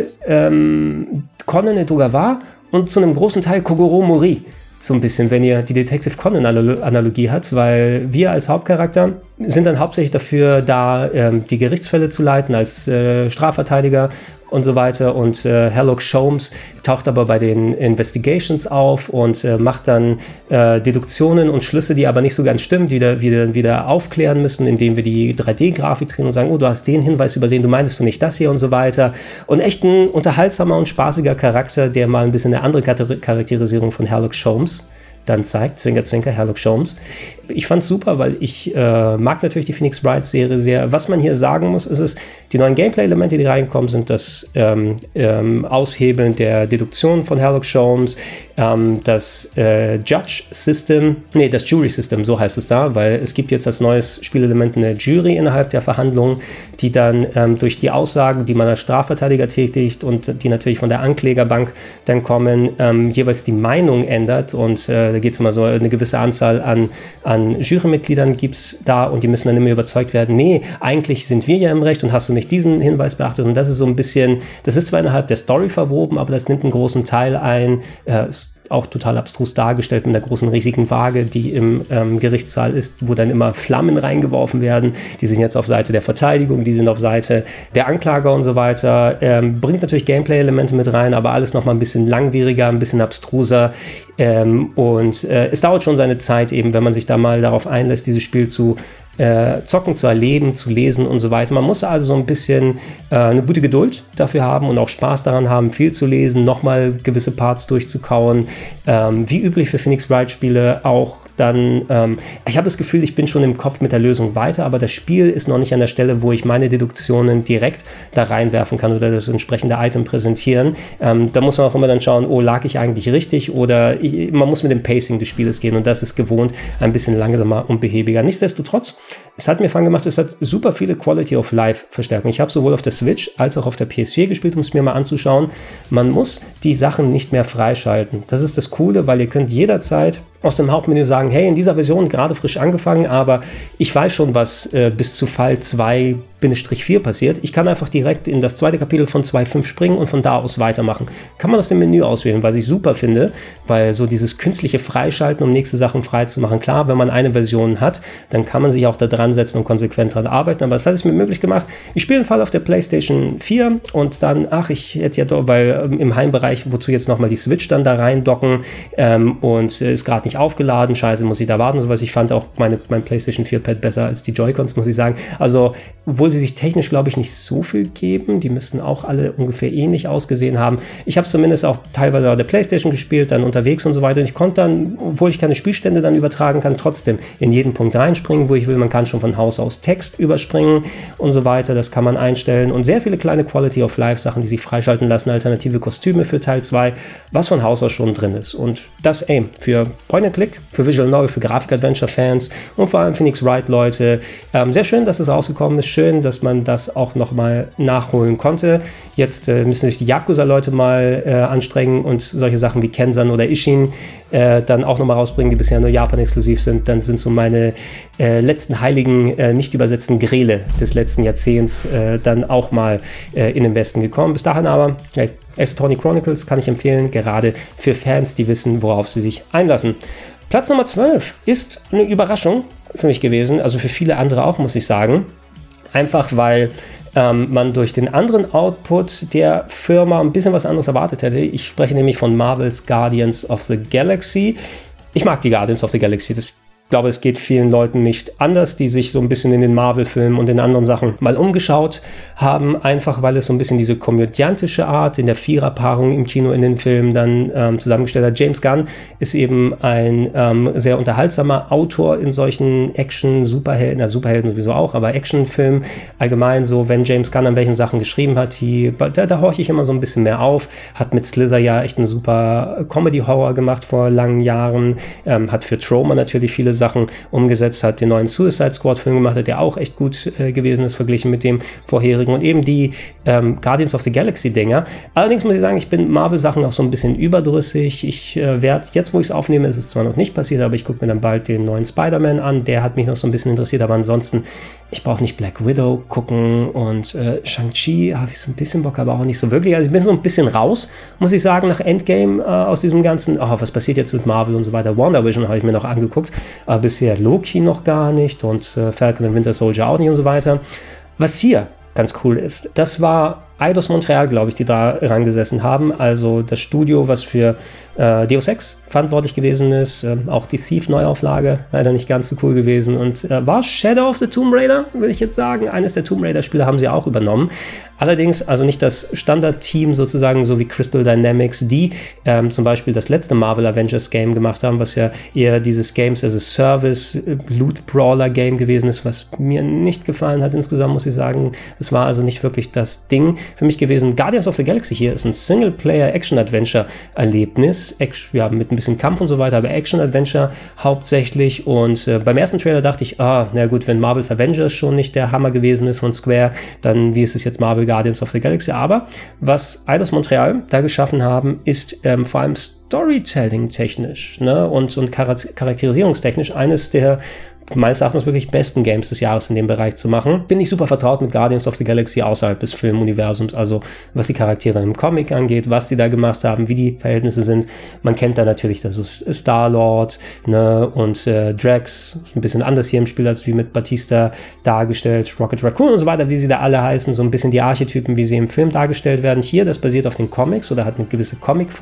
Speaker 1: ähm, Conan Edogawa und zu einem großen Teil Kogoro Mori. So ein bisschen, wenn ihr die Detective Conan-Analogie habt, weil wir als Hauptcharakter sind dann hauptsächlich dafür da, ähm, die Gerichtsfälle zu leiten als äh, Strafverteidiger und so weiter, und äh, Herlock Sholmes taucht aber bei den Investigations auf und äh, macht dann äh, Deduktionen und Schlüsse, die aber nicht so ganz stimmen, die wir wieder, wieder aufklären müssen, indem wir die drei D-Grafik drehen und sagen, oh, du hast den Hinweis übersehen, du meintest du nicht das hier und so weiter. Und echt ein unterhaltsamer und spaßiger Charakter, der mal ein bisschen eine andere Charakterisierung von Herlock Sholmes dann zeigt, Zwinker, Zwinker, Herlock Sholmes. Ich fand's super, weil ich äh, mag natürlich die Phoenix Wright-Serie sehr. Was man hier sagen muss, ist es, die neuen Gameplay-Elemente, die reingekommen sind, das ähm, ähm, Aushebeln der Deduktion von Herlock Sholmes, ähm, das äh, Judge-System, nee, das Jury-System, so heißt es da, weil es gibt jetzt als neues Spielelement eine Jury innerhalb der Verhandlungen, die dann ähm, durch die Aussagen, die man als Strafverteidiger tätigt und die natürlich von der Anklägerbank dann kommen, ähm, jeweils die Meinung ändert, und äh, da geht es immer so eine gewisse Anzahl an, an Jurymitgliedern gibt es da, und die müssen dann immer überzeugt werden, nee, eigentlich sind wir ja im Recht und hast du nicht diesen Hinweis beachtet, und das ist so ein bisschen, das ist zwar innerhalb der Story verwoben, aber das nimmt einen großen Teil ein, äh, auch total abstrus dargestellt mit der großen riesigen Waage, die im ähm, Gerichtssaal ist, wo dann immer Flammen reingeworfen werden. Die sind jetzt auf Seite der Verteidigung, die sind auf Seite der Anklager und so weiter. Ähm, bringt natürlich Gameplay-Elemente mit rein, aber alles nochmal ein bisschen langwieriger, ein bisschen abstruser. Ähm, und äh, es dauert schon seine Zeit eben, wenn man sich da mal darauf einlässt, dieses Spiel zu äh, zocken, zu erleben, zu lesen und so weiter. Man muss also so ein bisschen äh, eine gute Geduld dafür haben und auch Spaß daran haben, viel zu lesen, nochmal gewisse Parts durchzukauen. Ähm, wie üblich für Phoenix Wright Spiele auch dann, ähm, ich habe das Gefühl, ich bin schon im Kopf mit der Lösung weiter, aber das Spiel ist noch nicht an der Stelle, wo ich meine Deduktionen direkt da reinwerfen kann oder das entsprechende Item präsentieren. Ähm, da muss man auch immer dann schauen, oh, lag ich eigentlich richtig oder ich, man muss mit dem Pacing des Spieles gehen und das ist gewohnt ein bisschen langsamer und behäbiger. Nichtsdestotrotz, es hat mir Fun gemacht, es hat super viele Quality of Life Verstärkungen. Ich habe sowohl auf der Switch als auch auf der P S vier gespielt, um es mir mal anzuschauen. Man muss die Sachen nicht mehr freischalten. Das ist das Coole, weil ihr könnt jederzeit aus dem Hauptmenü sagen, hey, in dieser Version gerade frisch angefangen, aber ich weiß schon, was äh, bis zu Fall zwei vier passiert. Ich kann einfach direkt in das zweite Kapitel von zwei Punkt fünf springen und von da aus weitermachen. Kann man aus dem Menü auswählen, was ich super finde, weil so dieses künstliche Freischalten, um nächste Sachen frei zu machen, klar, wenn man eine Version hat, dann kann man sich auch da dran setzen und konsequent dran arbeiten, aber das hat es mir möglich gemacht. Ich spiele einen Fall auf der PlayStation vier und dann, ach, ich hätte ja doch, weil ähm, im Heimbereich, wozu jetzt nochmal die Switch dann da reindocken ähm, und äh, ist gerade nicht aufgeladen, scheiße, muss ich da warten und sowas. Ich fand auch meine, mein PlayStation vier Pad besser als die Joy-Cons, muss ich sagen. Also, obwohl sie sich technisch, glaube ich, nicht so viel geben, die müssten auch alle ungefähr ähnlich ausgesehen haben. Ich habe zumindest auch teilweise auf der PlayStation gespielt, dann unterwegs und so weiter. Und ich konnte dann, obwohl ich keine Spielstände dann übertragen kann, trotzdem in jeden Punkt reinspringen, wo ich will. Man kann schon von Haus aus Text überspringen und so weiter. Das kann man einstellen. Und sehr viele kleine Quality-of-Life-Sachen, die sich freischalten lassen, alternative Kostüme für Teil zwei, was von Haus aus schon drin ist. Und das, ey, für Point-and-Click, für Visual Novel, für Grafik-Adventure-Fans und vor allem Phoenix Wright-Leute. Ähm, sehr schön, dass es rausgekommen ist. Schön, dass man das auch nochmal nachholen konnte. Jetzt äh, müssen sich die Yakuza-Leute mal äh, anstrengen und solche Sachen wie Kensan oder Ishin äh, dann auch nochmal rausbringen, die bisher nur Japan-exklusiv sind. Dann sind so meine äh, letzten heiligen, äh, nicht übersetzten Grele des letzten Jahrzehnts äh, dann auch mal äh, in den Westen gekommen. Bis dahin aber, hey, Ace Attorney Chronicles kann ich empfehlen, gerade für Fans, die wissen, worauf sie sich einlassen. Platz Nummer zwölf ist eine Überraschung für mich gewesen, also für viele andere auch, muss ich sagen. Einfach weil ähm, man durch den anderen Output der Firma ein bisschen was anderes erwartet hätte. Ich spreche nämlich von Marvel's Guardians of the Galaxy. Ich mag die Guardians of the Galaxy, das Ich glaube, es geht vielen Leuten nicht anders, die sich so ein bisschen in den Marvel-Filmen und den anderen Sachen mal umgeschaut haben, einfach weil es so ein bisschen diese komödiantische Art in der Viererpaarung im Kino in den Filmen dann ähm, zusammengestellt hat. James Gunn ist eben ein ähm, sehr unterhaltsamer Autor in solchen Action-Superhelden, na Superhelden sowieso auch, aber Actionfilmen allgemein so, wenn James Gunn an welchen Sachen geschrieben hat, die, da, da horche ich immer so ein bisschen mehr auf, hat mit Slither ja echt einen super Comedy-Horror gemacht vor langen Jahren, ähm, hat für Troma natürlich viele Sachen umgesetzt, hat den neuen Suicide Squad Film gemacht, hat der auch echt gut äh, gewesen ist, verglichen mit dem vorherigen und eben die ähm, Guardians of the Galaxy Dinger. Allerdings muss ich sagen, ich bin Marvel Sachen auch so ein bisschen überdrüssig. Ich äh, werde, jetzt wo ich es aufnehme, ist es zwar noch nicht passiert, aber ich gucke mir dann bald den neuen Spider-Man an, der hat mich noch so ein bisschen interessiert, aber ansonsten, ich brauche nicht Black Widow gucken und äh, Shang-Chi habe ich so ein bisschen Bock, aber auch nicht so wirklich. Also ich bin so ein bisschen raus, muss ich sagen, nach Endgame äh, aus diesem ganzen, oh, was passiert jetzt mit Marvel und so weiter. WandaVision habe ich mir noch angeguckt, aber bisher Loki noch gar nicht und äh, Falcon and Winter Soldier auch nicht und so weiter. Was hier ganz cool ist, das war Eidos Montreal, glaube ich, die da rangesessen haben, also das Studio, was für äh, Deus Ex verantwortlich gewesen ist, äh, auch die Thief-Neuauflage, leider nicht ganz so cool gewesen und äh, war Shadow of the Tomb Raider, würde ich jetzt sagen, eines der Tomb Raider-Spiele haben sie auch übernommen, allerdings also nicht das Standard-Team sozusagen, so wie Crystal Dynamics, die ähm, zum Beispiel das letzte Marvel Avengers Game gemacht haben, was ja eher dieses Games as a Service Loot-Brawler-Game gewesen ist, was mir nicht gefallen hat insgesamt, muss ich sagen, das war also nicht wirklich das Ding für mich gewesen. Guardians of the Galaxy hier ist ein Singleplayer-Action-Adventure-Erlebnis, ja, mit ein bisschen Kampf und so weiter, aber Action-Adventure hauptsächlich und äh, beim ersten Trailer dachte ich, ah, na gut, wenn Marvel's Avengers schon nicht der Hammer gewesen ist von Square, dann wie ist es jetzt Marvel Guardians of the Galaxy, aber was Eidos Montreal da geschaffen haben, ist ähm, vor allem Storytelling-technisch, ne, und, und charakterisierungstechnisch eines der meines Erachtens wirklich besten Games des Jahres in dem Bereich zu machen. Bin ich super vertraut mit Guardians of the Galaxy außerhalb des Filmuniversums, also was die Charaktere im Comic angeht, was die da gemacht haben, wie die Verhältnisse sind. Man kennt da natürlich das so Star-Lord, ne, und äh, Drax, ein bisschen anders hier im Spiel als wie mit Batista dargestellt, Rocket Raccoon und so weiter, wie sie da alle heißen, so ein bisschen die Archetypen, wie sie im Film dargestellt werden. Hier, das basiert auf den Comics oder hat eine gewisse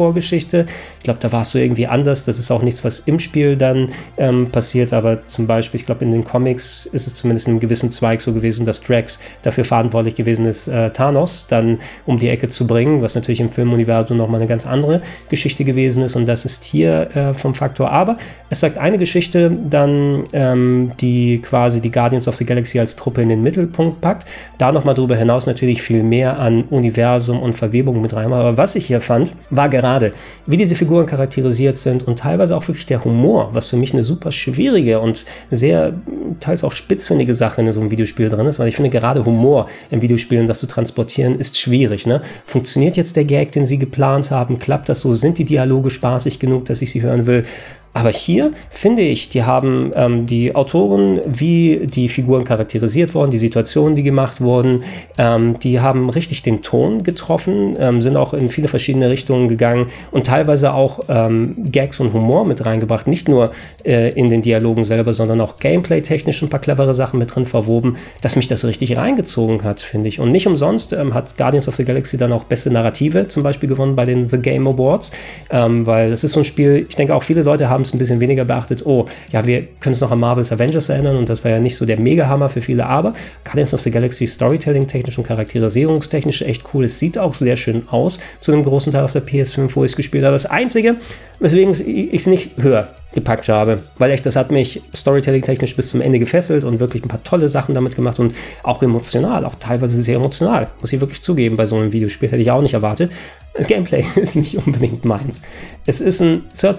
Speaker 1: Comic-Vorgeschichte. Ich glaube, da war es so irgendwie anders. Das ist auch nichts, was im Spiel dann ähm, passiert, aber zum Beispiel Beispiel, ich glaube in den Comics ist es zumindest in einem gewissen Zweig so gewesen, dass Drax dafür verantwortlich gewesen ist, äh, Thanos dann um die Ecke zu bringen, was natürlich im Filmuniversum nochmal eine ganz andere Geschichte gewesen ist und das ist hier äh, vom Faktor. Aber es sagt eine Geschichte dann, ähm, die quasi die Guardians of the Galaxy als Truppe in den Mittelpunkt packt. Da nochmal darüber hinaus natürlich viel mehr an Universum und Verwebung mit rein. Aber was ich hier fand, war gerade, wie diese Figuren charakterisiert sind und teilweise auch wirklich der Humor, was für mich eine super schwierige und sehr teils auch spitzfindige Sache in so einem Videospiel drin ist, weil ich finde, gerade Humor in Videospielen, das zu transportieren, ist schwierig. Ne? Funktioniert jetzt der Gag, den sie geplant haben? Klappt das so? Sind die Dialoge spaßig genug, dass ich sie hören will? Aber hier finde ich, die haben ähm, die Autoren, wie die Figuren charakterisiert wurden, die Situationen, die gemacht wurden, ähm, die haben richtig den Ton getroffen, ähm, sind auch in viele verschiedene Richtungen gegangen und teilweise auch ähm, Gags und Humor mit reingebracht. Nicht nur äh, in den Dialogen selber, sondern auch gameplay-technisch ein paar clevere Sachen mit drin verwoben, dass mich das richtig reingezogen hat, finde ich. Und nicht umsonst ähm, hat Guardians of the Galaxy dann auch beste Narrative zum Beispiel gewonnen bei den The Game Awards, ähm, weil das ist so ein Spiel, ich denke auch viele Leute haben ein bisschen weniger beachtet, oh, ja, wir können uns noch an Marvel's Avengers erinnern und das war ja nicht so der Mega-Hammer für viele, aber Guardians of the Galaxy Storytelling-technisch und charakterisierungstechnisch echt cool. Es sieht auch sehr schön aus, zu einem großen Teil auf der P S fünf, wo ich es gespielt habe. Das Einzige, weswegen ich es nicht höher gepackt habe, weil echt, das hat mich Storytelling-technisch bis zum Ende gefesselt und wirklich ein paar tolle Sachen damit gemacht und auch emotional, auch teilweise sehr emotional, muss ich wirklich zugeben, bei so einem Videospiel hätte ich auch nicht erwartet. Das Gameplay ist nicht unbedingt meins. Es ist ein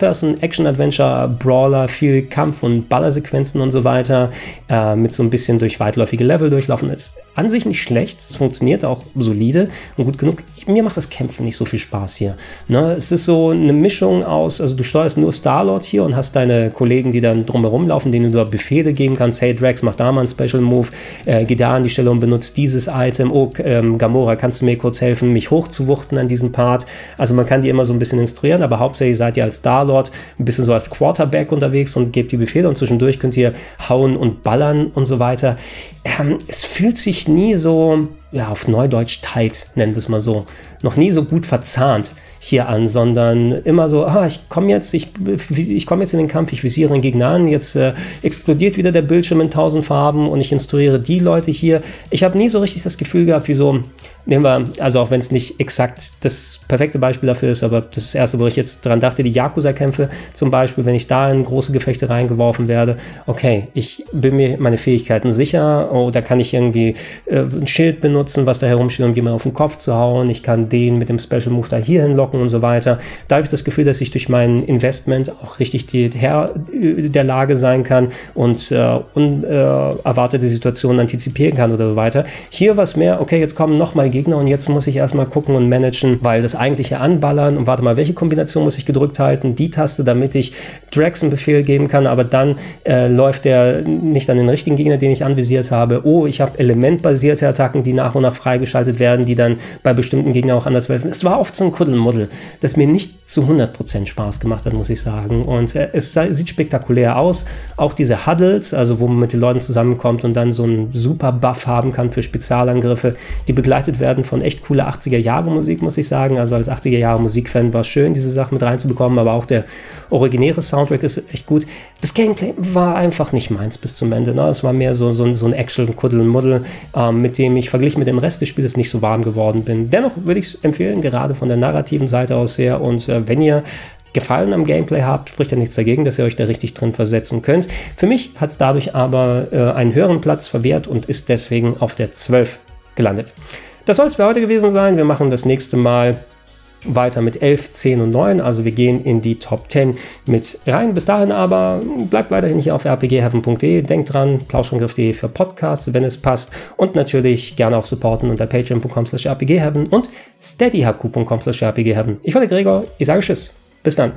Speaker 1: Third-Person-Action-Adventure-Brawler, viel Kampf- und Ballersequenzen und so weiter, äh, mit so ein bisschen durch weitläufige Level durchlaufen. Ist an sich nicht schlecht, es funktioniert auch solide und gut genug. Ich, mir macht das Kämpfen nicht so viel Spaß hier. Ne? Es ist so eine Mischung aus, also du steuerst nur Star-Lord hier und hast deine Kollegen, die dann drumherum laufen, denen du Befehle geben kannst. Hey Drax, mach da mal einen Special-Move, äh, geh da an die Stelle und benutzt dieses Item. Oh, ähm, Gamora, kannst du mir kurz helfen, mich hochzuwuchten an diesem Part? Also man kann die immer so ein bisschen instruieren, aber hauptsächlich seid ihr als Star-Lord ein bisschen so als Quarterback unterwegs und gebt die Befehle und zwischendurch könnt ihr hauen und ballern und so weiter. Ähm, es fühlt sich nie so, ja, auf Neudeutsch tight, nennen wir es mal so, noch nie so gut verzahnt hier an, sondern immer so, ah, ich komme jetzt, ich, ich komme jetzt in den Kampf, ich visiere einen Gegner an, jetzt äh, explodiert wieder der Bildschirm in tausend Farben und ich instruiere die Leute hier. Ich habe nie so richtig das Gefühl gehabt, wie so, nehmen wir, also auch wenn es nicht exakt das perfekte Beispiel dafür ist, aber das ist das erste, wo ich jetzt dran dachte, die Yakuza-Kämpfe zum Beispiel, wenn ich da in große Gefechte reingeworfen werde, okay, ich bin mir meine Fähigkeiten sicher, oh, da kann ich irgendwie äh, ein Schild benutzen, was da herumsteht, um jemanden auf den Kopf zu hauen, ich kann den mit dem Special Move da hier hinlocken und so weiter. Da habe ich das Gefühl, dass ich durch mein Investment auch richtig die Herr der Lage sein kann und äh, unerwartete Situationen antizipieren kann oder so weiter. Hier war es mehr, okay, jetzt kommen nochmal Gegner und jetzt muss ich erstmal gucken und managen, weil das eigentliche Anballern und warte mal, welche Kombination muss ich gedrückt halten? Die Taste, damit ich Drax einen Befehl geben kann, aber dann äh, läuft der nicht an den richtigen Gegner, den ich anvisiert habe. Oh, ich habe elementbasierte Attacken, die nach und nach freigeschaltet werden, die dann bei bestimmten Gegnern auch anders werden. Es war oft so ein Kuddelmuddel, das mir nicht zu hundert Prozent Spaß gemacht hat, muss ich sagen. Und äh, es sieht spektakulär aus. Auch diese Huddles, also wo man mit den Leuten zusammenkommt und dann so einen super Buff haben kann für Spezialangriffe, die begleitet werden von echt cooler achtziger-Jahre-Musik, muss ich sagen. Also als achtziger-Jahre-Musik-Fan war es schön, diese Sachen mit reinzubekommen, aber auch der originäre Soundtrack ist echt gut. Das Gameplay war einfach nicht meins bis zum Ende. Ne? Es war mehr so, so, so ein Action-Kuddel-Muddel, ähm, mit dem ich verglichen mit dem Rest des Spiels nicht so warm geworden bin. Dennoch würde ich es empfehlen, gerade von der narrativen Seite aus her. Und äh, wenn ihr Gefallen am Gameplay habt, spricht ja nichts dagegen, dass ihr euch da richtig drin versetzen könnt. Für mich hat es dadurch aber äh, einen höheren Platz verwehrt und ist deswegen auf der zwölf gelandet. Das soll es für heute gewesen sein. Wir machen das nächste Mal weiter mit elf, zehn und neun. Also wir gehen in die Top zehn mit rein. Bis dahin aber bleibt weiterhin hier auf r p g heaven punkt d e. Denkt dran, plauschangriff punkt d e für Podcasts, wenn es passt. Und natürlich gerne auch supporten unter patreon punkt com slash r p g heaven und steadyhq punkt com slash r p g heaven. Ich war der Gregor. Ich sage Tschüss. Bis dann.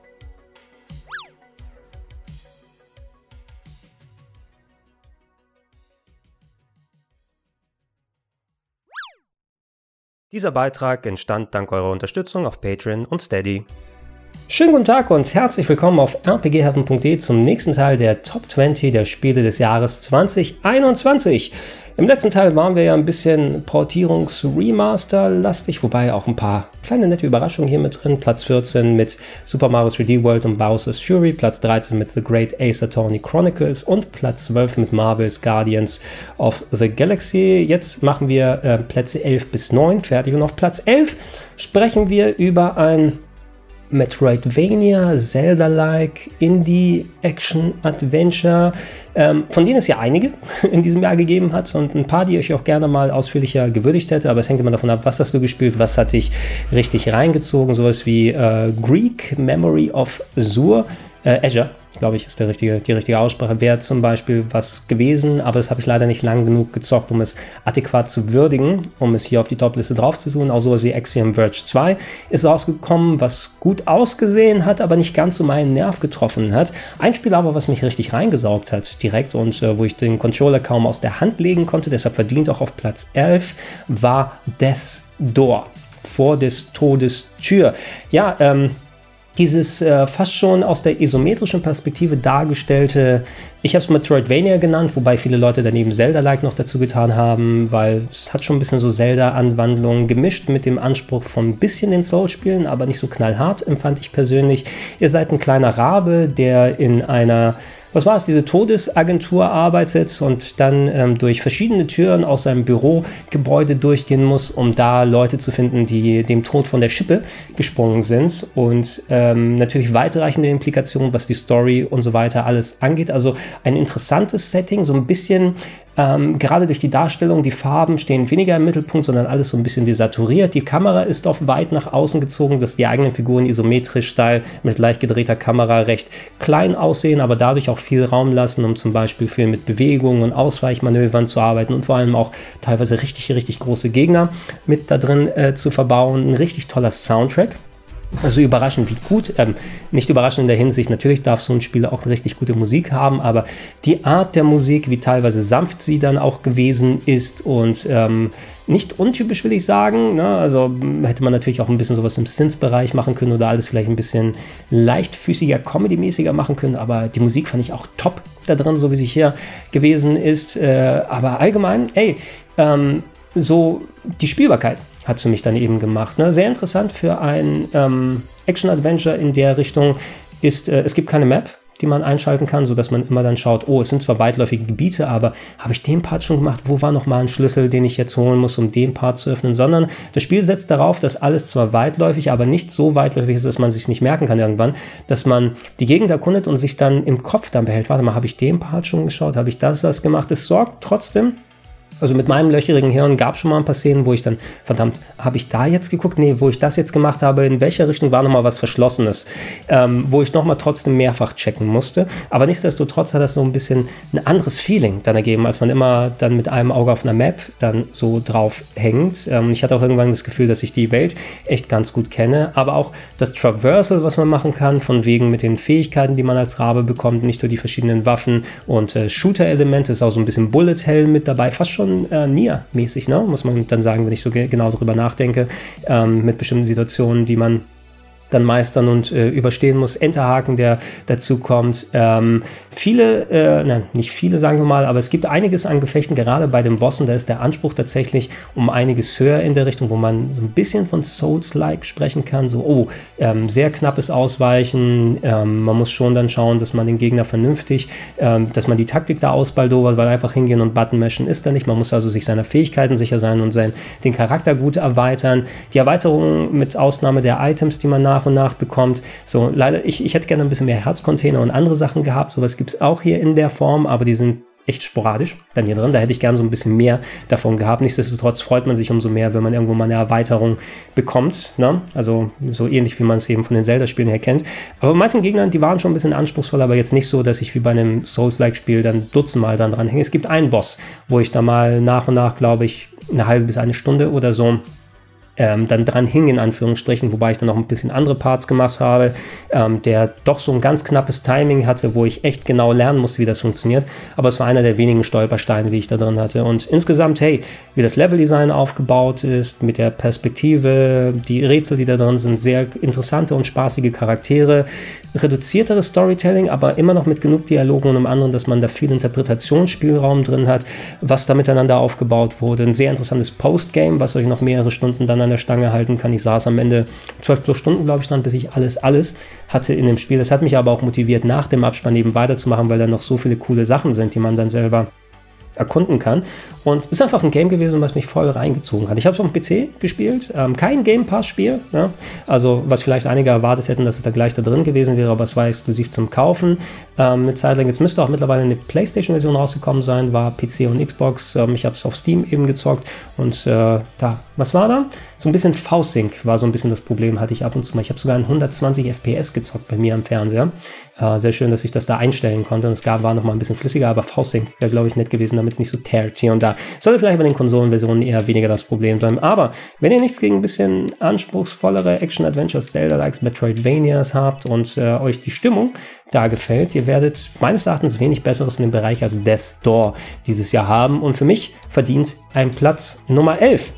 Speaker 1: Dieser Beitrag entstand dank eurer Unterstützung auf Patreon und Steady. Schönen guten Tag und herzlich willkommen auf r p g heaven punkt d e zum nächsten Teil der Top zwanzig der Spiele des Jahres zwanzig einundzwanzig. Im letzten Teil waren wir ja ein bisschen Portierungs-Remaster-lastig, wobei auch ein paar kleine nette Überraschungen hier mit drin. Platz vierzehn mit Super Mario drei D World und Bowser's Fury, Platz dreizehn mit The Great Ace Attorney Chronicles und Platz zwölf mit Marvel's Guardians of the Galaxy. Jetzt machen wir äh, Plätze elf bis neun fertig und auf Platz elf sprechen wir über ein Metroidvania, Zelda-like, Indie-Action-Adventure, ähm, von denen es ja einige in diesem Jahr gegeben hat und ein paar, die ich auch gerne mal ausführlicher gewürdigt hätte, aber es hängt immer davon ab, was hast du gespielt, was hat dich richtig reingezogen, sowas wie äh, Greek Memory of Azure, äh, Azure, glaube ich, ist der richtige, die richtige Aussprache, wäre zum Beispiel was gewesen, aber das habe ich leider nicht lang genug gezockt, um es adäquat zu würdigen, um es hier auf die Top-Liste drauf zu tun. Auch sowas wie Axiom Verge zwei ist rausgekommen, was gut ausgesehen hat, aber nicht ganz so meinen Nerv getroffen hat. Ein Spiel aber, was mich richtig reingesaugt hat direkt und äh, wo ich den Controller kaum aus der Hand legen konnte, deshalb verdient auch auf Platz elf, war Death's Door, vor des Todes Tür. Ja, ähm, Dieses äh, fast schon aus der isometrischen Perspektive dargestellte, ich habe es Metroidvania genannt, wobei viele Leute daneben Zelda-like noch dazu getan haben, weil es hat schon ein bisschen so Zelda-Anwandlungen gemischt mit dem Anspruch von ein bisschen den Souls-Spielen, aber nicht so knallhart, empfand ich persönlich. Ihr seid ein kleiner Rabe, der in einer was war es, diese Todesagentur arbeitet und dann ähm, durch verschiedene Türen aus seinem Bürogebäude durchgehen muss, um da Leute zu finden, die dem Tod von der Schippe gesprungen sind und ähm, natürlich weitreichende Implikationen, was die Story und so weiter alles angeht. Also ein interessantes Setting, so ein bisschen Ähm, gerade durch die Darstellung, die Farben stehen weniger im Mittelpunkt, sondern alles so ein bisschen desaturiert. Die Kamera ist oft weit nach außen gezogen, dass die eigenen Figuren isometrisch Style mit leicht gedrehter Kamera recht klein aussehen, aber dadurch auch viel Raum lassen, um zum Beispiel viel mit Bewegungen und Ausweichmanövern zu arbeiten und vor allem auch teilweise richtig, richtig große Gegner mit da drin äh, zu verbauen. Ein richtig toller Soundtrack. Also überraschend wie gut, ähm, nicht überraschend in der Hinsicht, natürlich darf so ein Spiel auch richtig gute Musik haben, aber die Art der Musik, wie teilweise sanft sie dann auch gewesen ist und ähm, nicht untypisch, will ich sagen, ne? Also hätte man natürlich auch ein bisschen sowas im Synth-Bereich machen können oder alles vielleicht ein bisschen leichtfüßiger, Comedy-mäßiger machen können, aber die Musik fand ich auch top da drin, so wie sie hier gewesen ist, äh, aber allgemein, ey, ähm, so die Spielbarkeit hat es für mich dann eben gemacht. Ne? Sehr interessant für ein ähm, Action-Adventure in der Richtung ist, äh, es gibt keine Map, die man einschalten kann, sodass man immer dann schaut, oh, es sind zwar weitläufige Gebiete, aber habe ich den Part schon gemacht? Wo war noch mal ein Schlüssel, den ich jetzt holen muss, um den Part zu öffnen? Sondern das Spiel setzt darauf, dass alles zwar weitläufig, aber nicht so weitläufig ist, dass man sich nicht merken kann irgendwann, dass man die Gegend erkundet und sich dann im Kopf dann behält. Warte mal, habe ich den Part schon geschaut? Habe ich das, das gemacht? Es sorgt trotzdem, also mit meinem löcherigen Hirn gab es schon mal ein paar Szenen, wo ich dann, verdammt, habe ich da jetzt geguckt? Nee, wo ich das jetzt gemacht habe, in welcher Richtung war nochmal was Verschlossenes, ähm, wo ich nochmal trotzdem mehrfach checken musste. Aber nichtsdestotrotz hat das so ein bisschen ein anderes Feeling dann ergeben, als man immer dann mit einem Auge auf einer Map dann so drauf hängt. Ähm, ich hatte auch irgendwann das Gefühl, dass ich die Welt echt ganz gut kenne, aber auch das Traversal, was man machen kann, von wegen mit den Fähigkeiten, die man als Rabe bekommt, nicht nur die verschiedenen Waffen und äh, Shooter-Elemente, ist auch so ein bisschen Bullet-Hell mit dabei, fast schon Äh, Nier-mäßig, ne? Muss man dann sagen, wenn ich so ge- genau darüber nachdenke, ähm, mit bestimmten Situationen, die man dann meistern und äh, überstehen muss. Enterhaken, der dazu kommt. Ähm, viele, äh, nein, nicht viele, sagen wir mal, aber es gibt einiges an Gefechten, gerade bei den Bossen, da ist der Anspruch tatsächlich um einiges höher in der Richtung, wo man so ein bisschen von Souls-like sprechen kann. So, oh, ähm, sehr knappes Ausweichen. Ähm, man muss schon dann schauen, dass man den Gegner vernünftig, ähm, dass man die Taktik da ausbaldowert, weil einfach hingehen und Button mashen ist da nicht. Man muss also sich seiner Fähigkeiten sicher sein und sein, den Charakter gut erweitern. Die Erweiterung mit Ausnahme der Items, die man nach und nach bekommt. So, leider, ich, ich hätte gerne ein bisschen mehr Herzcontainer und andere Sachen gehabt. Sowas gibt es auch hier in der Form, aber die sind echt sporadisch dann hier drin. Da hätte ich gerne so ein bisschen mehr davon gehabt. Nichtsdestotrotz freut man sich umso mehr, wenn man irgendwo mal eine Erweiterung bekommt. Ne? Also so ähnlich, wie man es eben von den Zelda-Spielen her kennt. Aber bei manchen Gegnern, die waren schon ein bisschen anspruchsvoll, aber jetzt nicht so, dass ich wie bei einem Souls-like-Spiel dann dutzendmal dann dran hänge. Es gibt einen Boss, wo ich da mal nach und nach, glaube ich, eine halbe bis eine Stunde oder so ähm, dann dran hing, in Anführungsstrichen, wobei ich dann noch ein bisschen andere Parts gemacht habe, ähm, der doch so ein ganz knappes Timing hatte, wo ich echt genau lernen musste, wie das funktioniert. Aber es war einer der wenigen Stolpersteine, die ich da drin hatte. Und insgesamt, hey, wie das Leveldesign aufgebaut ist, mit der Perspektive, die Rätsel, die da drin sind, sehr interessante und spaßige Charaktere, reduzierteres Storytelling, aber immer noch mit genug Dialogen und einem anderen, dass man da viel Interpretationsspielraum drin hat, was da miteinander aufgebaut wurde. Ein sehr interessantes Postgame, was euch noch mehrere Stunden dann an der Stange halten kann. Ich saß am Ende zwölf plus Stunden, glaube ich, dran, bis ich alles, alles hatte in dem Spiel. Das hat mich aber auch motiviert, nach dem Abspann eben weiterzumachen, weil da noch so viele coole Sachen sind, die man dann selber erkunden kann. Und es ist einfach ein Game gewesen, was mich voll reingezogen hat. Ich habe es auf dem P C gespielt, ähm, kein Game Pass-Spiel, ja? Also was vielleicht einige erwartet hätten, dass es da gleich da drin gewesen wäre, aber es war exklusiv zum Kaufen. Ähm, eine Zeit lang, jetzt müsste auch mittlerweile eine PlayStation-Version rausgekommen sein, war P C und Xbox. Ähm, ich habe es auf Steam eben gezockt und äh, da, was war da? So ein bisschen V-Sync war so ein bisschen das Problem, hatte ich ab und zu mal. Ich habe sogar in hundertzwanzig F P S gezockt bei mir am Fernseher. Äh, sehr schön, dass ich das da einstellen konnte und es gab, war noch mal ein bisschen flüssiger, aber V-Sync wäre, glaube ich, nett gewesen, damit es nicht so teert hier und da. Sollte vielleicht bei den Konsolenversionen eher weniger das Problem sein. Aber wenn ihr nichts gegen ein bisschen anspruchsvollere Action-Adventures, Zelda-likes, Metroidvanias habt und äh, euch die Stimmung da gefällt, ihr werdet meines Erachtens wenig Besseres in dem Bereich als Death's Door dieses Jahr haben. Und für mich verdient ein Platz Nummer elf.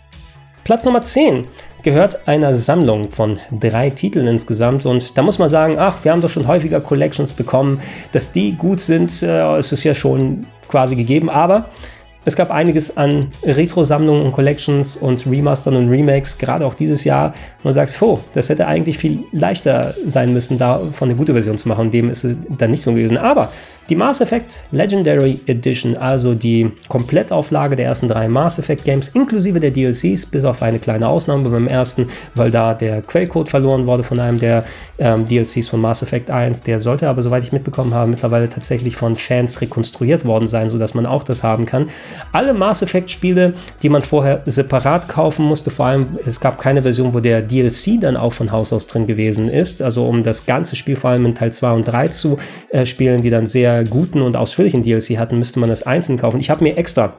Speaker 1: Platz Nummer zehn gehört einer Sammlung von drei Titeln insgesamt und da muss man sagen, ach, wir haben doch schon häufiger Collections bekommen, dass die gut sind, äh, es ist ja schon quasi gegeben, aber es gab einiges an Retro-Sammlungen und Collections und Remastern und Remakes, gerade auch dieses Jahr. Man sagt, oh, das hätte eigentlich viel leichter sein müssen, da von eine gute Version zu machen. Dem ist es dann nicht so gewesen. Aber die Mass Effect Legendary Edition, also die Komplettauflage der ersten drei Mass Effect Games, inklusive der D L Cs, bis auf eine kleine Ausnahme beim ersten, weil da der Quellcode verloren wurde von einem der ähm, D L Cs von Mass Effect eins. Der sollte aber, soweit ich mitbekommen habe, mittlerweile tatsächlich von Fans rekonstruiert worden sein, sodass man auch das haben kann. Alle Mass Effect Spiele, die man vorher separat kaufen musste, vor allem es gab keine Version, wo der D L C dann auch von Haus aus drin gewesen ist, also um das ganze Spiel vor allem in Teil zwei und drei zu äh, spielen, die dann sehr guten und ausführlichen D L C hatten, müsste man das einzeln kaufen. Ich habe mir extra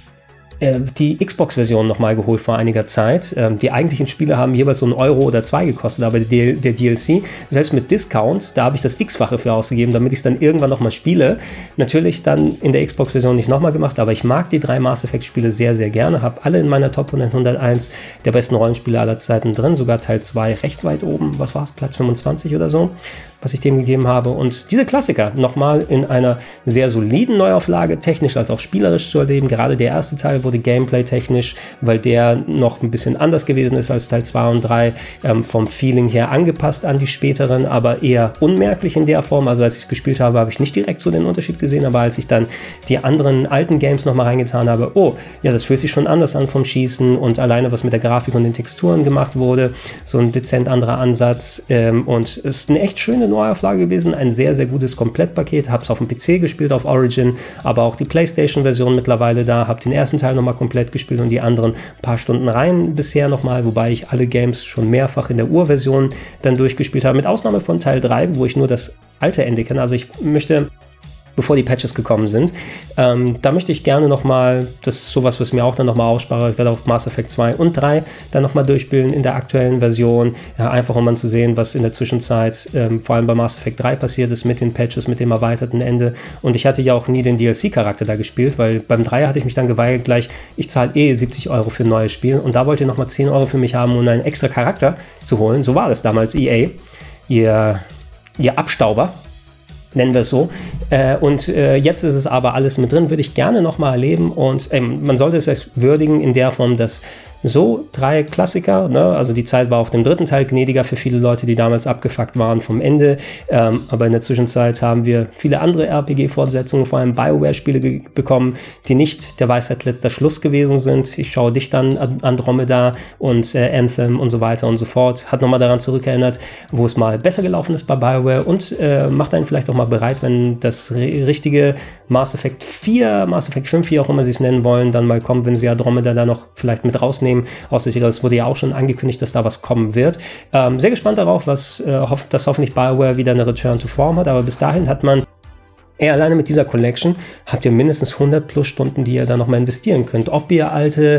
Speaker 1: äh, die Xbox-Version nochmal geholt vor einiger Zeit. Ähm, die eigentlichen Spiele haben jeweils so einen Euro oder zwei gekostet, aber der, der D L C, selbst mit Discount, da habe ich das X-fache für ausgegeben, damit ich es dann irgendwann nochmal spiele. Natürlich dann in der Xbox-Version nicht nochmal gemacht, aber ich mag die drei Mass Effect-Spiele sehr, sehr gerne. Habe alle in meiner Top hunderteins der besten Rollenspiele aller Zeiten drin, sogar Teil zwei recht weit oben. Was war es? Platz fünfundzwanzig oder so, was ich dem gegeben habe. Und diese Klassiker nochmal in einer sehr soliden Neuauflage, technisch als auch spielerisch zu erleben. Gerade der erste Teil wurde gameplay-technisch, weil der noch ein bisschen anders gewesen ist als Teil zwei und drei, ähm, vom Feeling her angepasst an die späteren, aber eher unmerklich in der Form. Also als ich es gespielt habe, habe ich nicht direkt so den Unterschied gesehen, aber als ich dann die anderen alten Games nochmal reingetan habe, oh, ja, das fühlt sich schon anders an vom Schießen und alleine, was mit der Grafik und den Texturen gemacht wurde, so ein dezent anderer Ansatz, ähm, und es ist eine echt schöne Neuauflage gewesen, ein sehr, sehr gutes Komplettpaket, hab's auf dem P C gespielt, auf Origin, aber auch die PlayStation-Version mittlerweile da, hab den ersten Teil nochmal komplett gespielt und die anderen paar Stunden rein bisher nochmal, wobei ich alle Games schon mehrfach in der Urversion dann durchgespielt habe, mit Ausnahme von Teil drei, wo ich nur das alte Ende kenne. Also ich möchte, bevor die Patches gekommen sind. Ähm, da möchte ich gerne nochmal, das ist sowas, was mir auch dann nochmal ausspare, ich werde auch Mass Effect zwei und drei dann nochmal durchspielen in der aktuellen Version, ja, einfach um mal zu sehen, was in der Zwischenzeit ähm, vor allem bei Mass Effect drei passiert ist mit den Patches, mit dem erweiterten Ende, und ich hatte ja auch nie den D L C-Charakter da gespielt, weil beim drei hatte ich mich dann geweigert, gleich, ich zahle eh siebzig Euro für ein neues Spiel und da wollte ich nochmal zehn Euro für mich haben, um einen extra Charakter zu holen, so war das damals E A, ihr, ihr Abstauber, nennen wir es so. Äh, und äh, jetzt ist es aber alles mit drin, würde ich gerne nochmal erleben und ähm, man sollte es würdigen in der Form, dass so drei Klassiker, ne? Also die Zeit war auf dem dritten Teil gnädiger für viele Leute, die damals abgefuckt waren vom Ende, ähm, aber in der Zwischenzeit haben wir viele andere R P G-Fortsetzungen, vor allem BioWare-Spiele ge- bekommen, die nicht der Weisheit letzter Schluss gewesen sind. Ich schaue dich dann, Andromeda und äh, Anthem und so weiter und so fort. Hat nochmal daran zurückerinnert, wo es mal besser gelaufen ist bei BioWare und äh, macht einen vielleicht auch mal bereit, wenn das re- richtige Mass Effect vier, Mass Effect fünf, wie auch immer sie es nennen wollen, dann mal kommt, wenn sie Andromeda da noch vielleicht mit rausnehmen. Aus der Serie. Es wurde ja auch schon angekündigt, dass da was kommen wird. Ähm, sehr gespannt darauf, was äh, hoff, dass hoffentlich BioWare wieder eine Return to Form hat, aber bis dahin hat man eher alleine mit dieser Collection habt ihr mindestens hundert plus Stunden, die ihr da nochmal investieren könnt. Ob ihr alte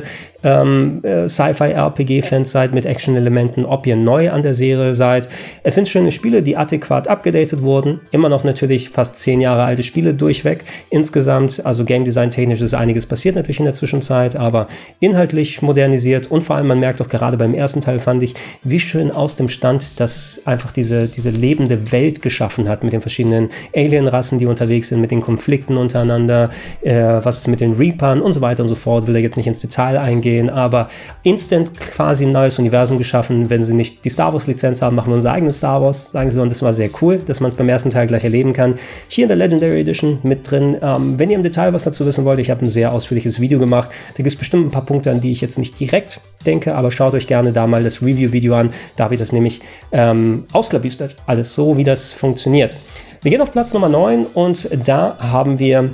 Speaker 1: ähm, äh, Sci-Fi-R P G-Fans seid mit Action-Elementen, ob ihr neu an der Serie seid. Es sind schöne Spiele, die adäquat abgedatet wurden. Immer noch natürlich fast zehn Jahre alte Spiele durchweg. Insgesamt, also Game Design technisch ist einiges passiert natürlich in der Zwischenzeit, aber inhaltlich modernisiert und vor allem, man merkt auch gerade beim ersten Teil, fand ich, wie schön aus dem Stand das einfach diese, diese lebende Welt geschaffen hat mit den verschiedenen Alien-Rassen, die unterwegs sind, mit den Konflikten untereinander, äh, was mit den Reapern und so weiter und so fort. Will da jetzt nicht ins Detail eingehen, aber instant quasi ein neues Universum geschaffen. Wenn sie nicht die Star Wars-Lizenz haben, machen wir unser eigenes Star Wars, sagen sie, und das war sehr cool, dass man es beim ersten Teil gleich erleben kann. Hier in der Legendary Edition mit drin. Ähm, wenn ihr im Detail was dazu wissen wollt, ich habe ein sehr ausführliches Video gemacht. Da gibt es bestimmt ein paar Punkte, an die ich jetzt nicht direkt denke, aber schaut euch gerne da mal das Review-Video an. Da habe ich das nämlich ähm, ausklabüstert. Alles so, wie das funktioniert. Wir gehen auf Platz Nummer neun und da haben wir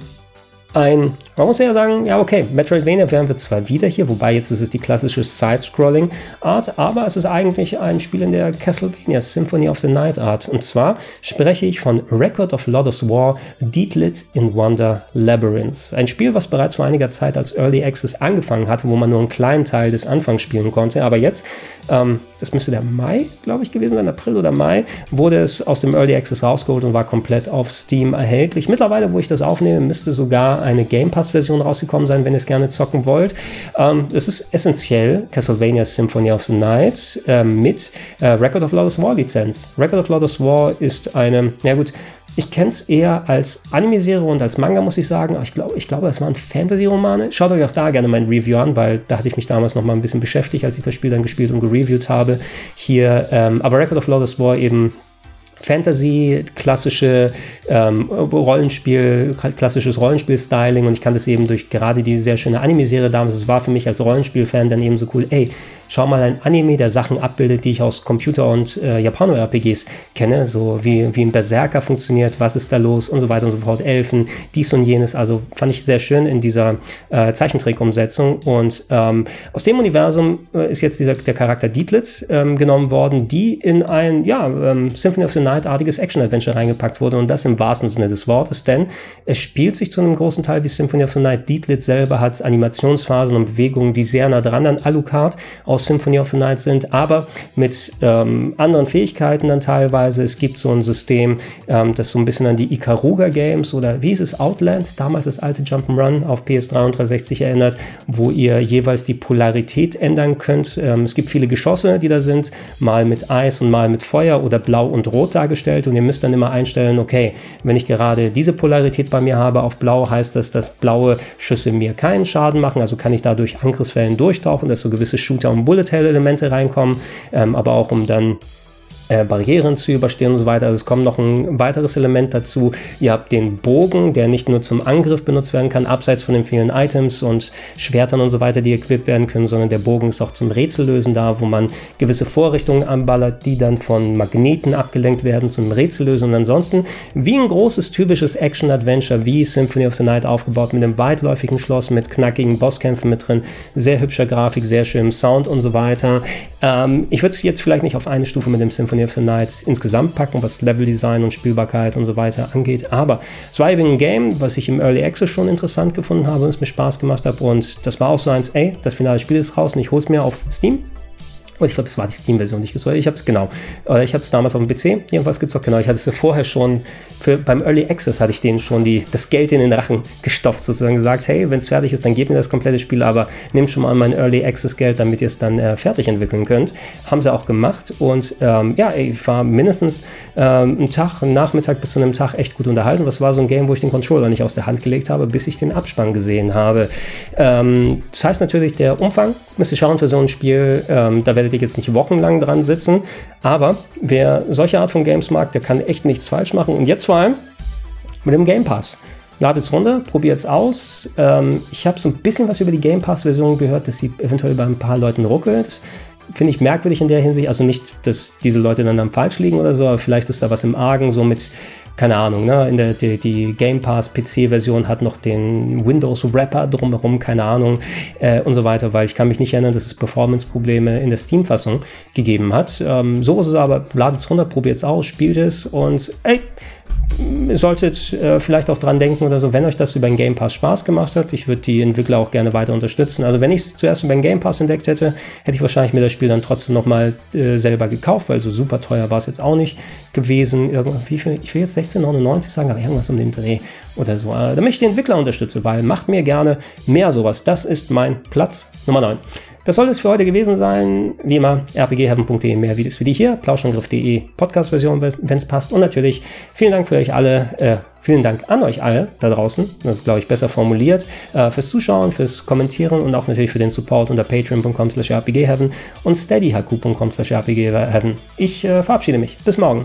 Speaker 1: ein, man muss ja sagen, ja okay, Metroidvania wären wir zwar wieder hier, wobei jetzt ist es die klassische Side-Scrolling-Art, aber es ist eigentlich ein Spiel in der Castlevania Symphony of the Night-Art. Und zwar spreche ich von Record of Lodoss War, Deedlit in Wonder Labyrinth. Ein Spiel, was bereits vor einiger Zeit als Early Access angefangen hatte, wo man nur einen kleinen Teil des Anfangs spielen konnte, aber jetzt, ähm, das müsste der Mai, glaube ich, gewesen sein, April oder Mai, wurde es aus dem Early Access rausgeholt und war komplett auf Steam erhältlich. Mittlerweile, wo ich das aufnehme, müsste sogar eine Game Pass-Version rausgekommen sein, wenn ihr es gerne zocken wollt. Ähm, es ist essentiell Castlevania Symphony of the Night äh, mit äh, Record of Lodoss War Lizenz. Record of Lodoss War ist eine, na gut, ich kenne es eher als Anime-Serie und als Manga, muss ich sagen. Aber ich glaube, ich glaube, es waren Fantasy-Romane. Schaut euch auch da gerne mein Review an, weil da hatte ich mich damals noch mal ein bisschen beschäftigt, als ich das Spiel dann gespielt und gereviewt habe. Hier, ähm, aber Record of Lodoss War eben Fantasy, klassische ähm, Rollenspiel, klassisches Rollenspiel-Styling, und ich kann das eben durch gerade die sehr schöne Anime-Serie damals, es war für mich als Rollenspiel-Fan dann eben so cool, ey, schau mal ein Anime, der Sachen abbildet, die ich aus Computer- und äh, Japano-R P Gs kenne, so wie, wie ein Berserker funktioniert, was ist da los und so weiter und so fort, Elfen, dies und jenes, also fand ich sehr schön in dieser äh, Zeichentrick-Umsetzung, und ähm, aus dem Universum äh, ist jetzt dieser, der Charakter Deedlit ähm, genommen worden, die in ein, ja, ähm, Symphony of the Night-artiges Action-Adventure reingepackt wurde, und das im wahrsten Sinne des Wortes, denn es spielt sich zu einem großen Teil wie Symphony of the Night. Deedlit selber hat Animationsphasen und Bewegungen, die sehr nah dran an Alucard aus Symphony of the Night sind, aber mit ähm, anderen Fähigkeiten dann teilweise. Es gibt so ein System, ähm, das so ein bisschen an die Ikaruga Games oder wie hieß es, Outland, damals das alte Jump'n'Run auf P S drei und dreihundertsechzig erinnert, wo ihr jeweils die Polarität ändern könnt. Ähm, es gibt viele Geschosse, die da sind, mal mit Eis und mal mit Feuer oder blau und rot dargestellt, und ihr müsst dann immer einstellen, okay, wenn ich gerade diese Polarität bei mir habe auf blau, heißt das, dass blaue Schüsse mir keinen Schaden machen, also kann ich dadurch Angriffswellen durchtauchen, dass so gewisse Shooter- und Bullet-Hell-Elemente reinkommen, ähm, aber auch um dann Äh, Barrieren zu überstehen und so weiter. Also es kommt noch ein weiteres Element dazu. Ihr habt den Bogen, der nicht nur zum Angriff benutzt werden kann, abseits von den vielen Items und Schwertern und so weiter, die equipped werden können, sondern der Bogen ist auch zum Rätsellösen da, wo man gewisse Vorrichtungen anballert, die dann von Magneten abgelenkt werden zum Rätsellösen, und ansonsten wie ein großes, typisches Action-Adventure wie Symphony of the Night aufgebaut, mit einem weitläufigen Schloss, mit knackigen Bosskämpfen mit drin, sehr hübscher Grafik, sehr schönem Sound und so weiter. Ähm, ich würde es jetzt vielleicht nicht auf eine Stufe mit dem Symphony of the Night insgesamt packen, was Leveldesign und Spielbarkeit und so weiter angeht, aber es war eben ein Game, was ich im Early Access schon interessant gefunden habe und es mir Spaß gemacht hat, und das war auch so eins, ey, das finale Spiel ist raus und ich hol's mir auf Steam. Und ich glaube, es war die Steam-Version, die ich gezockt habe. Ich habe es, genau, ich habe es damals auf dem P C irgendwas gezockt, genau. Ich hatte es vorher schon, für, beim Early Access hatte ich denen schon die, das Geld in den Rachen gestopft, sozusagen gesagt, hey, wenn es fertig ist, dann gebt mir das komplette Spiel, aber nehmt schon mal mein Early Access Geld, damit ihr es dann äh, fertig entwickeln könnt. Haben sie auch gemacht, und ähm, ja, ich war mindestens ähm, einen Tag, einen Nachmittag bis zu einem Tag echt gut unterhalten. Das war so ein Game, wo ich den Controller nicht aus der Hand gelegt habe, bis ich den Abspann gesehen habe. Ähm, das heißt natürlich, der Umfang, müsst ihr schauen für so ein Spiel, ähm, da werdet ich jetzt nicht wochenlang dran sitzen, aber wer solche Art von Games mag, der kann echt nichts falsch machen, und jetzt vor allem mit dem Game Pass. Ladet es runter, probiert es aus. Ähm, ich habe so ein bisschen was über die Game Pass-Version gehört, dass sie eventuell bei ein paar Leuten ruckelt. Finde ich merkwürdig in der Hinsicht, also nicht, dass diese Leute dann am falsch liegen oder so, aber vielleicht ist da was im Argen, so mit, keine Ahnung, ne, in der, die, die Game Pass P C-Version hat noch den Windows-Wrapper drumherum, keine Ahnung, äh, und so weiter, weil ich kann mich nicht erinnern, dass es Performance-Probleme in der Steam-Fassung gegeben hat. Ähm, so ist es aber, ladet es runter, probiert es aus, spielt es, und ey, ihr solltet äh, vielleicht auch dran denken oder so, wenn euch das über den Game Pass Spaß gemacht hat. Ich würde die Entwickler auch gerne weiter unterstützen. Also wenn ich es zuerst über den Game Pass entdeckt hätte, hätte ich wahrscheinlich mir das Spiel dann trotzdem nochmal äh, selber gekauft, weil so super teuer war es jetzt auch nicht gewesen. Irgend, wie viel? Ich will jetzt sechzehn neunundneunzig sagen, aber irgendwas um den Dreh oder so. Äh, damit ich die Entwickler unterstütze, weil macht mir gerne mehr sowas. Das ist mein Platz Nummer neun. Das soll es für heute gewesen sein. Wie immer, r p g heaven punkt d e, mehr Videos für die hier, plauschangriff punkt d e, Podcast-Version, wenn es passt. Und natürlich vielen Dank für euch alle, äh, vielen Dank an euch alle da draußen. Das ist, glaube ich, besser formuliert. Äh, fürs Zuschauen, fürs Kommentieren und auch natürlich für den Support unter patreon punkt com slash r p g heaven und steadyhq punkt com slash r p g heaven. Ich äh, verabschiede mich. Bis morgen.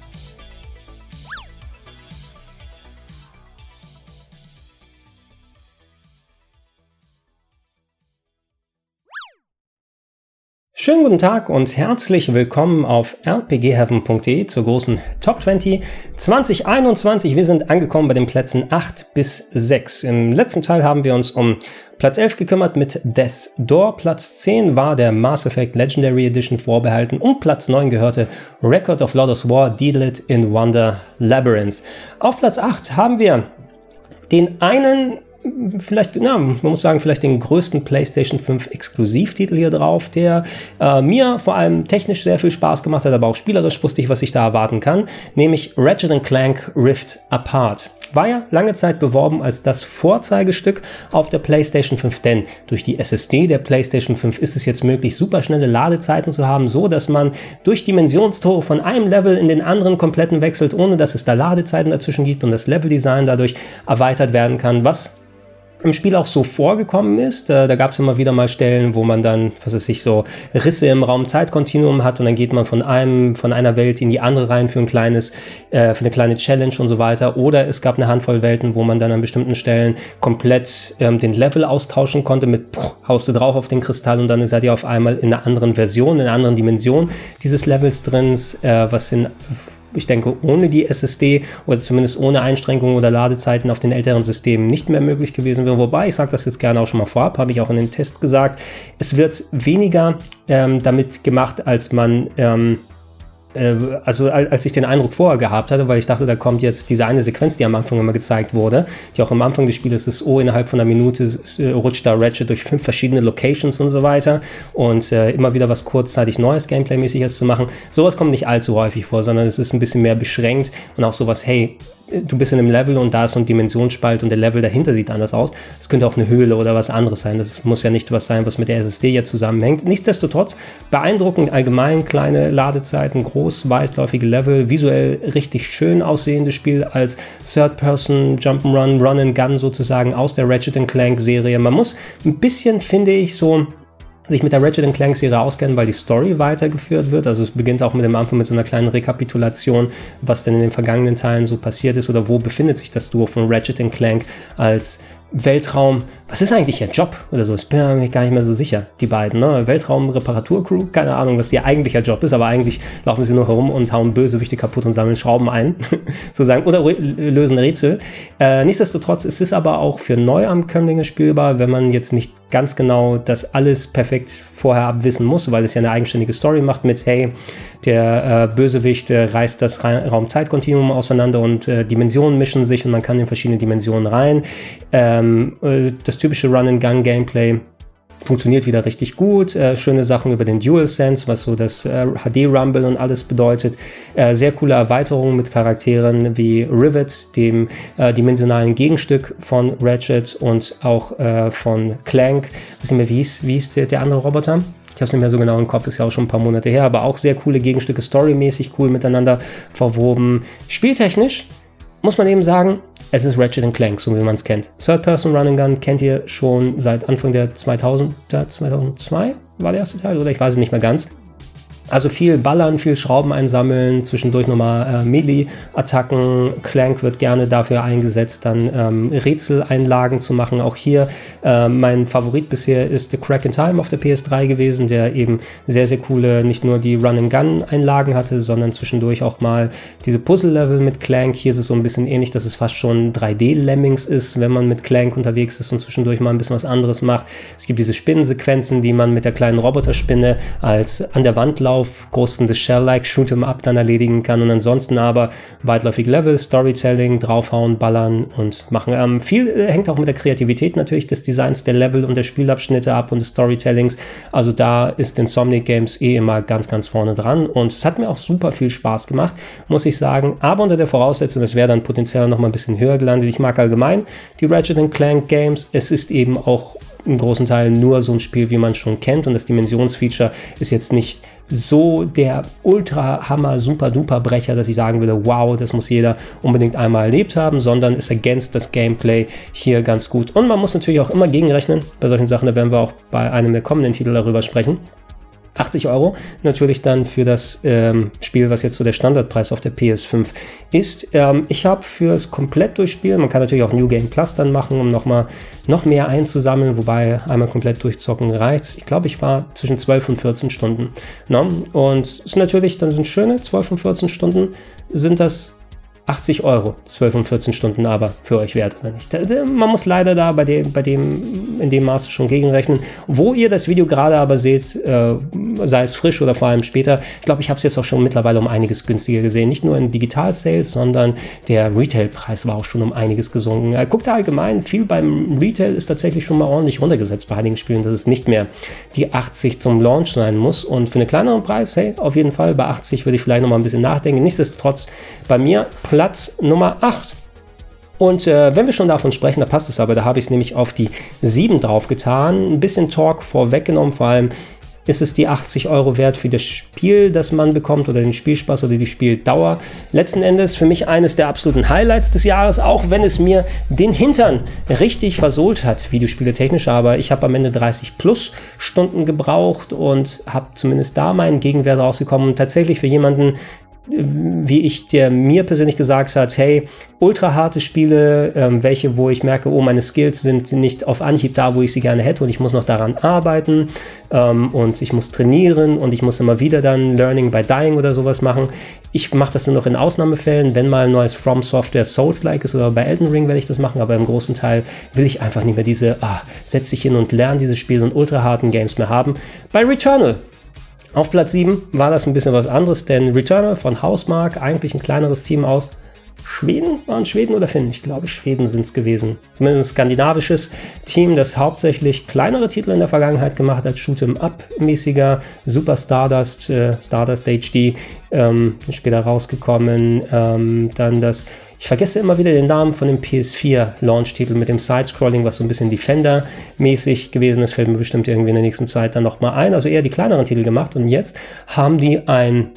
Speaker 1: Schönen guten Tag und herzlich willkommen auf r p g heaven punkt d e zur großen Top zwanzig zwanzig einundzwanzig. Wir sind angekommen bei den Plätzen acht bis sechs. Im letzten Teil haben wir uns um Platz elf gekümmert mit Death's Door. Platz zehn war der Mass Effect Legendary Edition vorbehalten und Platz neun gehörte Record of Lodoss War Deedlit in Wonder Labyrinth. Auf Platz acht haben wir den einen vielleicht, na, man muss sagen, vielleicht den größten PlayStation fünf Exklusivtitel hier drauf, der äh, mir vor allem technisch sehr viel Spaß gemacht hat, aber auch spielerisch wusste ich, was ich da erwarten kann, nämlich Ratchet and Clank Rift Apart. War ja lange Zeit beworben als das Vorzeigestück auf der PlayStation fünf, denn durch die S S D der PlayStation fünf ist es jetzt möglich, superschnelle Ladezeiten zu haben, so dass man durch Dimensionstore von einem Level in den anderen kompletten wechselt, ohne dass es da Ladezeiten dazwischen gibt und das Leveldesign dadurch erweitert werden kann, was im Spiel auch so vorgekommen ist. Da, da gab es immer wieder mal Stellen, wo man dann, was weiß ich, so Risse im Raum-Zeit-Kontinuum hat und dann geht man von einem, von einer Welt in die andere rein für ein kleines, äh, für eine kleine Challenge und so weiter. Oder es gab eine Handvoll Welten, wo man dann an bestimmten Stellen komplett ähm, den Level austauschen konnte mit, puh, haust du drauf auf den Kristall und dann seid ihr auf einmal in einer anderen Version, in einer anderen Dimension dieses Levels drin, äh, was in ich denke, ohne die S S D oder zumindest ohne Einschränkungen oder Ladezeiten auf den älteren Systemen nicht mehr möglich gewesen wäre. Wobei, ich sage das jetzt gerne auch schon mal vorab, habe ich auch in den Tests gesagt, es wird weniger ähm, damit gemacht, als man ähm, also als ich den Eindruck vorher gehabt hatte, weil ich dachte, da kommt jetzt diese eine Sequenz, die am Anfang immer gezeigt wurde, die auch am Anfang des Spieles ist, oh, innerhalb von einer Minute rutscht da Ratchet durch fünf verschiedene Locations und so weiter und äh, immer wieder was kurzzeitig Neues Gameplay-mäßiges zu machen. Sowas kommt nicht allzu häufig vor, sondern es ist ein bisschen mehr beschränkt und auch sowas, hey, du bist in einem Level und da ist so ein Dimensionsspalt und der Level dahinter sieht anders aus. Es könnte auch eine Höhle oder was anderes sein. Das muss ja nicht was sein, was mit der S S D jetzt zusammenhängt. Nichtsdestotrotz beeindruckend allgemein, kleine Ladezeiten, groß, weitläufige Level, visuell richtig schön aussehendes Spiel als Third-Person Jump'n'Run, Run-and-Gun sozusagen aus der Ratchet and Clank Serie. Man muss ein bisschen, finde ich, so sich mit der Ratchet and Clank Serie auskennen, weil die Story weitergeführt wird. Also es beginnt auch mit dem Anfang mit so einer kleinen Rekapitulation, was denn in den vergangenen Teilen so passiert ist oder wo befindet sich das Duo von Ratchet and Clank als Weltraum, was ist eigentlich ihr Job oder so? Ich bin mir gar nicht mehr so sicher, die beiden, ne? Weltraum-Reparaturcrew, keine Ahnung, was ihr eigentlicher Job ist, aber eigentlich laufen sie nur herum und hauen Bösewichte kaputt und sammeln Schrauben ein, sozusagen, oder lösen Rätsel. Äh, nichtsdestotrotz ist es aber auch für Neuankömmlinge spielbar, wenn man jetzt nicht ganz genau das alles perfekt vorher abwissen muss, weil es ja eine eigenständige Story macht mit, hey, der äh, Bösewicht äh, reißt das Ra- Raum-Zeit-Kontinuum auseinander und äh, Dimensionen mischen sich und man kann in verschiedene Dimensionen rein. Ähm, äh, das typische Run-and-Gun-Gameplay funktioniert wieder richtig gut. Äh, schöne Sachen über den DualSense, was so das äh, H D-Rumble und alles bedeutet. Äh, sehr coole Erweiterungen mit Charakteren wie Rivet, dem äh, dimensionalen Gegenstück von Ratchet und auch äh, von Clank. Weiß nicht mehr, wie hieß, wie hieß der, der andere Roboter? Ich habe es nicht mehr so genau im Kopf, ist ja auch schon ein paar Monate her, aber auch sehr coole Gegenstücke, storymäßig cool miteinander verwoben. Spieltechnisch muss man eben sagen, es ist Ratchet and Clank, so wie man es kennt. Third-Person Run-and-Gun kennt ihr schon seit Anfang der zweitausender, zweitausendzwei war der erste Teil, oder ich weiß es nicht mehr ganz. Also viel Ballern, viel Schrauben einsammeln, zwischendurch nochmal äh, Melee-Attacken. Clank wird gerne dafür eingesetzt, dann ähm, Rätseleinlagen zu machen. Auch hier äh, mein Favorit bisher ist The Crack in Time auf der P S drei gewesen, der eben sehr, sehr coole, nicht nur die Run-and-Gun-Einlagen hatte, sondern zwischendurch auch mal diese Puzzle-Level mit Clank. Hier ist es so ein bisschen ähnlich, dass es fast schon drei D-Lemmings ist, wenn man mit Clank unterwegs ist und zwischendurch mal ein bisschen was anderes macht. Es gibt diese Spinnensequenzen, die man mit der kleinen Roboterspinne als an der Wand laufen drauf, großes Shell-like Shoot'em Up dann erledigen kann und ansonsten aber weitläufig Level, Storytelling, draufhauen, ballern und machen. Ähm, viel äh, hängt auch mit der Kreativität natürlich des Designs der Level und der Spielabschnitte ab und des Storytellings. Also da ist Insomniac Games eh immer ganz, ganz vorne dran und es hat mir auch super viel Spaß gemacht, muss ich sagen. Aber unter der Voraussetzung, es wäre dann potenziell noch mal ein bisschen höher gelandet. Ich mag allgemein die Ratchet and Clank Games. Es ist eben auch im großen Teil nur so ein Spiel, wie man schon kennt und das Dimensionsfeature ist jetzt nicht so der Ultra-Hammer, Super-Duper-Brecher, dass ich sagen würde, wow, das muss jeder unbedingt einmal erlebt haben, sondern es ergänzt das Gameplay hier ganz gut. Und man muss natürlich auch immer gegenrechnen bei solchen Sachen, da werden wir auch bei einem der kommenden Titel darüber sprechen. achtzig Euro natürlich dann für das ähm, Spiel, was jetzt so der Standardpreis auf der P S fünf ist. Ähm, ich habe fürs komplett durchspielen, man kann natürlich auch New Game Plus dann machen, um nochmal noch mehr einzusammeln, wobei einmal komplett durchzocken reicht. Ich glaube, ich war zwischen zwölf und vierzehn Stunden. No? Und es ist natürlich, dann sind schöne zwölf und vierzehn Stunden, sind das achtzig Euro, zwölf und vierzehn Stunden aber für euch wert, oder nicht? Man muss leider da bei dem, bei dem, in dem Maße schon gegenrechnen. Wo ihr das Video gerade aber seht, äh, sei es frisch oder vor allem später, ich glaube, ich habe es jetzt auch schon mittlerweile um einiges günstiger gesehen. Nicht nur in Digital-Sales, sondern der Retail-Preis war auch schon um einiges gesunken. Äh, guckt da allgemein, viel beim Retail ist tatsächlich schon mal ordentlich runtergesetzt bei einigen Spielen, dass es nicht mehr die achtzig zum Launch sein muss. Und für einen kleineren Preis, hey, auf jeden Fall, bei achtzig würde ich vielleicht noch mal ein bisschen nachdenken. Nichtsdestotrotz bei mir Platz Nummer acht. Und äh, wenn wir schon davon sprechen, da passt es aber, da habe ich es nämlich auf die sieben drauf getan. Ein bisschen Talk vorweggenommen, vor allem ist es die achtzig Euro wert für das Spiel, das man bekommt oder den Spielspaß oder die Spieldauer. Letzten Endes für mich eines der absoluten Highlights des Jahres, auch wenn es mir den Hintern richtig versohlt hat, Videospiele technisch, aber ich habe am Ende dreißig plus Stunden gebraucht und habe zumindest da meinen Gegenwert rausgekommen. Und tatsächlich für jemanden, wie ich der mir persönlich gesagt hat, hey, ultra harte Spiele, ähm, welche, wo ich merke, oh, meine Skills sind nicht auf Anhieb da, wo ich sie gerne hätte und ich muss noch daran arbeiten ähm, und ich muss trainieren und ich muss immer wieder dann Learning by Dying oder sowas machen. Ich mache das nur noch in Ausnahmefällen, wenn mal ein neues From Software Souls-like ist oder bei Elden Ring werde ich das machen, aber im großen Teil will ich einfach nicht mehr diese, ah, setz dich hin und lern dieses Spiel und ultra harten Games mehr haben. Bei Returnal auf Platz sieben war das ein bisschen was anderes, denn Returnal von Housemarque, eigentlich ein kleineres Team aus Schweden, waren Schweden oder Finnen? Ich glaube, Schweden sind es gewesen. Zumindest ein skandinavisches Team, das hauptsächlich kleinere Titel in der Vergangenheit gemacht hat, Shoot'em-up-mäßiger, Super Stardust, äh, Stardust H D, ähm, später rausgekommen, ähm, dann das, ich vergesse immer wieder den Namen von dem P S vier Launch-Titel mit dem Sidescrolling, was so ein bisschen Defender-mäßig gewesen ist, fällt mir bestimmt irgendwie in der nächsten Zeit dann nochmal ein, also eher die kleineren Titel gemacht und jetzt haben die ein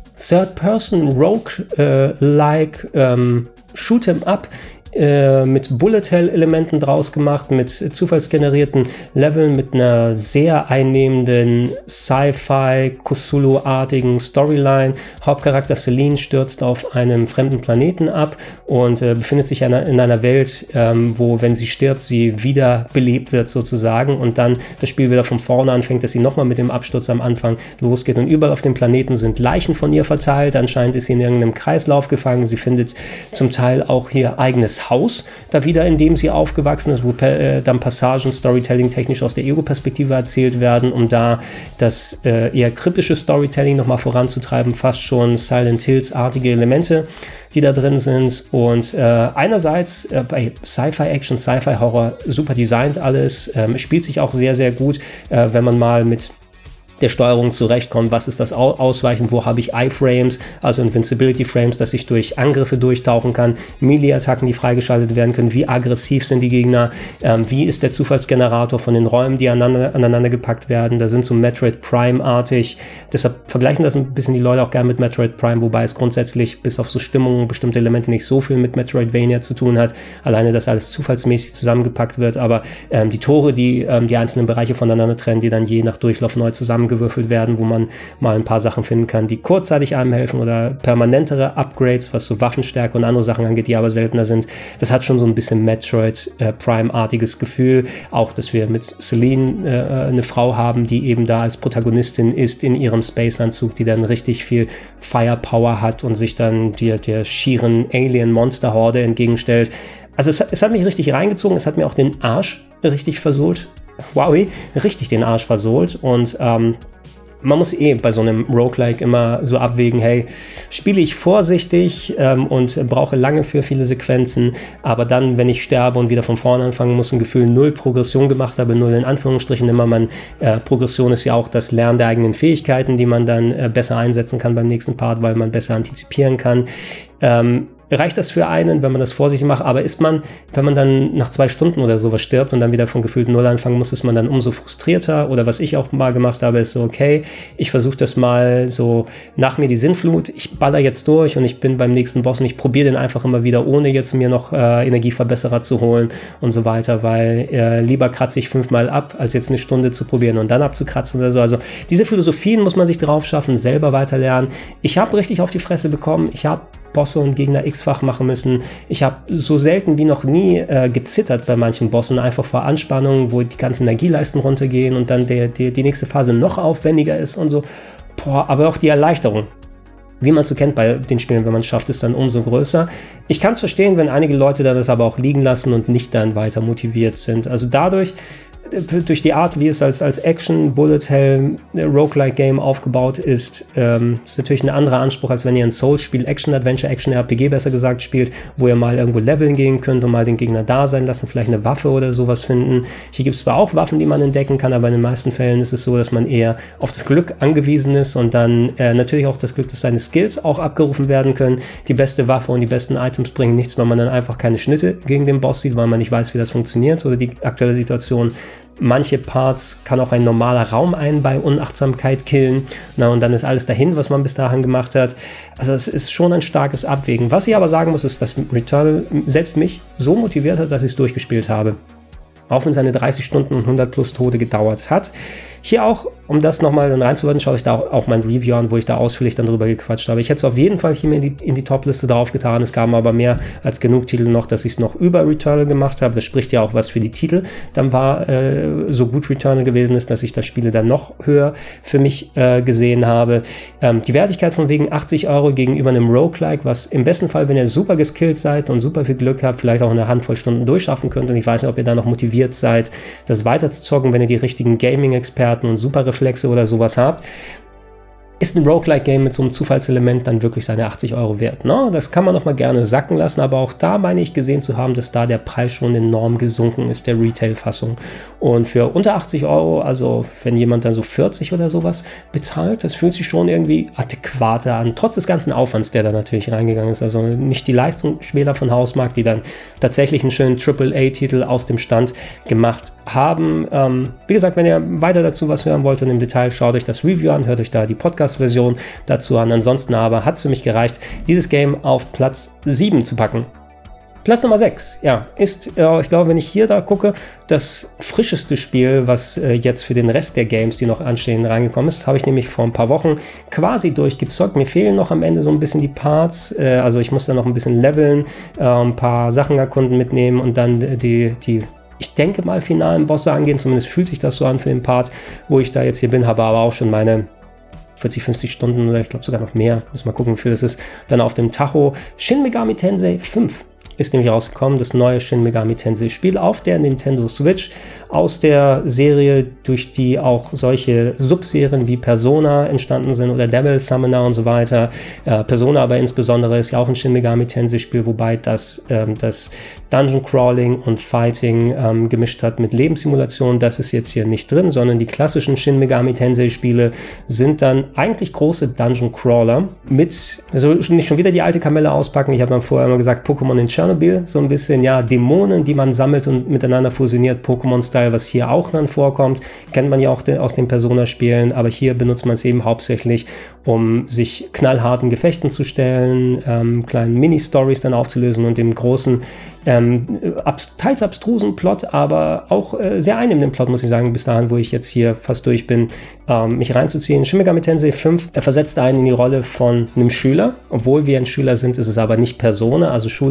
Speaker 1: Third-Person-Rogue-like ähm, Shoot'em-up äh, mit Bullet-Hell-Elementen draus gemacht, mit zufallsgenerierten Leveln, mit einer sehr einnehmenden Sci-Fi, Cthulhu-artigen Storyline. Hauptcharakter Celine stürzt auf einem fremden Planeten ab und äh, befindet sich in einer, in einer Welt, ähm, wo, wenn sie stirbt, sie wieder belebt wird sozusagen und dann das Spiel wieder von vorne anfängt, dass sie nochmal mit dem Absturz am Anfang losgeht und überall auf dem Planeten sind Leichen von ihr verteilt. Anscheinend ist sie in irgendeinem Kreislauf gefangen. Sie findet zum Teil auch ihr eigenes Haus da wieder, in dem sie aufgewachsen ist, wo äh, dann Passagen Storytelling technisch aus der Ego-Perspektive erzählt werden, um da das äh, eher kryptische Storytelling nochmal voranzutreiben, fast schon Silent Hills-artige Elemente, die da drin sind und äh, einerseits äh, bei Sci-Fi-Action, Sci-Fi-Horror super designt alles, ähm, spielt sich auch sehr, sehr gut, äh, wenn man mal mit der Steuerung zurechtkommt, was ist das Ausweichen, wo habe ich I-Frames, also Invincibility-Frames, dass ich durch Angriffe durchtauchen kann, Melee-Attacken, die freigeschaltet werden können, wie aggressiv sind die Gegner, ähm, wie ist der Zufallsgenerator von den Räumen, die aneinander, aneinander gepackt werden, da sind so Metroid Prime-artig, deshalb vergleichen das ein bisschen die Leute auch gerne mit Metroid Prime, wobei es grundsätzlich bis auf so Stimmungen, bestimmte Elemente nicht so viel mit Metroidvania zu tun hat, alleine, dass alles zufallsmäßig zusammengepackt wird, aber ähm, die Tore, die ähm, die einzelnen Bereiche voneinander trennen, die dann je nach Durchlauf neu zusammen gewürfelt werden, wo man mal ein paar Sachen finden kann, die kurzzeitig einem helfen oder permanentere Upgrades, was so Waffenstärke und andere Sachen angeht, die aber seltener sind. Das hat schon so ein bisschen Metroid äh, Prime-artiges Gefühl. Auch, dass wir mit Celine äh, eine Frau haben, die eben da als Protagonistin ist in ihrem Space-Anzug, die dann richtig viel Firepower hat und sich dann der, der schieren Alien-Monster-Horde entgegenstellt. Also es, es hat mich richtig reingezogen, es hat mir auch den Arsch richtig versohlt. Wow, richtig den Arsch versohlt und ähm, man muss eh bei so einem Roguelike immer so abwägen, hey, spiele ich vorsichtig ähm, und brauche lange für viele Sequenzen, aber dann, wenn ich sterbe und wieder von vorne anfangen muss, ein Gefühl null Progression gemacht habe, null in Anführungsstrichen immer, man, äh, Progression ist ja auch das Lernen der eigenen Fähigkeiten, die man dann äh, besser einsetzen kann beim nächsten Part, weil man besser antizipieren kann. Ähm, reicht das für einen, wenn man das vorsichtig macht, aber ist man, wenn man dann nach zwei Stunden oder sowas stirbt und dann wieder von gefühlt Null anfangen muss, ist man dann umso frustrierter, oder was ich auch mal gemacht habe, ist so, okay, ich versuche das mal so, nach mir die Sinnflut, ich baller jetzt durch und ich bin beim nächsten Boss und ich probiere den einfach immer wieder, ohne jetzt mir noch äh, Energieverbesserer zu holen und so weiter, weil äh, lieber kratze ich fünfmal ab, als jetzt eine Stunde zu probieren und dann abzukratzen oder so. Also diese Philosophien muss man sich drauf schaffen, selber weiterlernen. Ich habe richtig auf die Fresse bekommen, ich habe Bosse und Gegner x-fach machen müssen. Ich habe so selten wie noch nie äh, gezittert bei manchen Bossen, einfach vor Anspannung, wo die ganzen Energieleisten runtergehen und dann der, der, die nächste Phase noch aufwendiger ist und so. Boah, aber auch die Erleichterung, wie man es so kennt bei den Spielen, wenn man es schafft, ist dann umso größer. Ich kann es verstehen, wenn einige Leute dann das aber auch liegen lassen und nicht dann weiter motiviert sind. Also dadurch, durch die Art, wie es als, als Action, Bullet Hell, Roguelike Game aufgebaut ist, ähm, ist natürlich ein anderer Anspruch, als wenn ihr ein Souls-Spiel, Action-Adventure, Action-R P G besser gesagt spielt, wo ihr mal irgendwo leveln gehen könnt und mal den Gegner da sein lassen, vielleicht eine Waffe oder sowas finden. Hier gibt es zwar auch Waffen, die man entdecken kann, aber in den meisten Fällen ist es so, dass man eher auf das Glück angewiesen ist und dann äh, natürlich auch das Glück, dass seine Skills auch abgerufen werden können. Die beste Waffe und die besten Items bringen nichts, weil man dann einfach keine Schnitte gegen den Boss sieht, weil man nicht weiß, wie das funktioniert oder die aktuelle Situation. Manche Parts kann auch ein normaler Raum einen bei Unachtsamkeit killen. Na, und dann ist alles dahin, was man bis dahin gemacht hat. Also es ist schon ein starkes Abwägen. Was ich aber sagen muss, ist, dass Returnal selbst mich so motiviert hat, dass ich es durchgespielt habe. Auch wenn seine dreißig Stunden und hundert plus Tode gedauert hat. Hier auch, um das nochmal dann reinzuwerden, schaue ich da auch mein Review an, wo ich da ausführlich dann drüber gequatscht habe. Ich hätte es auf jeden Fall hier in die, in die Top-Liste drauf getan. Es kamen aber mehr als genug Titel noch, dass ich es noch über Returnal gemacht habe. Das spricht ja auch was für die Titel. Dann war äh, so gut Returnal gewesen ist, dass ich das Spiele dann noch höher für mich äh, gesehen habe. Ähm, die Wertigkeit von wegen achtzig Euro gegenüber einem Roguelike, was im besten Fall, wenn ihr super geskillt seid und super viel Glück habt, vielleicht auch eine Handvoll Stunden durchschaffen könnt. Und ich weiß nicht, ob ihr da noch motiviert seid, das weiter zu zocken, wenn ihr die richtigen Gaming-Experten und Superreflexe oder sowas habt, ist ein Roguelike-Game mit so einem Zufallselement dann wirklich seine achtzig Euro wert. Ne? Das kann man noch mal gerne sacken lassen, aber auch da meine ich gesehen zu haben, dass da der Preis schon enorm gesunken ist, der Retail-Fassung. Und für unter achtzig Euro, also wenn jemand dann so vierzig oder sowas bezahlt, das fühlt sich schon irgendwie adäquater an, trotz des ganzen Aufwands, der da natürlich reingegangen ist. Also nicht die Leistungsspieler von Hausmarkt, die dann tatsächlich einen schönen Triple A Titel aus dem Stand gemacht haben. Ähm, wie gesagt, wenn ihr weiter dazu was hören wollt und im Detail, schaut euch das Review an, hört euch da die Podcast-Version dazu an. Ansonsten aber hat es für mich gereicht, dieses Game auf Platz sieben zu packen. Platz Nummer sechs, ja, ist, äh, ich glaube, wenn ich hier da gucke, das frischeste Spiel, was äh, jetzt für den Rest der Games, die noch anstehen, reingekommen ist. Habe ich nämlich vor ein paar Wochen quasi durchgezockt. Mir fehlen noch am Ende so ein bisschen die Parts, äh, also ich muss da noch ein bisschen leveln, äh, ein paar Sachen erkunden, mitnehmen und dann die, die ich denke mal, finalen Bosse angehen. Zumindest fühlt sich das so an für den Part, wo ich da jetzt hier bin, habe aber auch schon meine vierzig, fünfzig Stunden oder ich glaube sogar noch mehr. Muss mal gucken, wie viel das ist. Dann auf dem Tacho Shin Megami Tensei fünf ist nämlich rausgekommen, das neue Shin Megami Tensei Spiel auf der Nintendo Switch aus der Serie, durch die auch solche Subserien wie Persona entstanden sind oder Devil Summoner und so weiter. Äh, Persona aber insbesondere ist ja auch ein Shin Megami Tensei Spiel, wobei das, ähm, das Dungeon Crawling und Fighting ähm, gemischt hat mit Lebenssimulation. Das ist jetzt hier nicht drin, sondern die klassischen Shin Megami Tensei Spiele sind dann eigentlich große Dungeon Crawler mit, also nicht schon wieder die alte Kamelle auspacken. Ich habe dann vorher immer gesagt, Pokémon in Tschernobyl, so ein bisschen, ja, Dämonen, die man sammelt und miteinander fusioniert, Pokémon-Style, was hier auch dann vorkommt, kennt man ja auch de- aus den Persona-Spielen, aber hier benutzt man es eben hauptsächlich, um sich knallharten Gefechten zu stellen, ähm, kleinen Mini-Stories dann aufzulösen und dem großen, ähm, abs- teils abstrusen Plot, aber auch äh, sehr einnehmenden Plot, muss ich sagen, bis dahin, wo ich jetzt hier fast durch bin, ähm, mich reinzuziehen. Shin Megami Tensei fünf, er versetzt einen in die Rolle von einem Schüler, obwohl wir ein Schüler sind, ist es aber nicht Persona, also Schulsequenzen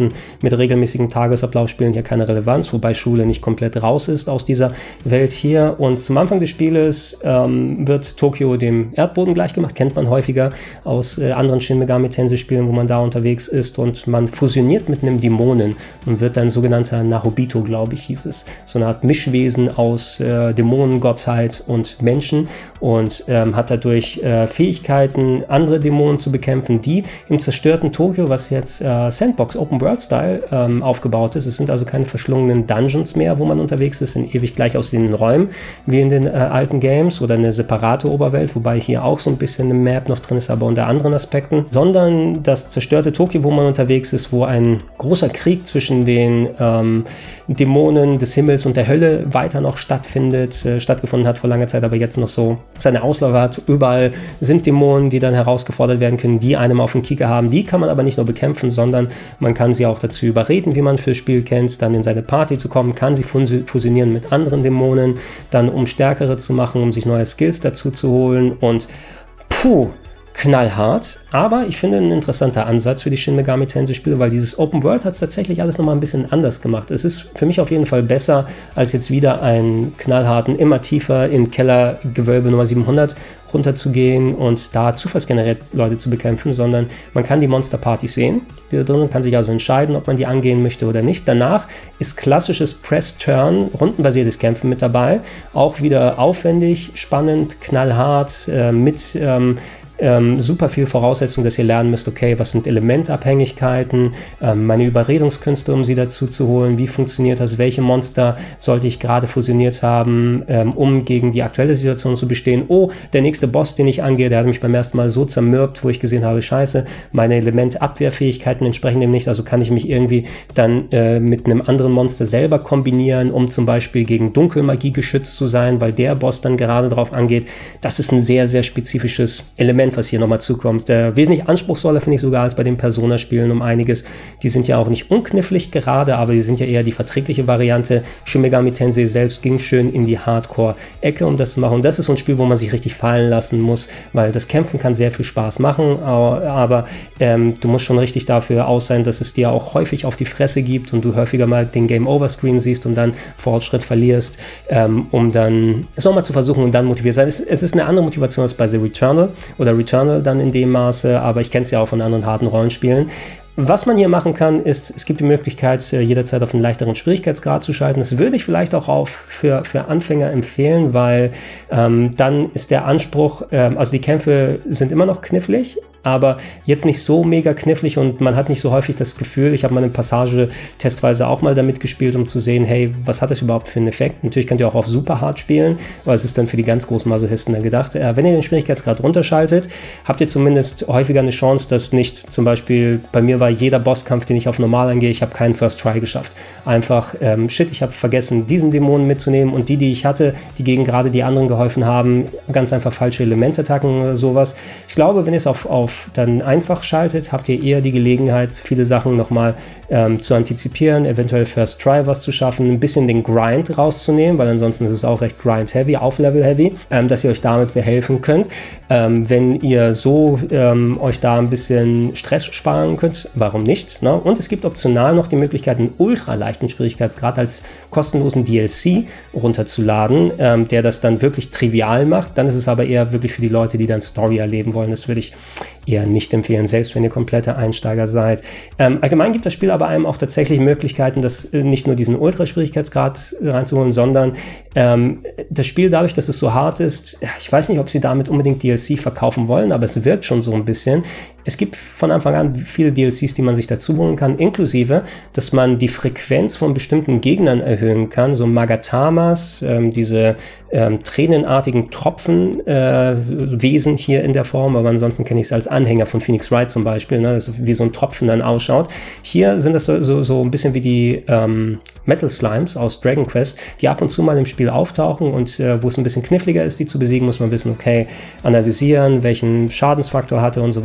Speaker 1: Ganzen mit regelmäßigem Tagesablauf spielen hier keine Relevanz, wobei Schule nicht komplett raus ist aus dieser Welt hier. Und zum Anfang des Spieles ähm, wird Tokio dem Erdboden gleichgemacht, kennt man häufiger aus äh, anderen Shin Megami Tensei Spielen, wo man da unterwegs ist, und man fusioniert mit einem Dämonen und wird dann sogenannter Nahobito, glaube ich, hieß es. So eine Art Mischwesen aus äh, Dämonengottheit und Menschen und ähm, hat dadurch äh, Fähigkeiten, andere Dämonen zu bekämpfen, die im zerstörten Tokio, was jetzt äh, Sandbox Open World Style ähm, aufgebaut ist. Es sind also keine verschlungenen Dungeons mehr, wo man unterwegs ist, in ewig gleich aussehenden Räumen, wie in den äh, alten Games, oder eine separate Oberwelt, wobei hier auch so ein bisschen eine Map noch drin ist, aber unter anderen Aspekten, sondern das zerstörte Tokio, wo man unterwegs ist, wo ein großer Krieg zwischen den ähm, Dämonen des Himmels und der Hölle weiter noch stattfindet, äh, stattgefunden hat vor langer Zeit, aber jetzt noch so seine Ausläufer hat. Überall sind Dämonen, die dann herausgefordert werden können, die einem auf den Kieker haben. Die kann man aber nicht nur bekämpfen, sondern man kann sie auch dazu überreden, wie man fürs Spiel kennt, dann in seine Party zu kommen, kann sie fusionieren mit anderen Dämonen, dann um stärkere zu machen, um sich neue Skills dazu zu holen, und puh, knallhart, aber ich finde ein interessanter Ansatz für die Shin Megami Tensei Spiele, weil dieses Open World hat es tatsächlich alles nochmal ein bisschen anders gemacht. Es ist für mich auf jeden Fall besser, als jetzt wieder einen knallharten, immer tiefer in Kellergewölbe Nummer siebenhundert runterzugehen und da zufallsgeneriert Leute zu bekämpfen, sondern man kann die Monsterpartys sehen, die da drin sind, kann sich also entscheiden, ob man die angehen möchte oder nicht. Danach ist klassisches Press-Turn, rundenbasiertes Kämpfen mit dabei, auch wieder aufwendig, spannend, knallhart, äh, mit ähm, Ähm, super viel Voraussetzung, dass ihr lernen müsst, okay, was sind Elementabhängigkeiten, ähm, meine Überredungskünste, um sie dazu zu holen, wie funktioniert das, welche Monster sollte ich gerade fusioniert haben, ähm, um gegen die aktuelle Situation zu bestehen. Oh, der nächste Boss, den ich angehe, der hat mich beim ersten Mal so zermürbt, wo ich gesehen habe, scheiße, meine Elementabwehrfähigkeiten entsprechen dem nicht, also kann ich mich irgendwie dann äh, mit einem anderen Monster selber kombinieren, um zum Beispiel gegen Dunkelmagie geschützt zu sein, weil der Boss dann gerade drauf angeht. Das ist ein sehr, sehr spezifisches Element, was hier nochmal zukommt. Äh, wesentlich anspruchsvoller finde ich sogar als bei den Persona-Spielen um einiges. Die sind ja auch nicht unknifflig gerade, aber die sind ja eher die verträgliche Variante. Shin Megami Tensei selbst ging schön in die Hardcore-Ecke, um das zu machen. Und das ist so ein Spiel, wo man sich richtig fallen lassen muss, weil das Kämpfen kann sehr viel Spaß machen, aber ähm, du musst schon richtig dafür aus sein, dass es dir auch häufig auf die Fresse gibt und du häufiger mal den Game-Over-Screen siehst und dann Fortschritt verlierst, ähm, um dann es nochmal zu versuchen und dann motiviert sein. Es, es ist eine andere Motivation als bei The Returnal oder Returnal dann in dem Maße, aber ich kenne es ja auch von anderen harten Rollenspielen. Was man hier machen kann, ist, es gibt die Möglichkeit, jederzeit auf einen leichteren Schwierigkeitsgrad zu schalten. Das würde ich vielleicht auch auf für, für Anfänger empfehlen, weil ähm, dann ist der Anspruch, ähm, also die Kämpfe sind immer noch knifflig, aber jetzt nicht so mega knifflig und man hat nicht so häufig das Gefühl, ich habe mal eine Passage testweise auch mal damit gespielt, um zu sehen, hey, was hat das überhaupt für einen Effekt? Natürlich könnt ihr auch auf super hart spielen, weil es ist dann für die ganz großen Masochisten dann gedacht. Äh, wenn ihr den Schwierigkeitsgrad runterschaltet, habt ihr zumindest häufiger eine Chance, dass nicht zum Beispiel, bei mir war jeder Bosskampf, den ich auf normal angehe, ich habe keinen First Try geschafft. Einfach, ähm, shit, ich habe vergessen, diesen Dämonen mitzunehmen und die, die ich hatte, die gegen gerade die anderen geholfen haben, ganz einfach falsche Elementattacken oder sowas. Ich glaube, wenn ihr es auf, auf dann einfach schaltet, habt ihr eher die Gelegenheit, viele Sachen nochmal ähm, zu antizipieren, eventuell First Try was zu schaffen, ein bisschen den Grind rauszunehmen, weil ansonsten ist es auch recht Grind-heavy, Auf-Level-heavy, ähm, dass ihr euch damit behelfen könnt. Ähm, wenn ihr so ähm, euch da ein bisschen Stress sparen könnt, warum nicht? Ne? Und es gibt optional noch die Möglichkeit, einen ultra leichten Schwierigkeitsgrad als kostenlosen D L C runterzuladen, ähm, der das dann wirklich trivial macht. Dann ist es aber eher wirklich für die Leute, die dann Story erleben wollen. Das würde ich eher nicht empfehlen, selbst wenn ihr komplette Einsteiger seid. Ähm, allgemein gibt das Spiel aber einem auch tatsächlich Möglichkeiten, das äh, nicht nur diesen Ultra-Schwierigkeitsgrad reinzuholen, sondern ähm, das Spiel dadurch, dass es so hart ist, ich weiß nicht, ob sie damit unbedingt D L C verkaufen wollen, aber es wirkt schon so ein bisschen. Es gibt von Anfang an viele D L Cs, die man sich dazu holen kann, inklusive, dass man die Frequenz von bestimmten Gegnern erhöhen kann, so Magatamas, ähm, diese ähm, tränenartigen Tropfenwesen äh, hier in der Form, aber ansonsten kenne ich es als Anhänger von Phoenix Wright zum Beispiel, ne, das wie so ein Tropfen dann ausschaut. Hier sind das so, so, so ein bisschen wie die ähm, Metal Slimes aus Dragon Quest, die ab und zu mal im Spiel auftauchen und äh, wo es ein bisschen kniffliger ist, die zu besiegen, muss man wissen, okay, analysieren, welchen Schadensfaktor hatte und so weiter, und dann kann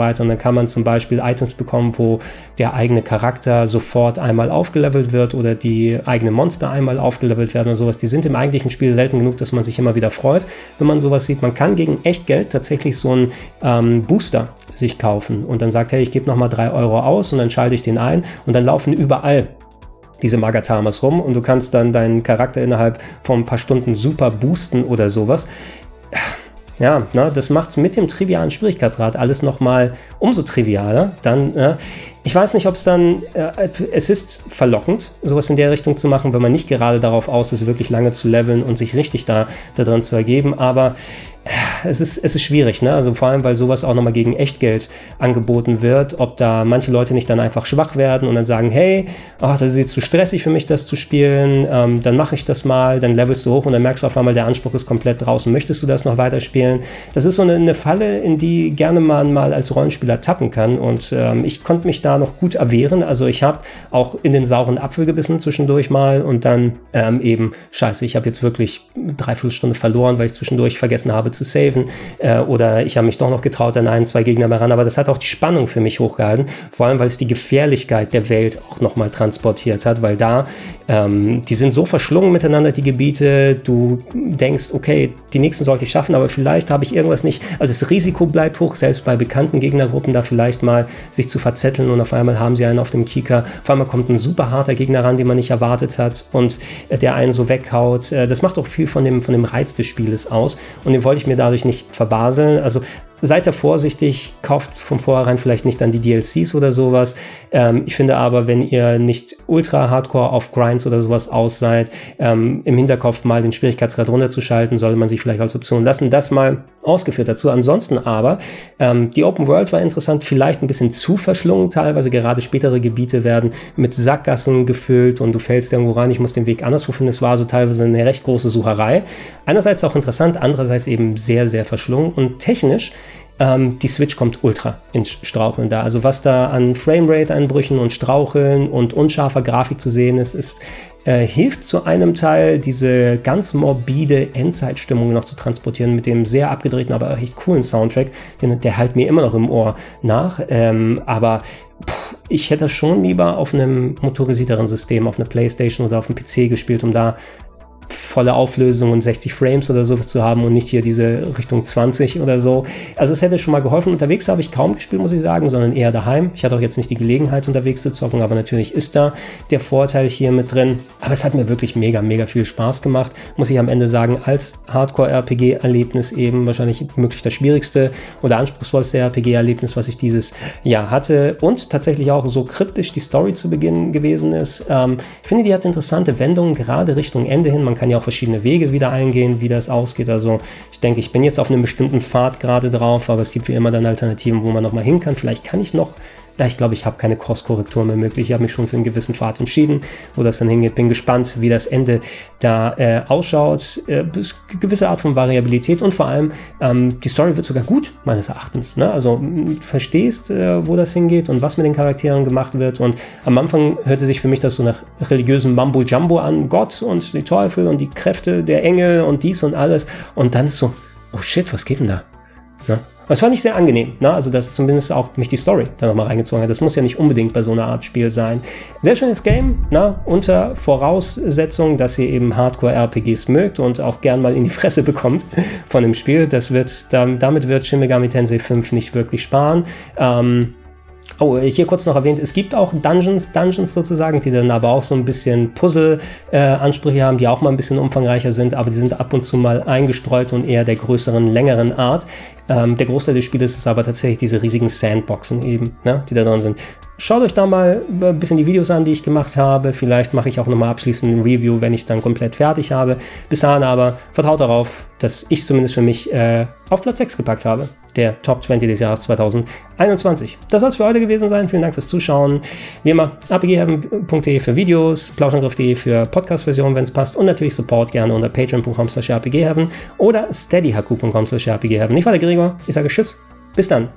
Speaker 1: kann man zum Beispiel Items bekommen, wo der eigene Charakter sofort einmal aufgelevelt wird oder die eigenen Monster einmal aufgelevelt werden oder sowas. Die sind im eigentlichen Spiel selten genug, dass man sich immer wieder freut, wenn man sowas sieht. Man kann gegen Echtgeld tatsächlich so einen ähm, Booster sich kaufen und dann sagt, hey, ich gebe nochmal drei Euro aus und dann schalte ich den ein und dann laufen überall diese Magatamas rum und du kannst dann deinen Charakter innerhalb von ein paar Stunden super boosten oder sowas. Ja, ne, das macht es mit dem trivialen Schwierigkeitsgrad alles nochmal umso trivialer. Dann, äh, ich weiß nicht, ob es dann, äh, es ist verlockend, sowas in der Richtung zu machen, wenn man nicht gerade darauf aus ist, wirklich lange zu leveln und sich richtig da, da drin zu ergeben, aber es ist, es ist schwierig, ne? Also vor allem, weil sowas auch nochmal gegen Echtgeld angeboten wird, ob da manche Leute nicht dann einfach schwach werden und dann sagen, hey, ach, das ist jetzt zu stressig für mich, das zu spielen, ähm, dann mache ich das mal, dann levelst du hoch und dann merkst du auf einmal, der Anspruch ist komplett draußen, möchtest du das noch weiterspielen? Das ist so eine, eine Falle, in die gerne man mal als Rollenspieler tappen kann und ähm, ich konnte mich da noch gut erwehren, also ich habe auch in den sauren Apfel gebissen zwischendurch mal und dann ähm, eben, scheiße, ich habe jetzt wirklich dreiviertel Stunde verloren, weil ich zwischendurch vergessen habe zu saven äh, oder ich habe mich doch noch getraut an ein, zwei Gegner mehr ran, aber das hat auch die Spannung für mich hochgehalten, vor allem, weil es die Gefährlichkeit der Welt auch nochmal transportiert hat, weil da, ähm, die sind so verschlungen miteinander, die Gebiete, du denkst, okay, die nächsten sollte ich schaffen, aber vielleicht habe ich irgendwas nicht, also das Risiko bleibt hoch, selbst bei bekannten Gegnergruppen da vielleicht mal sich zu verzetteln und auf einmal haben sie einen auf dem Kieker, auf einmal kommt ein super harter Gegner ran, den man nicht erwartet hat und äh, der einen so weghaut, äh, das macht auch viel von dem, von dem Reiz des Spieles aus und den wollte ich mir dadurch nicht verbaseln. Also seid da vorsichtig, kauft von vornherein vielleicht nicht dann die D L Cs oder sowas. Ähm, ich finde aber, wenn ihr nicht ultra hardcore auf Grinds oder sowas aus seid, ähm, im Hinterkopf mal den Schwierigkeitsgrad runterzuschalten, sollte man sich vielleicht als Option lassen. Das mal ausgeführt dazu. Ansonsten aber, ähm, die Open World war interessant, vielleicht ein bisschen zu verschlungen teilweise. Gerade spätere Gebiete werden mit Sackgassen gefüllt und du fällst irgendwo rein, ich muss den Weg anderswo finden. Es war so teilweise eine recht große Sucherei. Einerseits auch interessant, andererseits eben sehr, sehr verschlungen und technisch Ähm, die Switch kommt ultra ins Straucheln da. Also was da an Framerate-Einbrüchen und Straucheln und unscharfer Grafik zu sehen ist, ist äh, hilft zu einem Teil, diese ganz morbide Endzeitstimmung noch zu transportieren mit dem sehr abgedrehten, aber echt coolen Soundtrack. Den, der halt mir immer noch im Ohr nach. Ähm, aber pff, ich hätte das schon lieber auf einem motorisierteren System, auf einer PlayStation oder auf einem P C gespielt, um da volle Auflösung und sechzig Frames oder sowas zu haben und nicht hier diese Richtung zwanzig oder so. Also es hätte schon mal geholfen. Unterwegs habe ich kaum gespielt, muss ich sagen, sondern eher daheim. Ich hatte auch jetzt nicht die Gelegenheit, unterwegs zu zocken, aber natürlich ist da der Vorteil hier mit drin. Aber es hat mir wirklich mega, mega viel Spaß gemacht, muss ich am Ende sagen, als Hardcore-R P G-Erlebnis eben wahrscheinlich möglich das schwierigste oder anspruchsvollste R P G-Erlebnis, was ich dieses Jahr hatte und tatsächlich auch so kryptisch die Story zu Beginn gewesen ist. Ähm, ich finde, die hat interessante Wendungen, gerade Richtung Ende hin. Man kann ja auch verschiedene Wege wieder eingehen, wie das ausgeht. Also ich denke, ich bin jetzt auf einem bestimmten Pfad gerade drauf, aber es gibt wie immer dann Alternativen, wo man nochmal hin kann. Vielleicht kann ich noch, da ich glaube, ich habe keine Cross-Korrektur mehr möglich. Ich habe mich schon für einen gewissen Pfad entschieden, wo das dann hingeht. Bin gespannt, wie das Ende da äh, ausschaut. Äh, gewisse Art von Variabilität und vor allem ähm, die Story wird sogar gut, meines Erachtens. Ne? Also du verstehst, äh, wo das hingeht und was mit den Charakteren gemacht wird. Und am Anfang hörte sich für mich das so nach religiösem Mambo-Jumbo an. Gott und die Teufel und die Kräfte der Engel und dies und alles. Und dann ist so, oh shit, was geht denn da? Ne? Das war nicht sehr angenehm, ne? Also dass zumindest auch mich die Story da nochmal reingezogen hat. Das muss ja nicht unbedingt bei so einer Art Spiel sein. Sehr schönes Game, ne? Unter Voraussetzung, dass ihr eben Hardcore-R P Gs mögt und auch gern mal in die Fresse bekommt von dem Spiel. Das wird, damit wird Shin Megami Tensei fünf nicht wirklich sparen. Ähm, Oh, hier kurz noch erwähnt, es gibt auch Dungeons, Dungeons sozusagen, die dann aber auch so ein bisschen Puzzle-Ansprüche äh, haben, die auch mal ein bisschen umfangreicher sind, aber die sind ab und zu mal eingestreut und eher der größeren, längeren Art. Ähm, der Großteil des Spiels ist aber tatsächlich diese riesigen Sandboxen eben, ne, die da drin sind. Schaut euch da mal ein bisschen die Videos an, die ich gemacht habe. Vielleicht mache ich auch nochmal abschließend ein Review, wenn ich dann komplett fertig habe. Bis dahin aber vertraut darauf, dass ich zumindest für mich äh, auf Platz sechs gepackt habe. Der Top zwanzig des Jahres zwanzig einundzwanzig. Das soll es für heute gewesen sein. Vielen Dank fürs Zuschauen. Wie immer, a p g heaven punkt d e für Videos, plauschangriff punkt d e für Podcast-Versionen, wenn es passt. Und natürlich Support gerne unter patreon punkt com slash r p g heaven oder steadyhq punkt com slash r p g heaven. Ich war der Gregor. Ich sage Tschüss. Bis dann.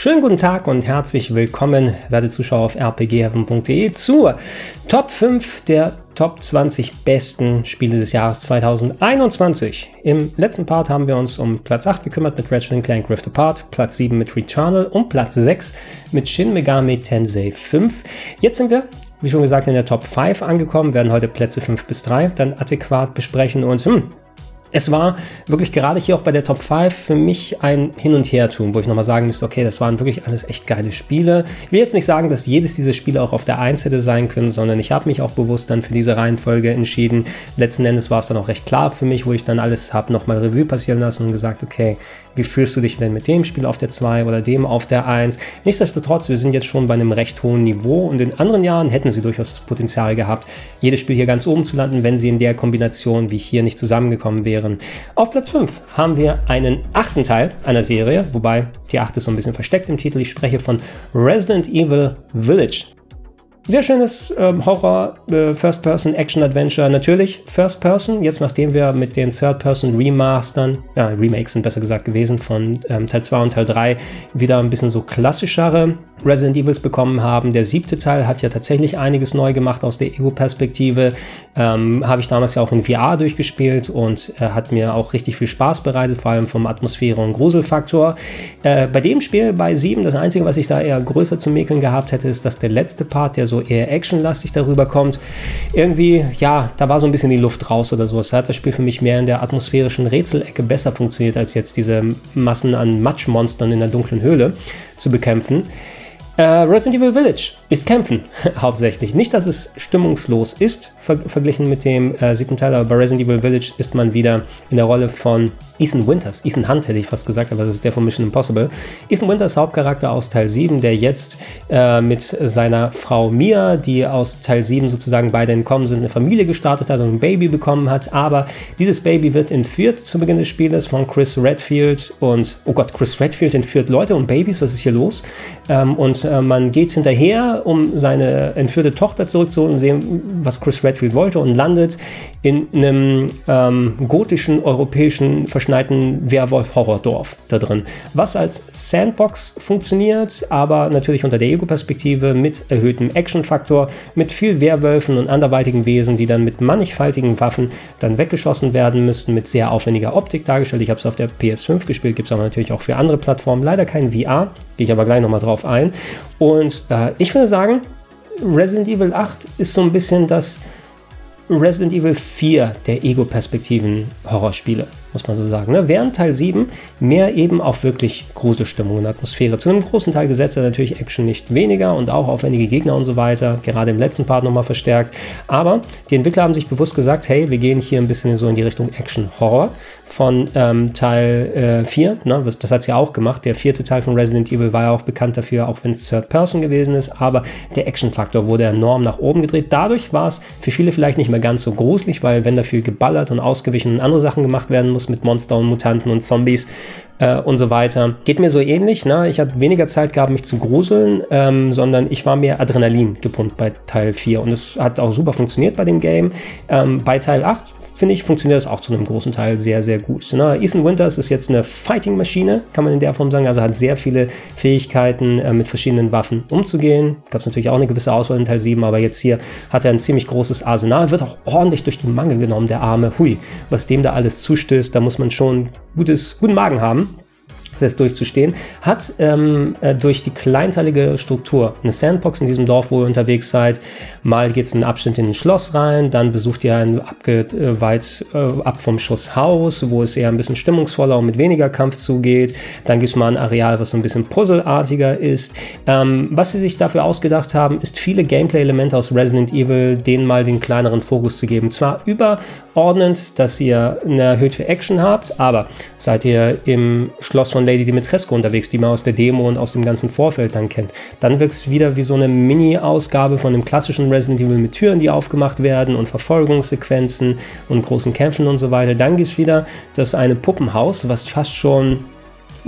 Speaker 1: Schönen guten Tag und herzlich willkommen, werte Zuschauer auf r p g heaven punkt d e, zur Top fünf der Top zwanzig besten Spiele des Jahres zweitausendeinundzwanzig. Im letzten Part haben wir uns um Platz acht gekümmert mit Ratchet and Clank Rift Apart, Platz sieben mit Returnal und Platz sechs mit Shin Megami Tensei fünf. Jetzt sind wir, wie schon gesagt, in der Top fünf angekommen, werden heute Plätze fünf bis drei dann adäquat besprechen und hm, es war wirklich gerade hier auch bei der Top fünf für mich ein Hin- und Her-Tun, wo ich nochmal sagen müsste, okay, das waren wirklich alles echt geile Spiele. Ich will jetzt nicht sagen, dass jedes dieser Spiele auch auf der eins hätte sein können, sondern ich habe mich auch bewusst dann für diese Reihenfolge entschieden. Letzten Endes war es dann auch recht klar für mich, wo ich dann alles habe nochmal Revue passieren lassen und gesagt, okay, wie fühlst du dich denn mit dem Spiel auf der zwei oder dem auf der eins? Nichtsdestotrotz, wir sind jetzt schon bei einem recht hohen Niveau und in anderen Jahren hätten sie durchaus das Potenzial gehabt, jedes Spiel hier ganz oben zu landen, wenn sie in der Kombination wie hier nicht zusammengekommen wären. Auf Platz fünf haben wir einen achten Teil einer Serie, wobei die acht ist so ein bisschen versteckt im Titel. Ich spreche von Resident Evil Village. Sehr schönes ähm, Horror, äh, First-Person-Action-Adventure, natürlich First-Person, jetzt nachdem wir mit den Third-Person-Remastern, ja, Remakes sind besser gesagt gewesen, von ähm, Teil zwei und Teil drei wieder ein bisschen so klassischere Resident Evils bekommen haben. Der siebte Teil hat ja tatsächlich einiges neu gemacht aus der Ego-Perspektive, ähm, habe ich damals ja auch in V R durchgespielt und äh, hat mir auch richtig viel Spaß bereitet, vor allem vom Atmosphäre- und Gruselfaktor. Äh, bei dem Spiel, bei sieben, das Einzige, was ich da eher größer zu mäkeln gehabt hätte, ist, dass der letzte Part, der so eher actionlastig darüber kommt, irgendwie, ja, da war so ein bisschen die Luft raus oder so. Es hat das Spiel für mich mehr in der atmosphärischen Rätselecke besser funktioniert, als jetzt diese Massen an Matschmonstern in der dunklen Höhle zu bekämpfen. Uh, Resident Evil Village ist Kämpfen, hauptsächlich. Nicht, dass es stimmungslos ist, ver verglichen mit dem äh, siebten Teil, aber bei Resident Evil Village ist man wieder in der Rolle von Ethan Winters. Ethan Hunt hätte ich fast gesagt, aber das ist der von Mission Impossible. Ethan Winters, Hauptcharakter aus Teil sieben, der jetzt äh, mit seiner Frau Mia, die aus Teil sieben sozusagen beide entkommen sind, eine Familie gestartet hat und ein Baby bekommen hat. Aber dieses Baby wird entführt zu Beginn des Spieles von Chris Redfield und, oh Gott, Chris Redfield entführt Leute und Babys, was ist hier los? Ähm, und äh, man geht hinterher, um seine entführte Tochter zurückzuholen und sehen, was Chris Redfield wollte, und landet in einem ähm, gotischen, europäischen, verschneiten Werwolf-Horrordorf da drin. Was als Sandbox funktioniert, aber natürlich unter der Ego-Perspektive mit erhöhtem Action-Faktor, mit viel Werwölfen und anderweitigen Wesen, die dann mit mannigfaltigen Waffen dann weggeschossen werden müssten, mit sehr aufwendiger Optik dargestellt. Ich habe es auf der P S fünf gespielt, gibt es aber natürlich auch für andere Plattformen. Leider kein V R, gehe ich aber gleich nochmal drauf ein. Und äh, ich würde sagen, Resident Evil acht ist so ein bisschen das Resident Evil vier der Ego-Perspektiven-Horrorspiele, muss man so sagen. Ne? Während Teil sieben mehr eben auf wirklich Gruselstimmung und Atmosphäre. Zu einem großen Teil gesetzt er natürlich Action nicht weniger und auch aufwendige Gegner und so weiter, gerade im letzten Part nochmal verstärkt. Aber die Entwickler haben sich bewusst gesagt, hey, wir gehen hier ein bisschen so in die Richtung Action-Horror von ähm, Teil äh, vier, ne? das, das hat es ja auch gemacht. Der vierte Teil von Resident Evil war ja auch bekannt dafür, auch wenn es Third Person gewesen ist, aber der Action-Faktor wurde enorm nach oben gedreht. Dadurch war es für viele vielleicht nicht mehr ganz so gruselig, weil wenn dafür geballert und ausgewichen und andere Sachen gemacht werden muss mit Monster und Mutanten und Zombies äh, und so weiter. Geht mir so ähnlich, ne? Ich hatte weniger Zeit gehabt, mich zu gruseln, ähm, sondern ich war mehr Adrenalin gepumpt bei Teil vier und es hat auch super funktioniert bei dem Game. Ähm, bei Teil acht finde ich, funktioniert das auch zu einem großen Teil sehr, sehr gut. Ne? Ethan Winters ist jetzt eine Fighting-Maschine, kann man in der Form sagen, also hat sehr viele Fähigkeiten, äh, mit verschiedenen Waffen umzugehen. Gab es natürlich auch eine gewisse Auswahl in Teil sieben, aber jetzt hier hat er ein ziemlich großes Arsenal, wird auch ordentlich durch die Mangel genommen, der Arme. Hui, was dem da alles zustößt, da muss man schon gutes, guten Magen haben, das durchzustehen, hat ähm, äh, durch die kleinteilige Struktur eine Sandbox in diesem Dorf, wo ihr unterwegs seid. Mal geht es einen Abschnitt in ein Schloss rein, dann besucht ihr ein abgeweit äh, ab vom Schuss Haus, wo es eher ein bisschen stimmungsvoller und mit weniger Kampf zugeht. Dann gibt es mal ein Areal, was so ein bisschen puzzelartiger ist. Ähm, was sie sich dafür ausgedacht haben, ist viele Gameplay-Elemente aus Resident Evil, denen mal den kleineren Fokus zu geben. Zwar überordnend, dass ihr eine erhöhte Action habt, aber seid ihr im Schloss von Lady Dimitrescu unterwegs, die man aus der Demo und aus dem ganzen Vorfeld dann kennt. Dann wirkt es wieder wie so eine Mini-Ausgabe von dem klassischen Resident Evil mit Türen, die aufgemacht werden und Verfolgungssequenzen und großen Kämpfen und so weiter. Dann gibt es wieder das eine Puppenhaus, was fast schon ja,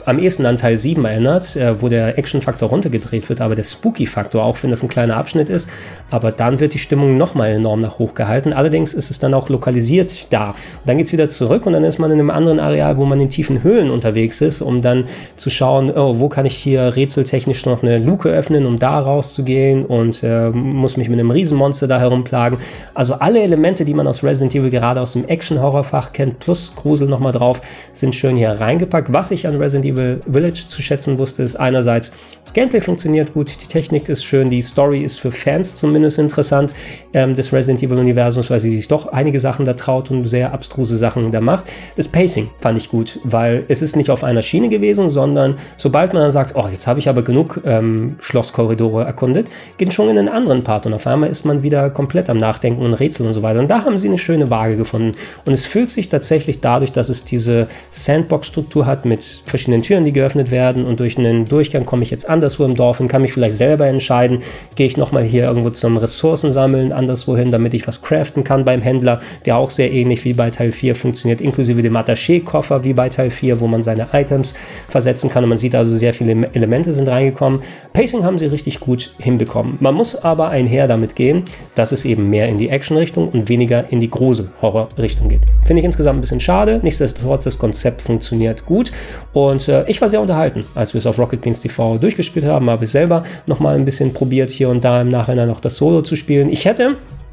Speaker 1: am ehesten an Teil sieben erinnert, äh, wo der Action-Faktor runtergedreht wird, aber der Spooky-Faktor, auch wenn das ein kleiner Abschnitt ist, aber dann wird die Stimmung nochmal enorm nach hoch gehalten. Allerdings ist es dann auch lokalisiert da. Und dann geht es wieder zurück und dann ist man in einem anderen Areal, wo man in tiefen Höhlen unterwegs ist, um dann zu schauen, oh, wo kann ich hier rätseltechnisch noch eine Luke öffnen, um da rauszugehen und äh, muss mich mit einem Riesenmonster da herumplagen. Also alle Elemente, die man aus Resident Evil gerade aus dem Action-Horror-Fach kennt, plus Grusel nochmal drauf, sind schön hier reingepackt. Was ich an Resident Evil Village zu schätzen wusste, ist einerseits, das Gameplay funktioniert gut, die Technik ist schön, die Story ist für Fans zumindest interessant ähm, des Resident Evil-Universums, weil sie sich doch einige Sachen da traut und sehr abstruse Sachen da macht. Das Pacing fand ich gut, weil es ist nicht auf einer Schiene gewesen, sondern sobald man dann sagt, oh, jetzt habe ich aber genug ähm, Schlosskorridore erkundet, geht schon in einen anderen Part und auf einmal ist man wieder komplett am Nachdenken und Rätseln und so weiter. Und da haben sie eine schöne Waage gefunden. Und es fühlt sich tatsächlich dadurch, dass es diese Sandbox-Struktur hat mit verschiedenen Türen, die geöffnet werden und durch einen Durchgang komme ich jetzt anderswo im Dorf und kann mich vielleicht selber entscheiden, gehe ich nochmal hier irgendwo zum Ressourcen sammeln, anderswo hin, damit ich was craften kann beim Händler, der auch sehr ähnlich wie bei Teil vier funktioniert, inklusive dem Attaché-Koffer wie bei Teil vier, wo man seine Items versetzen kann und man sieht also, sehr viele Elemente sind reingekommen. Pacing haben sie richtig gut hinbekommen. Man muss aber einher damit gehen, dass es eben mehr in die Action-Richtung und weniger in die große Horror-Richtung geht. Finde ich insgesamt ein bisschen schade, nichtsdestotrotz das Konzept funktioniert gut und äh, ich war sehr unterhalten, als wir es auf Rocket Beans T V durchgespielt haben, habe ich selber nochmal ein bisschen probiert, hier und da im Nachhinein noch das Solo zu spielen. Ich hätte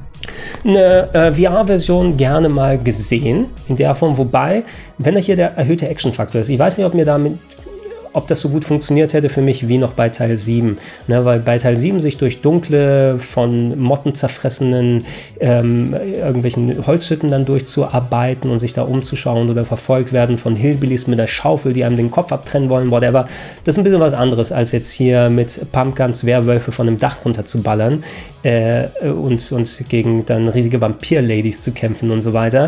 Speaker 1: eine äh, V R-Version gerne mal gesehen, in der Form, wobei, wenn da hier der erhöhte Action-Faktor ist, ich weiß nicht, ob mir damit ob das so gut funktioniert hätte für mich wie noch bei Teil sieben. Ne, weil bei Teil sieben sich durch dunkle, von Motten zerfressenen ähm, irgendwelchen Holzhütten dann durchzuarbeiten und sich da umzuschauen oder verfolgt werden von Hillbillies mit der Schaufel, die einem den Kopf abtrennen wollen, whatever. Das ist ein bisschen was anderes, als jetzt hier mit Pumpguns Werwölfe von einem Dach runter zu ballern äh, und, und gegen dann riesige Vampir-Ladies zu kämpfen und so weiter.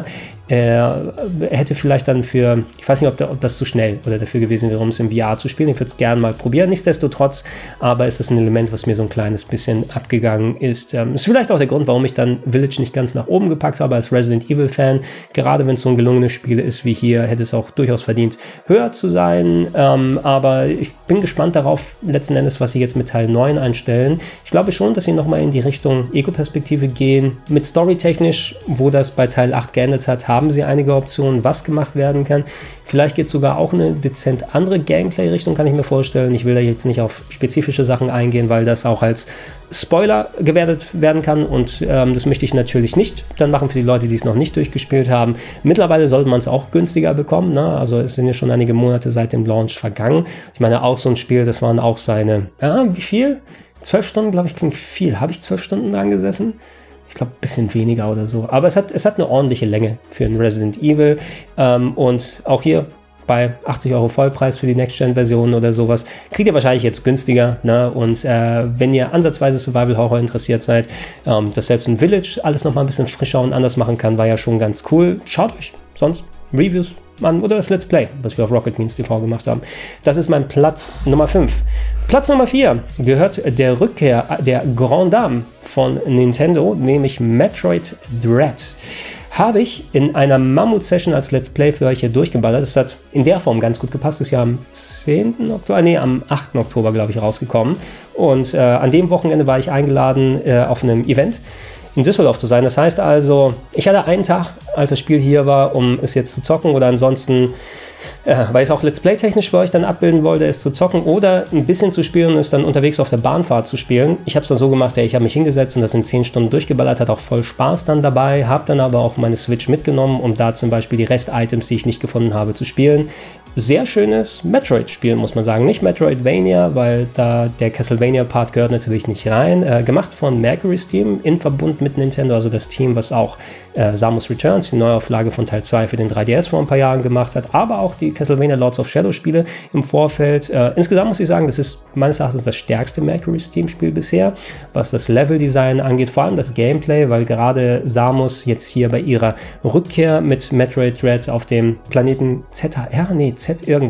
Speaker 1: Er hätte vielleicht dann für, ich weiß nicht, ob, da, ob das zu schnell oder dafür gewesen wäre, um es im V R zu spielen. Ich würde es gerne mal probieren, nichtsdestotrotz, aber es ist ein Element, was mir so ein kleines bisschen abgegangen ist. Ähm, ist vielleicht auch der Grund, warum ich dann Village nicht ganz nach oben gepackt habe als Resident Evil Fan. Gerade wenn es so ein gelungenes Spiel ist wie hier, hätte es auch durchaus verdient, höher zu sein. Ähm, aber ich bin gespannt darauf, letzten Endes, was sie jetzt mit Teil neun einstellen. Ich glaube schon, dass sie nochmal in die Richtung Ego-Perspektive gehen. Mit Storytechnisch, wo das bei Teil acht geendet hat, haben sie einige Optionen, was gemacht werden kann. Vielleicht geht es sogar auch eine dezent andere Gameplay-Richtung, kann ich mir vorstellen. Ich will da jetzt nicht auf spezifische Sachen eingehen, weil das auch als Spoiler gewertet werden kann und ähm, das möchte ich natürlich nicht dann machen für die Leute, die es noch nicht durchgespielt haben. Mittlerweile sollte man es auch günstiger bekommen, ne? Also es sind ja schon einige Monate seit dem Launch vergangen. Ich meine, auch so ein Spiel, das waren auch seine, ja, wie viel? Zwölf Stunden, glaube ich, klingt viel. Habe ich zwölf Stunden dran gesessen? Ich glaube, ein bisschen weniger oder so. Aber es hat, es hat eine ordentliche Länge für ein Resident Evil. Ähm, und auch hier bei achtzig Euro Vollpreis für die Next-Gen-Version oder sowas, kriegt ihr wahrscheinlich jetzt günstiger. Ne? Und äh, wenn ihr ansatzweise Survival-Horror interessiert seid, ähm, dass selbst ein Village alles nochmal ein bisschen frischer und anders machen kann, war ja schon ganz cool. Schaut euch sonst Reviews an oder das Let's Play, was wir auf Rocket Beans T V gemacht haben. Das ist mein Platz Nummer fünf. Platz Nummer vier gehört der Rückkehr der Grand Dame von Nintendo, nämlich Metroid Dread. Habe ich in einer Mammut-Session als Let's Play für euch hier durchgeballert. Das hat in der Form ganz gut gepasst. Das ist ja am zehnten Oktober, nee, am achten Oktober, glaube ich, rausgekommen. Und äh, an dem Wochenende war ich eingeladen äh, auf einem Event in Düsseldorf zu sein. Das heißt also, ich hatte einen Tag, als das Spiel hier war, um es jetzt zu zocken oder ansonsten, äh, weil ich es auch Let's Play-technisch bei euch dann abbilden wollte, es zu zocken oder ein bisschen zu spielen und es dann unterwegs auf der Bahnfahrt zu spielen. Ich habe es dann so gemacht, ja, ich habe mich hingesetzt und das in zehn Stunden durchgeballert, hat auch voll Spaß dann dabei, habe dann aber auch meine Switch mitgenommen, um da zum Beispiel die Rest-Items, die ich nicht gefunden habe, zu spielen. Sehr schönes Metroid-Spiel, muss man sagen. Nicht Metroidvania, weil da der Castlevania-Part gehört natürlich nicht rein. Äh, gemacht von Mercury's Team in Verbund mit Nintendo, also das Team, was auch äh, Samus Returns, die Neuauflage von Teil zwei für den drei D S vor ein paar Jahren gemacht hat, aber auch die Castlevania Lords of Shadow Spiele im Vorfeld. Äh, insgesamt muss ich sagen, das ist meines Erachtens das stärkste Mercury's Team-Spiel bisher, was das Level-Design angeht, vor allem das Gameplay, weil gerade Samus jetzt hier bei ihrer Rückkehr mit Metroid Dread auf dem Planeten Z H R, nee, Z irgendwas.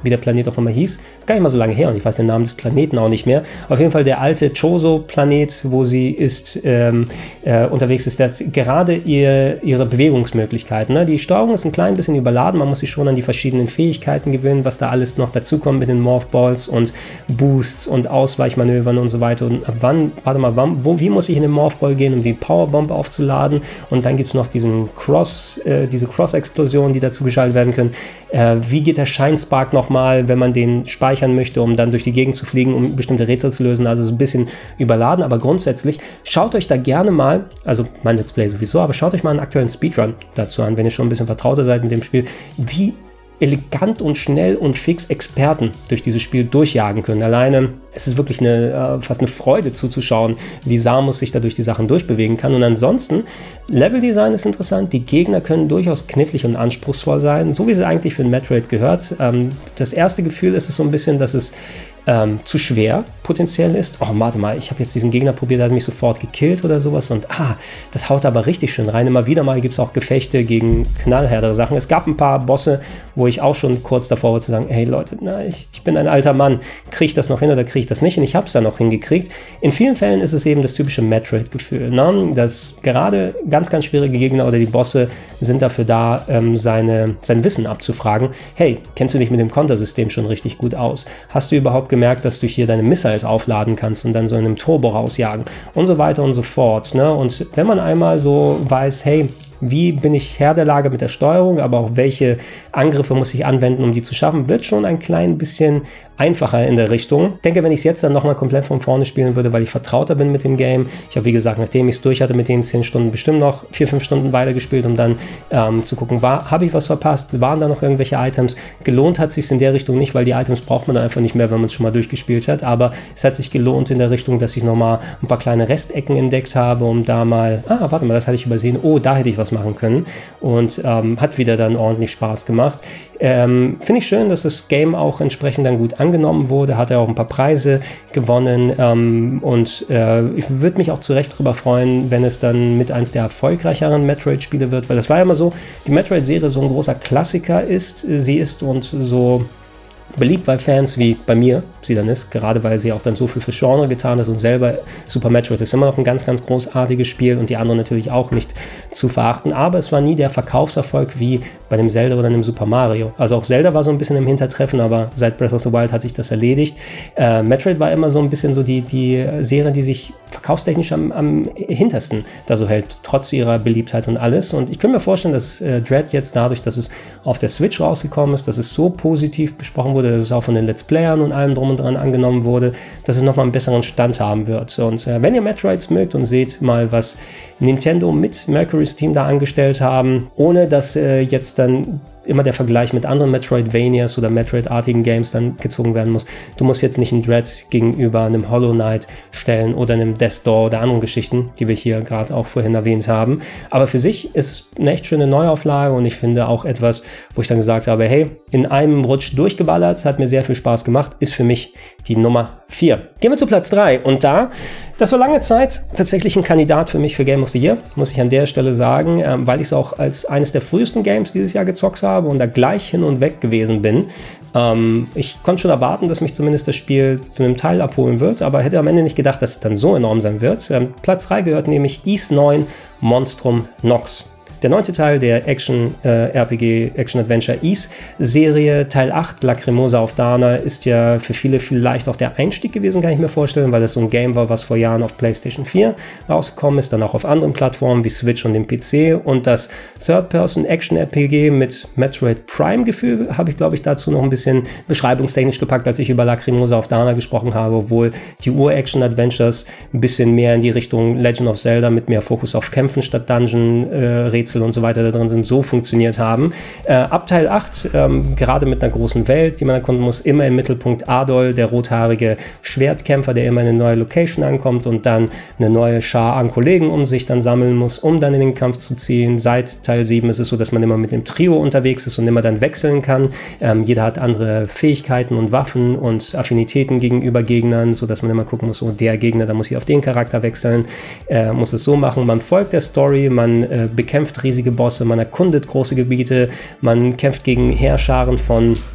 Speaker 1: wie der Planet auch immer hieß. Ist gar nicht mal so lange her und ich weiß den Namen des Planeten auch nicht mehr. Auf jeden Fall der alte Chozo-Planet, wo sie ist, ähm, äh, unterwegs ist, dass gerade ihr, ihre Bewegungsmöglichkeiten, ne? Die Steuerung ist ein klein bisschen überladen, man muss sich schon an die verschiedenen Fähigkeiten gewöhnen, was da alles noch dazukommt mit den Morphballs und Boosts und Ausweichmanövern und so weiter. Und ab wann, warte mal, wann, wo, wie muss ich in den Morphball gehen, um die Powerbomb aufzuladen? Und dann gibt es noch diesen Cross, äh, diese Cross-Explosionen, die dazu geschaltet werden können. Äh, wie geht der Shine Spark nochmal, wenn man den speichern möchte, um dann durch die Gegend zu fliegen, um bestimmte Rätsel zu lösen? Also es ist ein bisschen überladen, aber grundsätzlich schaut euch da gerne mal, also mein Let's Play sowieso, aber schaut euch mal einen aktuellen Speedrun dazu an, wenn ihr schon ein bisschen vertrauter seid mit dem Spiel, wie elegant und schnell und fix Experten durch dieses Spiel durchjagen können. Alleine, es ist wirklich eine, äh, fast eine Freude zuzuschauen, wie Samus sich da durch die Sachen durchbewegen kann. Und ansonsten, Leveldesign ist interessant, die Gegner können durchaus knifflig und anspruchsvoll sein, so wie sie eigentlich für ein Metroid gehört. Ähm, das erste Gefühl ist es so ein bisschen, dass es Ähm, zu schwer potenziell ist. Oh, warte mal, ich habe jetzt diesen Gegner probiert, der hat mich sofort gekillt oder sowas und ah, das haut aber richtig schön rein. Immer wieder mal gibt es auch Gefechte gegen knallhärtere Sachen. Es gab ein paar Bosse, wo ich auch schon kurz davor war zu sagen, hey Leute, na, ich, ich bin ein alter Mann, kriege ich das noch hin oder kriege ich das nicht? Und ich habe es dann noch hingekriegt. In vielen Fällen ist es eben das typische Metroid-Gefühl, ne? Dass gerade ganz, ganz schwierige Gegner oder die Bosse sind dafür da, ähm, seine, sein Wissen abzufragen. Hey, kennst du dich mit dem Kontersystem schon richtig gut aus? Hast du überhaupt gemerkt, dass du hier deine Missiles aufladen kannst und dann so in einem Turbo rausjagen und so weiter und so fort, ne? Und wenn man einmal so weiß, hey, wie bin ich Herr der Lage mit der Steuerung, aber auch welche Angriffe muss ich anwenden, um die zu schaffen, wird schon ein klein bisschen einfacher in der Richtung. Ich denke, wenn ich es jetzt dann nochmal komplett von vorne spielen würde, weil ich vertrauter bin mit dem Game. Ich habe, wie gesagt, nachdem ich es durch hatte mit den zehn Stunden, bestimmt noch vier, fünf Stunden weiter gespielt, um dann ähm, zu gucken, habe ich was verpasst? Waren da noch irgendwelche Items? Gelohnt hat es sich in der Richtung nicht, weil die Items braucht man dann einfach nicht mehr, wenn man es schon mal durchgespielt hat. Aber es hat sich gelohnt in der Richtung, dass ich nochmal ein paar kleine Restecken entdeckt habe, um da mal, ah, warte mal, das hatte ich übersehen. Oh, da hätte ich was machen können. Und ähm, hat wieder dann ordentlich Spaß gemacht. Ähm, Finde ich schön, dass das Game auch entsprechend dann gut angenommen wurde, hat er auch ein paar Preise gewonnen ähm, und äh, ich würde mich auch zu Recht darüber freuen, wenn es dann mit eins der erfolgreicheren Metroid-Spiele wird, weil das war ja immer so, die Metroid-Serie so ein großer Klassiker ist, sie ist und so beliebt bei Fans wie bei mir sie dann ist, gerade weil sie auch dann so viel für Genre getan hat und selber Super Metroid ist immer noch ein ganz, ganz großartiges Spiel und die anderen natürlich auch nicht zu verachten, aber es war nie der Verkaufserfolg wie bei dem Zelda oder dem Super Mario. Also auch Zelda war so ein bisschen im Hintertreffen, aber seit Breath of the Wild hat sich das erledigt. Äh, Metroid war immer so ein bisschen so die, die Serie, die sich verkaufstechnisch am, am hintersten da so hält, trotz ihrer Beliebtheit und alles. Und ich könnte mir vorstellen, dass äh, Dread jetzt dadurch, dass es auf der Switch rausgekommen ist, dass es so positiv besprochen wurde, dass es auch von den Let's Playern und allem drum und dran angenommen wurde, dass es nochmal einen besseren Stand haben wird. Und äh, wenn ihr Metroids mögt und seht mal, was Nintendo mit Mercury's Team da angestellt haben, ohne dass äh, jetzt dann immer der Vergleich mit anderen Metroidvanias oder Metroid-artigen Games dann gezogen werden muss. Du musst jetzt nicht einen Dread gegenüber einem Hollow Knight stellen oder einem Death's Door oder anderen Geschichten, die wir hier gerade auch vorhin erwähnt haben. Aber für sich ist es eine echt schöne Neuauflage und ich finde auch etwas, wo ich dann gesagt habe, hey, in einem Rutsch durchgeballert, hat mir sehr viel Spaß gemacht, ist für mich die Nummer vier. Gehen wir zu Platz drei und da, das war lange Zeit tatsächlich ein Kandidat für mich für Game of the Year, muss ich an der Stelle sagen, ähm, weil ich es auch als eines der frühesten Games dieses Jahr gezockt habe und da gleich hin und weg gewesen bin. Ähm, ich konnte schon erwarten, dass mich zumindest das Spiel zu einem Teil abholen wird, aber hätte am Ende nicht gedacht, dass es dann so enorm sein wird. Ähm, Platz drei gehört nämlich Ys neun Monstrum Nox. Der neunte Teil der Action-R P G, Action-Adventure Ys-Serie, Teil acht, Lacrimosa of Dana, ist ja für viele vielleicht auch der Einstieg gewesen, kann ich mir vorstellen, weil das so ein Game war, was vor Jahren auf PlayStation vier rausgekommen ist, dann auch auf anderen Plattformen wie Switch und dem P C und das Third-Person-Action-R P G mit Metroid Prime-Gefühl habe ich, glaube ich, dazu noch ein bisschen beschreibungstechnisch gepackt, als ich über Lacrimosa of Dana gesprochen habe, obwohl die Ur-Action-Adventures ein bisschen mehr in die Richtung Legend of Zelda mit mehr Fokus auf Kämpfen statt Dungeon-Rätsel und so weiter da drin sind, so funktioniert haben. Äh, ab Teil acht, ähm, gerade mit einer großen Welt, die man erkunden muss, immer im Mittelpunkt Adol, der rothaarige Schwertkämpfer, der immer in eine neue Location ankommt und dann eine neue Schar an Kollegen um sich dann sammeln muss, um dann in den Kampf zu ziehen. Seit Teil sieben ist es so, dass man immer mit dem Trio unterwegs ist und immer dann wechseln kann. Ähm, jeder hat andere Fähigkeiten und Waffen und Affinitäten gegenüber Gegnern, sodass man immer gucken muss, so der Gegner, da muss ich auf den Charakter wechseln, äh, muss es so machen. Man folgt der Story, man äh, bekämpft riesige Bosse, man erkundet große Gebiete, man kämpft gegen Heerscharen von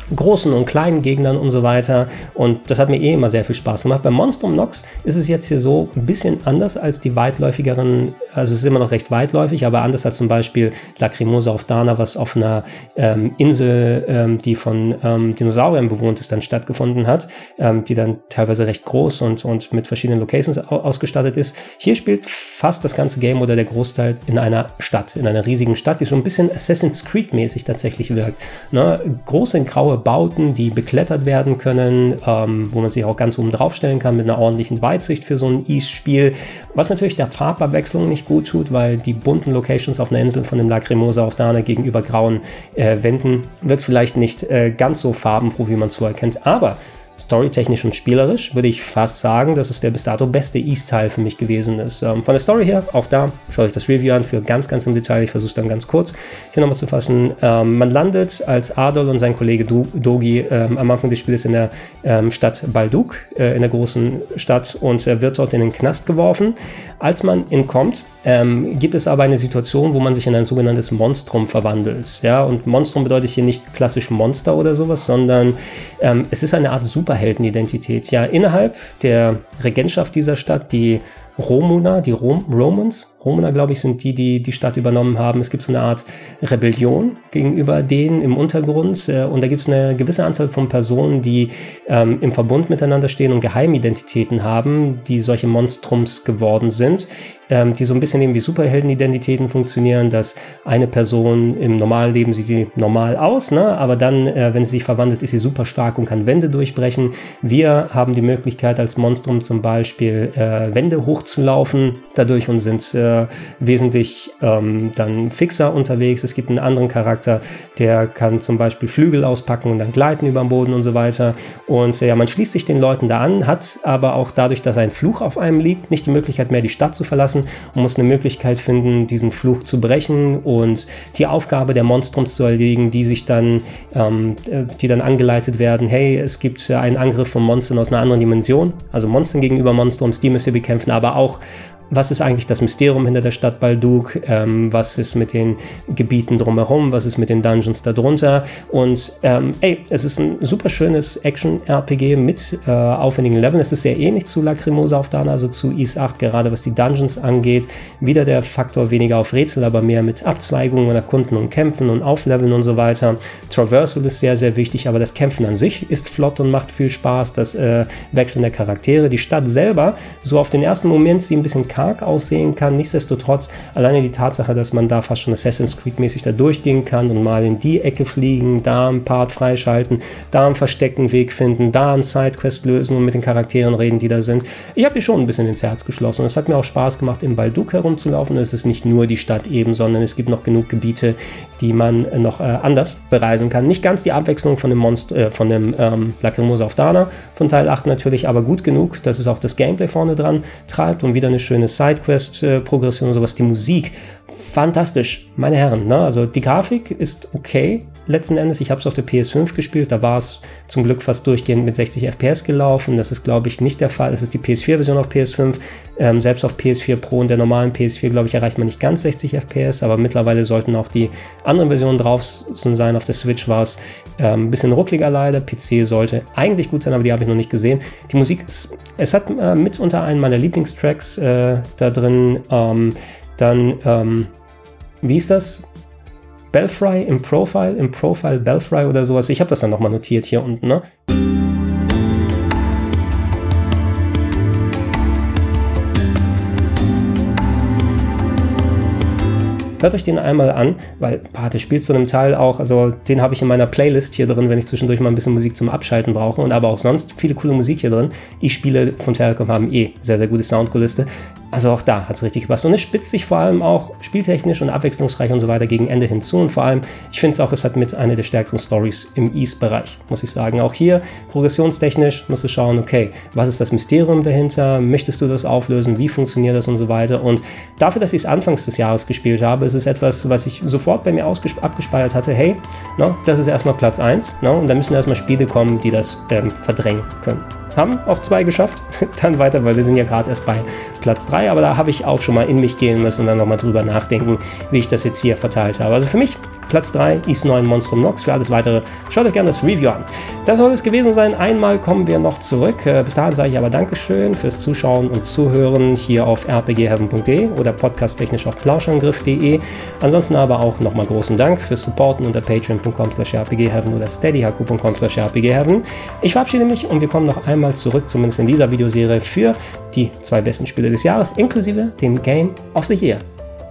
Speaker 1: großen und kleinen Gegnern und so weiter. Und das hat mir eh immer sehr viel Spaß gemacht. Bei Monstrum Nox ist es jetzt hier so ein bisschen anders als die weitläufigeren, also es ist immer noch recht weitläufig, aber anders als zum Beispiel Lacrimosa of Dana, was auf einer ähm, Insel, ähm, die von ähm, Dinosauriern bewohnt ist, dann stattgefunden hat, ähm, die dann teilweise recht groß und, und mit verschiedenen Locations ausgestattet ist. Hier spielt fast das ganze Game oder der Großteil in einer Stadt, in einer riesigen Stadt, die so ein bisschen Assassin's Creed-mäßig tatsächlich wirkt. Ne? Große graue Bauten, die beklettert werden können, ähm, wo man sich auch ganz oben drauf stellen kann mit einer ordentlichen Weitsicht für so ein Ease-Spiel, was natürlich der Farbabwechslung nicht gut tut, weil die bunten Locations auf einer Insel von dem Lacrimosa of Dana gegenüber grauen äh, Wänden wirkt vielleicht nicht äh, ganz so farbenfroh, wie man es vorher kennt, aber storytechnisch und spielerisch würde ich fast sagen, dass es der bis dato beste East-Teil für mich gewesen ist. Ähm, von der Story her, auch da schaue ich das Review an für ganz, ganz im Detail. Ich versuche es dann ganz kurz hier nochmal zu fassen. Ähm, man landet als Adol und sein Kollege Do- Dogi ähm, am Anfang des Spiels in der ähm, Stadt Balduk, äh, in der großen Stadt, und äh, wird dort in den Knast geworfen. Als man entkommt, ähm, gibt es aber eine Situation, wo man sich in ein sogenanntes Monstrum verwandelt. Ja, und Monstrum bedeutet hier nicht klassisch Monster oder sowas, sondern ähm, es ist eine Art Superheldenidentität. Ja, innerhalb der Regentschaft dieser Stadt, die Romuna, die Rom- Romans, Romuna, glaube ich, sind die, die die Stadt übernommen haben. Es gibt so eine Art Rebellion gegenüber denen im Untergrund, äh, und da gibt es eine gewisse Anzahl von Personen, die ähm, im Verbund miteinander stehen und Geheimidentitäten haben, die solche Monstrums geworden sind, ähm, die so ein bisschen eben wie Superheldenidentitäten funktionieren, dass eine Person im normalen Leben sieht die normal aus, ne? Aber dann, äh, wenn sie sich verwandelt, ist sie super stark und kann Wände durchbrechen. Wir haben die Möglichkeit als Monstrum zum Beispiel äh, Wände hochzulaufen dadurch und sind äh, wesentlich ähm, dann fixer unterwegs. Es gibt einen anderen Charakter, der kann zum Beispiel Flügel auspacken und dann gleiten über den Boden und so weiter. Und äh, ja, man schließt sich den Leuten da an, hat aber auch dadurch, dass ein Fluch auf einem liegt, nicht die Möglichkeit mehr, die Stadt zu verlassen und muss eine Möglichkeit finden, diesen Fluch zu brechen und die Aufgabe der Monstrums zu erledigen, die sich dann, ähm, die dann angeleitet werden. Hey, es gibt einen Angriff von Monstern aus einer anderen Dimension, also Monstern gegenüber Monstrums, die müsst ihr bekämpfen, aber auch, was ist eigentlich das Mysterium hinter der Stadt Balduk, ähm, was ist mit den Gebieten drumherum, was ist mit den Dungeons darunter, und ähm, ey, es ist ein super schönes Action-R P G mit äh, aufwendigen Leveln. Es ist sehr ähnlich zu Lacrimosa of Dana, also zu Ys acht, gerade was die Dungeons angeht. Wieder der Faktor weniger auf Rätsel, aber mehr mit Abzweigungen und Erkunden und Kämpfen und Aufleveln und so weiter. Traversal ist sehr, sehr wichtig, aber das Kämpfen an sich ist flott und macht viel Spaß, das äh, Wechseln der Charaktere. Die Stadt selber, so auf den ersten Moment, sie ein bisschen karg aussehen kann. Nichtsdestotrotz, alleine die Tatsache, dass man da fast schon Assassin's Creed-mäßig da durchgehen kann und mal in die Ecke fliegen, da einen Part freischalten, da einen versteckten Weg finden, da einen Sidequest lösen und mit den Charakteren reden, die da sind. Ich habe hier schon ein bisschen ins Herz geschlossen und es hat mir auch Spaß gemacht, in Balduk herumzulaufen. Es ist nicht nur die Stadt eben, sondern es gibt noch genug Gebiete, die man noch äh, anders bereisen kann. Nicht ganz die Abwechslung von dem Monster, äh, von dem ähm, Lacrimosa of Dana von Teil acht natürlich, aber gut genug, dass es auch das Gameplay vorne dran treibt und wieder eine schöne Sidequest-Progression und sowas. Die Musik, fantastisch, meine Herren. Ne? Also die Grafik ist okay, letzten Endes. Ich habe es auf der P S fünf gespielt, da war es zum Glück fast durchgehend mit sechzig F P S gelaufen. Das ist, glaube ich, nicht der Fall. Es ist die P S vier Version auf P S fünf. Ähm, selbst auf P S vier Pro und der normalen P S vier, glaube ich, erreicht man nicht ganz sechzig F P S, aber mittlerweile sollten auch die anderen Versionen drauf sein. Auf der Switch war es ähm, ein bisschen ruckliger leider. P C sollte eigentlich gut sein, aber die habe ich noch nicht gesehen. Die Musik, ist, es hat äh, mitunter einen meiner Lieblingstracks äh, da drin. Ähm, dann, ähm, wie ist das? Belfry im Profile, im Profile Belfry oder sowas. Ich habe das dann nochmal notiert hier unten, ne? Hört euch den einmal an, weil boah, der spielt zu einem Teil auch, also den habe ich in meiner Playlist hier drin, wenn ich zwischendurch mal ein bisschen Musik zum Abschalten brauche, und aber auch sonst viele coole Musik hier drin. Ich Spiele von Telekom haben eh sehr, sehr gute Soundkulisse. Also auch da hat es richtig gepasst. Und es spitzt sich vor allem auch spieltechnisch und abwechslungsreich und so weiter gegen Ende hinzu. Und vor allem, ich finde es auch, es hat mit einer der stärksten Stories im East-Bereich, muss ich sagen. Auch hier, progressionstechnisch, musst du schauen, okay, was ist das Mysterium dahinter? Möchtest du das auflösen? Wie funktioniert das und so weiter? Und dafür, dass ich es anfangs des Jahres gespielt habe, ist es etwas, was ich sofort bei mir abgespeichert hatte. Hey, no, das ist erstmal Platz eins. No, und dann müssen erstmal Spiele kommen, die das ähm, verdrängen können. Haben auch zwei geschafft, dann weiter, weil wir sind ja gerade erst bei Platz drei, aber da habe ich auch schon mal in mich gehen müssen und dann nochmal drüber nachdenken, wie ich das jetzt hier verteilt habe. Also für mich Platz drei, Ys neun Monstrum Nox. Für alles Weitere schaut euch gerne das Review an. Das soll es gewesen sein. Einmal kommen wir noch zurück. Äh, bis dahin sage ich aber Dankeschön fürs Zuschauen und Zuhören hier auf r p g heaven punkt d e oder podcasttechnisch auf plauschangriff punkt d e. Ansonsten aber auch nochmal großen Dank fürs Supporten unter patreon punkt com slash r p g heaven oder steadyhq punkt com slash r p g heaven. Ich verabschiede mich und wir kommen noch einmal zurück, zumindest in dieser Videoserie, für die zwei besten Spiele des Jahres, inklusive dem Game of the Year.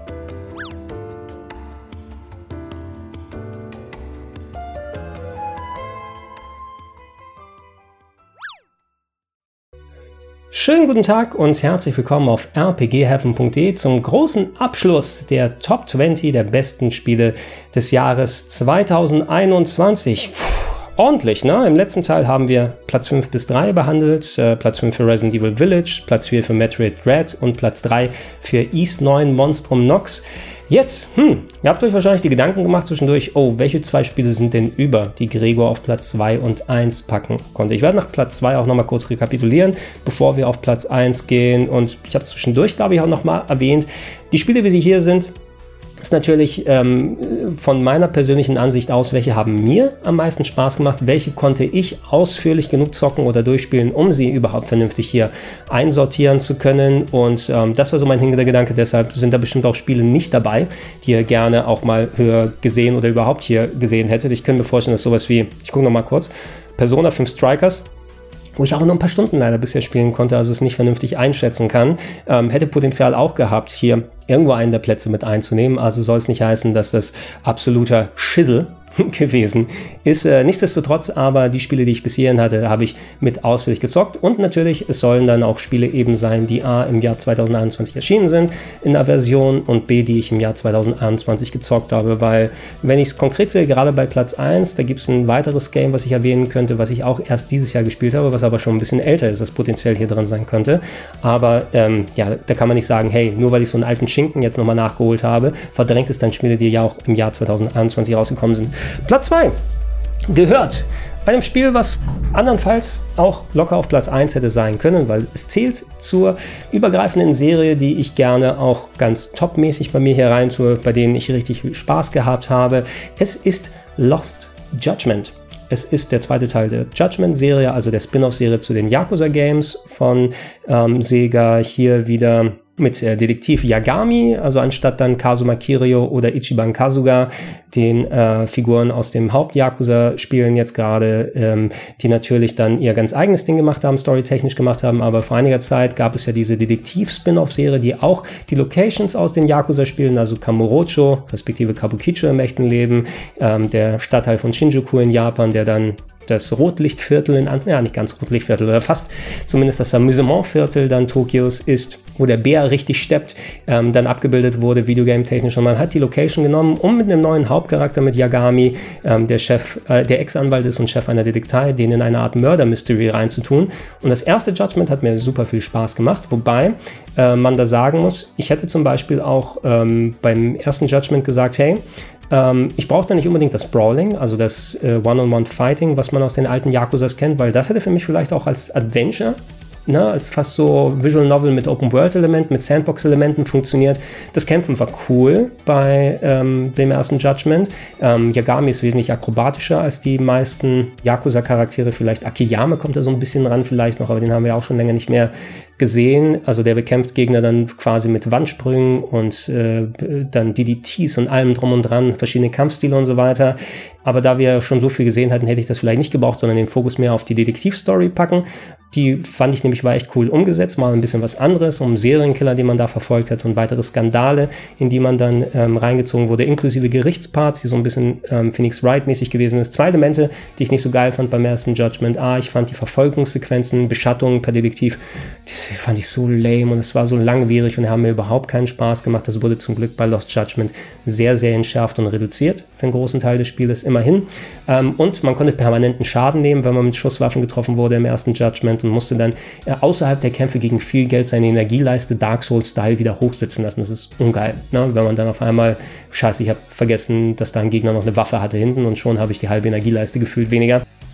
Speaker 1: Schönen guten Tag und herzlich willkommen auf r p g heaven punkt d e zum großen Abschluss der Top zwanzig der besten Spiele des Jahres zweitausendeinundzwanzig. Puh, ordentlich, ne? Im letzten Teil haben wir Platz fünf bis drei behandelt, äh, Platz fünf für Resident Evil Village, Platz vier für Metroid Dread und Platz drei für Ys neun Monstrum Nox. Jetzt, hm, ihr habt euch wahrscheinlich die Gedanken gemacht zwischendurch, oh, welche zwei Spiele sind denn über, die Gregor auf Platz zwei und eins packen konnte. Ich werde nach Platz zwei auch nochmal kurz rekapitulieren, bevor wir auf Platz eins gehen. Und ich habe zwischendurch, glaube ich, auch nochmal erwähnt, die Spiele, wie sie hier sind, ist natürlich ähm, von meiner persönlichen Ansicht aus, welche haben mir am meisten Spaß gemacht, welche konnte ich ausführlich genug zocken oder durchspielen, um sie überhaupt vernünftig hier einsortieren zu können. Und ähm, das war so mein Hintergedanke, deshalb sind da bestimmt auch Spiele nicht dabei, die ihr gerne auch mal höher gesehen oder überhaupt hier gesehen hättet. Ich könnte mir vorstellen, dass sowas wie, ich gucke noch mal kurz, Persona fünf Strikers, wo ich auch nur ein paar Stunden leider bisher spielen konnte, also es nicht vernünftig einschätzen kann, ähm, hätte Potenzial auch gehabt, hier irgendwo einen der Plätze mit einzunehmen. Also soll es nicht heißen, dass das absoluter Schissel gewesen ist. Äh, nichtsdestotrotz aber die Spiele, die ich bis hierhin hatte, habe ich mit ausführlich gezockt und natürlich, es sollen dann auch Spiele eben sein, die A im Jahr zweitausendeinundzwanzig erschienen sind in der Version und B, die ich im Jahr zweitausendeinundzwanzig gezockt habe, weil wenn ich es konkret sehe, gerade bei Platz eins, da gibt es ein weiteres Game, was ich erwähnen könnte, was ich auch erst dieses Jahr gespielt habe, was aber schon ein bisschen älter ist, das potenziell hier drin sein könnte, aber ähm, ja, da kann man nicht sagen, hey, nur weil ich so einen alten Schinken jetzt nochmal nachgeholt habe, verdrängt es dann Spiele, die ja auch im Jahr zweitausendeinundzwanzig rausgekommen sind. Platz zwei gehört einem Spiel, was andernfalls auch locker auf Platz eins hätte sein können, weil es zählt zur übergreifenden Serie, die ich gerne auch ganz topmäßig bei mir hier rein tue, bei denen ich richtig viel Spaß gehabt habe. Es ist Lost Judgment. Es ist der zweite Teil der Judgment-Serie, also der Spin-off-Serie zu den Yakuza-Games von ähm, Sega. Hier wieder mit äh, Detektiv Yagami, also anstatt dann Kazuma Kiryu oder Ichiban Kasuga, den äh, Figuren aus dem Haupt-Yakuza-Spielen jetzt gerade, ähm, die natürlich dann ihr ganz eigenes Ding gemacht haben, storytechnisch gemacht haben, aber vor einiger Zeit gab es ja diese Detektiv-Spin-off-Serie, die auch die Locations aus den Yakuza-Spielen, also Kamurocho, respektive Kabukicho im echten Leben, ähm, der Stadtteil von Shinjuku in Japan, der dann das Rotlichtviertel in, ja nicht ganz Rotlichtviertel, oder fast zumindest das Amusementviertel dann Tokios ist, wo der Bär richtig steppt, ähm, dann abgebildet wurde, Videogame-technisch. Und man hat die Location genommen, um mit einem neuen Hauptcharakter, mit Yagami, ähm, der Chef, äh, der Ex-Anwalt ist und Chef einer Detektei, den in eine Art Murder-Mystery reinzutun. Und das erste Judgment hat mir super viel Spaß gemacht, wobei äh, man da sagen muss, ich hätte zum Beispiel auch ähm, beim ersten Judgment gesagt, hey, Ähm, ich brauche da nicht unbedingt das Brawling, also das äh, One-on-One-Fighting, was man aus den alten Yakuzas kennt, weil das hätte für mich vielleicht auch als Adventure, ne, als fast so Visual Novel mit Open-World-Elementen, mit Sandbox-Elementen funktioniert. Das Kämpfen war cool bei ähm, dem ersten Judgment. Ähm, Yagami ist wesentlich akrobatischer als die meisten Yakuza-Charaktere. Vielleicht Akiyama kommt da so ein bisschen ran vielleicht noch, aber den haben wir auch schon länger nicht mehr gesehen. Also der bekämpft Gegner dann quasi mit Wandsprüngen und äh, dann D D Ts und allem drum und dran, verschiedene Kampfstile und so weiter. Aber da wir schon so viel gesehen hatten, hätte ich das vielleicht nicht gebraucht, sondern den Fokus mehr auf die Detektivstory packen. Die fand ich nämlich war echt cool umgesetzt, mal ein bisschen was anderes, um Serienkiller, die man da verfolgt hat und weitere Skandale, in die man dann ähm, reingezogen wurde, inklusive Gerichtsparts, die so ein bisschen ähm, Phoenix Wright-mäßig gewesen ist. Zwei Elemente, die ich nicht so geil fand beim ersten Judgment. A, ich fand die Verfolgungssequenzen, Beschattungen per Detektiv, die fand ich so lame und es war so langwierig und haben mir überhaupt keinen Spaß gemacht. Das wurde zum Glück bei Lost Judgment sehr, sehr entschärft und reduziert für einen großen Teil des Spieles, immerhin. Ähm, und man konnte permanenten Schaden nehmen, wenn man mit Schusswaffen getroffen wurde im ersten Judgment und musste dann äh, außerhalb der Kämpfe gegen viel Geld seine Energieleiste Dark Souls-Style wieder hochsitzen lassen. Das ist ungeil, ne? Wenn man dann auf einmal, scheiße, ich habe vergessen, dass da ein Gegner noch eine Waffe hatte hinten und schon habe ich die halbe Energieleiste gefühlt weniger.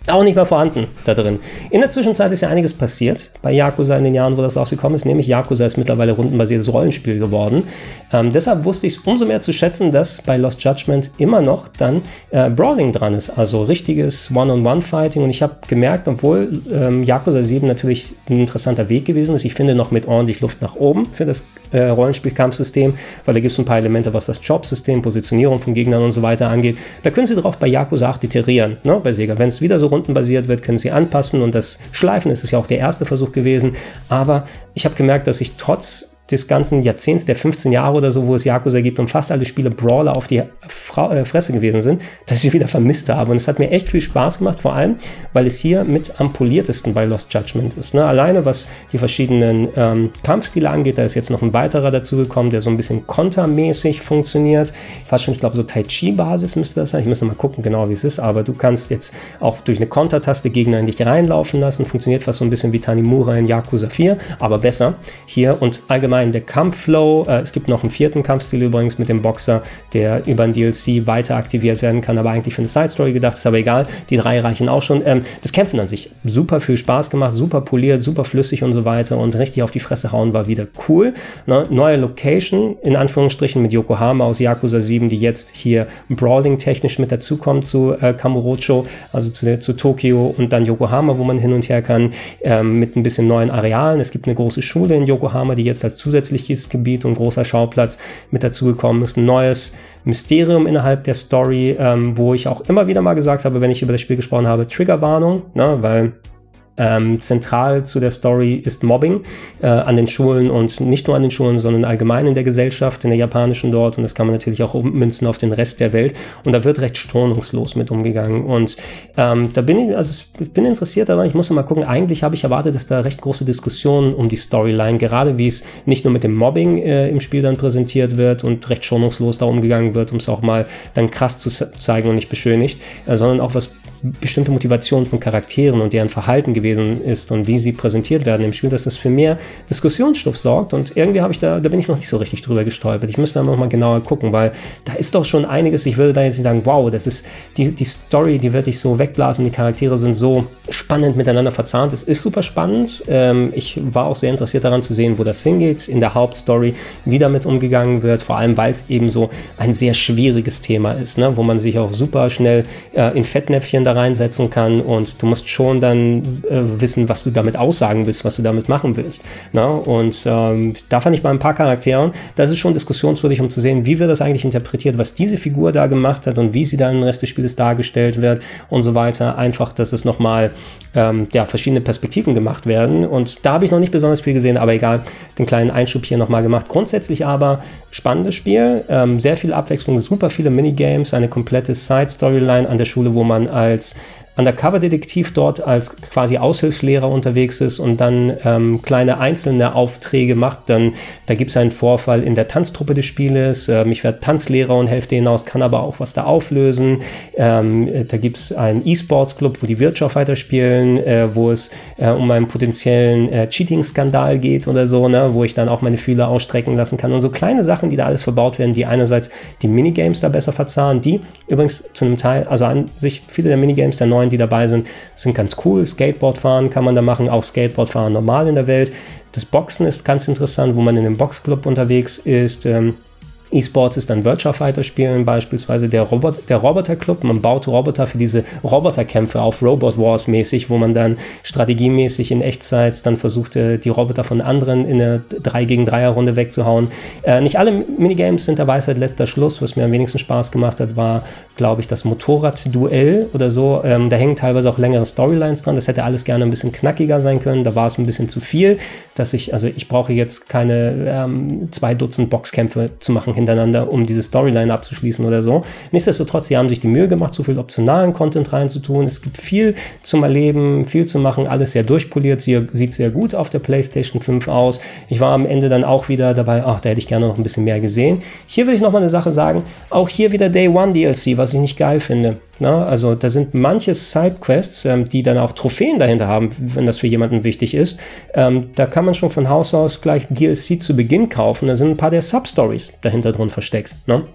Speaker 1: auch nicht mehr vorhanden da drin. In der Zwischenzeit ist ja einiges passiert bei Yakuza in den Jahren, wo das rausgekommen ist, nämlich Yakuza ist mittlerweile rundenbasiertes Rollenspiel geworden. Ähm, deshalb wusste ich es umso mehr zu schätzen, dass bei Lost Judgment immer noch dann äh, Brawling dran ist, also richtiges One-on-One-Fighting, und ich habe gemerkt, obwohl ähm, Yakuza sieben natürlich ein interessanter Weg gewesen ist, ich finde noch mit ordentlich Luft nach oben für das äh, Rollenspielkampfsystem, weil da gibt es ein paar Elemente, was das Jobsystem, Positionierung von Gegnern und so weiter angeht. Da können sie drauf bei Yakuza acht iterieren, ne, bei Sega. Wenn es wieder so rundenbasiert wird, können sie anpassen, und das Schleifen ist es ja auch der erste Versuch gewesen, aber ich habe gemerkt, dass ich trotz des ganzen Jahrzehnts, der fünfzehn Jahre oder so, wo es Yakuza gibt und fast alle Spiele Brawler auf die Fra- äh, Fresse gewesen sind, dass ich sie wieder vermisst habe. Und es hat mir echt viel Spaß gemacht, vor allem, weil es hier mit am poliertesten bei Lost Judgment ist. Ne? Alleine, was die verschiedenen ähm, Kampfstile angeht, da ist jetzt noch ein weiterer dazugekommen, der so ein bisschen kontermäßig funktioniert. Fast schon, ich glaube, so Tai Chi-Basis müsste das sein. Ich müsste mal gucken, genau wie es ist, aber du kannst jetzt auch durch eine Kontertaste Gegner in dich reinlaufen lassen. Funktioniert fast so ein bisschen wie Tanimura in Yakuza vier, aber besser hier, und allgemein der Kampfflow. Äh, es gibt noch einen vierten Kampfstil übrigens mit dem Boxer, der über ein D L C weiter aktiviert werden kann, aber eigentlich für eine Side-Story gedacht ist, aber egal, die drei reichen auch schon. Ähm, das Kämpfen an sich, super viel Spaß gemacht, super poliert, super flüssig und so weiter, und richtig auf die Fresse hauen war wieder cool. Ne? Neue Location, in Anführungsstrichen, mit Yokohama aus Yakuza sieben, die jetzt hier Brawling-technisch mit dazukommt zu äh, Kamurocho, also zu, zu Tokio, und dann Yokohama, wo man hin und her kann, ähm, mit ein bisschen neuen Arealen. Es gibt eine große Schule in Yokohama, die jetzt als zusätzliches Gebiet und großer Schauplatz mit dazugekommen ist. Ein neues Mysterium innerhalb der Story, ähm, wo ich auch immer wieder mal gesagt habe, wenn ich über das Spiel gesprochen habe, Triggerwarnung, ne, weil Ähm, zentral zu der Story ist Mobbing äh, an den Schulen, und nicht nur an den Schulen, sondern allgemein in der Gesellschaft, in der japanischen dort, und das kann man natürlich auch ummünzen auf den Rest der Welt, und da wird recht schonungslos mit umgegangen, und ähm, da bin ich, also ich bin interessiert daran, ich muss mal gucken, eigentlich habe ich erwartet, dass da recht große Diskussionen um die Storyline, gerade wie es nicht nur mit dem Mobbing äh, im Spiel dann präsentiert wird und recht schonungslos da umgegangen wird, um es auch mal dann krass zu zeigen und nicht beschönigt, äh, sondern auch was bestimmte Motivation von Charakteren und deren Verhalten gewesen ist und wie sie präsentiert werden im Spiel, dass das für mehr Diskussionsstoff sorgt, und irgendwie habe ich da, da bin ich noch nicht so richtig drüber gestolpert. Ich müsste da noch mal genauer gucken, weil da ist doch schon einiges, ich würde da jetzt nicht sagen, wow, das ist, die, die Story, die wird dich so wegblasen, die Charaktere sind so spannend miteinander verzahnt, es ist super spannend, ähm, ich war auch sehr interessiert daran zu sehen, wo das hingeht, in der Hauptstory, wie damit umgegangen wird, vor allem, weil es eben so ein sehr schwieriges Thema ist, ne? Wo man sich auch super schnell äh, in Fettnäpfchen da reinsetzen kann, und du musst schon dann äh, wissen, was du damit aussagen willst, was du damit machen willst. Na? Und ähm, da fand ich bei ein paar Charakteren, das ist schon diskussionswürdig, um zu sehen, wie wird das eigentlich interpretiert, was diese Figur da gemacht hat und wie sie dann im Rest des Spieles dargestellt wird und so weiter. Einfach, dass es nochmal ähm, ja, verschiedene Perspektiven gemacht werden, und da habe ich noch nicht besonders viel gesehen, aber egal, den kleinen Einschub hier nochmal gemacht. Grundsätzlich aber spannendes Spiel, ähm, sehr viel Abwechslung, super viele Minigames, eine komplette Side-Storyline an der Schule, wo man als Undercover-Detektiv dort als quasi Aushilfslehrer unterwegs ist und dann ähm, kleine einzelne Aufträge macht. Dann, da gibt es einen Vorfall in der Tanztruppe des Spieles. Ähm, ich werde Tanzlehrer und helfe denen aus, kann aber auch was da auflösen. Ähm, da gibt es einen E-Sports-Club, wo die Wirtschaft weiterspielen, äh, wo es äh, um einen potenziellen äh, Cheating-Skandal geht oder so, ne, wo ich dann auch meine Fühler ausstrecken lassen kann. Und so kleine Sachen, die da alles verbaut werden, die einerseits die Minigames da besser verzahnen, die übrigens zu einem Teil, also an sich viele der Minigames der neuen, die dabei sind, sind ganz cool. Skateboardfahren kann man da machen, auch Skateboardfahren normal in der Welt. Das Boxen ist ganz interessant, wo man in einem Boxclub unterwegs ist. Ähm, E-Sports ist dann Virtua Fighter spielen, beispielsweise der, Robot, der Roboter-Club. Man baut Roboter für diese Roboterkämpfe auf Robot Wars mäßig, wo man dann strategiemäßig in Echtzeit dann versucht, die Roboter von anderen in eine drei gegen drei Runde wegzuhauen. Äh, nicht alle Minigames sind dabei seit letzter Schluss. Was mir am wenigsten Spaß gemacht hat, war, glaube ich, das Motorrad-Duell oder so. Ähm, da hängen teilweise auch längere Storylines dran. Das hätte alles gerne ein bisschen knackiger sein können. Da war es ein bisschen zu viel, dass ich, also ich brauche jetzt keine ähm, zwei Dutzend Boxkämpfe zu machen hintereinander, um diese Storyline abzuschließen oder so. Nichtsdestotrotz, sie haben sich die Mühe gemacht, so viel optionalen Content reinzutun. Es gibt viel zum Erleben, viel zu machen, alles sehr durchpoliert. Sie sieht sehr gut auf der PlayStation fünf aus. Ich war am Ende dann auch wieder dabei, ach, da hätte ich gerne noch ein bisschen mehr gesehen. Hier will ich noch mal eine Sache sagen, auch hier wieder Day One D L C, was ich nicht geil finde. Na, also da sind manche Sidequests, ähm, die dann auch Trophäen dahinter haben, wenn das für jemanden wichtig ist. Ähm, da kann man schon von Haus aus gleich D L C zu Beginn kaufen. Da sind ein paar der Substories dahinter drin versteckt. Ne?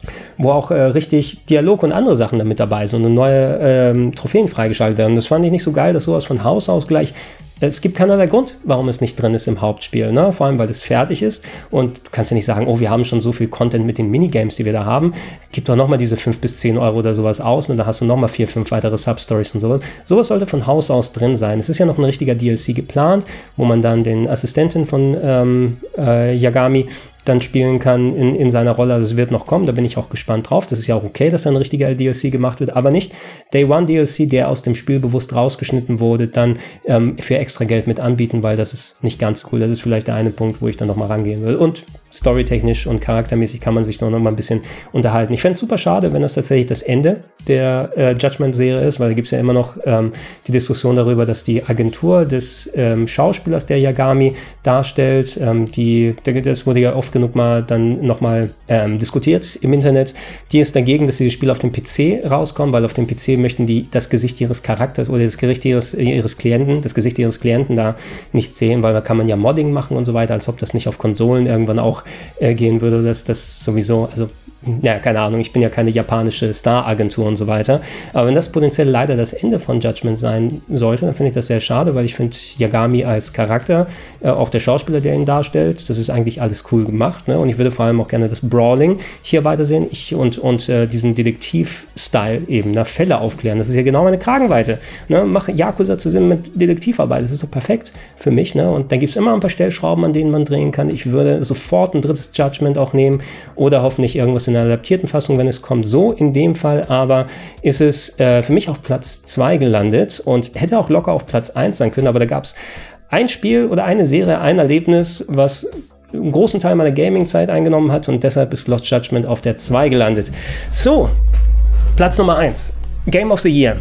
Speaker 1: wo auch äh, richtig Dialog und andere Sachen damit dabei sind und neue ähm, Trophäen freigeschaltet werden. Das fand ich nicht so geil, dass sowas von Haus aus gleich. Es gibt keinerlei Grund, warum es nicht drin ist im Hauptspiel, ne? Vor allem, weil es fertig ist und du kannst ja nicht sagen, oh, wir haben schon so viel Content mit den Minigames, die wir da haben. Gib doch nochmal diese fünf bis zehn Euro oder sowas aus und da hast du nochmal vier, fünf weitere Substories und sowas. Sowas sollte von Haus aus drin sein. Es ist ja noch ein richtiger D L C geplant, wo man dann den Assistenten von ähm, äh, Yagami dann spielen kann in, in seiner Rolle. Also es wird noch kommen, da bin ich auch gespannt drauf. Das ist ja auch okay, dass da ein richtiger D L C gemacht wird, aber nicht Day One D L C, der aus dem Spiel bewusst rausgeschnitten wurde, dann ähm, für extra Geld mit anbieten, weil das ist nicht ganz cool. Das ist vielleicht der eine Punkt, wo ich dann nochmal rangehen will. Und storytechnisch und charaktermäßig kann man sich noch mal ein bisschen unterhalten. Ich fände es super schade, wenn das tatsächlich das Ende der äh, Judgment-Serie ist, weil da gibt es ja immer noch ähm, die Diskussion darüber, dass die Agentur des ähm, Schauspielers, der Yagami darstellt, ähm, die, das wurde ja oft genug mal dann nochmal ähm, diskutiert im Internet, die ist dagegen, dass dieses Spiel auf dem P C rauskommt, weil auf dem P C möchten die das Gesicht ihres Charakters oder das Gesicht ihres, ihres Klienten, das Gesicht ihres Klienten da nicht sehen, weil da kann man ja Modding machen und so weiter, als ob das nicht auf Konsolen irgendwann auch äh, gehen würde, dass das sowieso, also ja, keine Ahnung, ich bin ja keine japanische Star-Agentur und so weiter, aber wenn das potenziell leider das Ende von Judgment sein sollte, dann finde ich das sehr schade, weil ich finde Yagami als Charakter, äh, auch der Schauspieler, der ihn darstellt, das ist eigentlich alles cool gemacht, ne? Und ich würde vor allem auch gerne das Brawling hier weitersehen ich, und, und äh, diesen Detektiv-Style eben, ne? Fälle aufklären, das ist ja genau meine Kragenweite, ne? Mach Yakuza zusammen mit Detektivarbeit, das ist doch perfekt für mich, ne? Und dann gibt es immer ein paar Stellschrauben, an denen man drehen kann. Ich würde sofort ein drittes Judgment auch nehmen oder hoffentlich irgendwas in einer adaptierten Fassung, wenn es kommt. So in dem Fall aber ist es äh, für mich auf Platz zwei gelandet und hätte auch locker auf Platz eins sein können, aber da gab es ein Spiel oder eine Serie, ein Erlebnis, was einen großen Teil meiner Gaming-Zeit eingenommen hat und deshalb ist Lost Judgment auf der zwei gelandet. So, Platz Nummer eins. Game of the Year.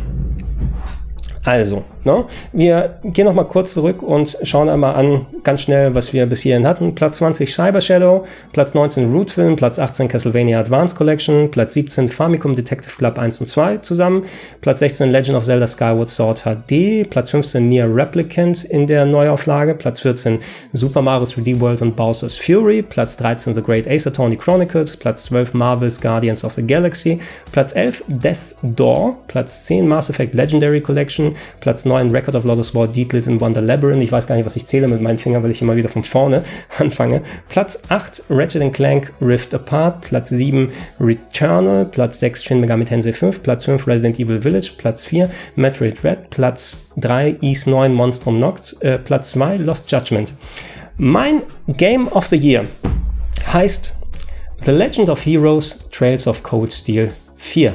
Speaker 1: Also, ne? Wir gehen noch mal kurz zurück und schauen einmal an, ganz schnell, was wir bis hierhin hatten. Platz zwanzig Cyber Shadow, Platz neunzehn Root Film, Platz achtzehn Castlevania Advance Collection, Platz siebzehn Famicom Detective Club eins und zwei zusammen, Platz sechzehn Legend of Zelda Skyward Sword H D, Platz fünfzehn Nier Replicant in der Neuauflage, Platz vierzehn Super Mario drei D World und Bowser's Fury, Platz dreizehn The Great Ace Attorney Chronicles, Platz zwölf Marvel's Guardians of the Galaxy, Platz elf Death's Door, Platz zehn Mass Effect Legendary Collection, Platz neun Record of Lodoss War Deedlit in Wonder Labyrinth. Ich weiß gar nicht, was ich zähle mit meinen Fingern, weil ich immer wieder von vorne anfange. Platz acht Ratchet and Clank Rift Apart. Platz sieben Returnal. Platz sechs Shin Megami Tensei fünf. Platz fünf Resident Evil Village. Platz vier Metroid Red. Platz drei Ys neun Monstrum Nox. Äh, Platz zwei Lost Judgment. Mein Game of the Year heißt The Legend of Heroes Trails of Cold Steel vier.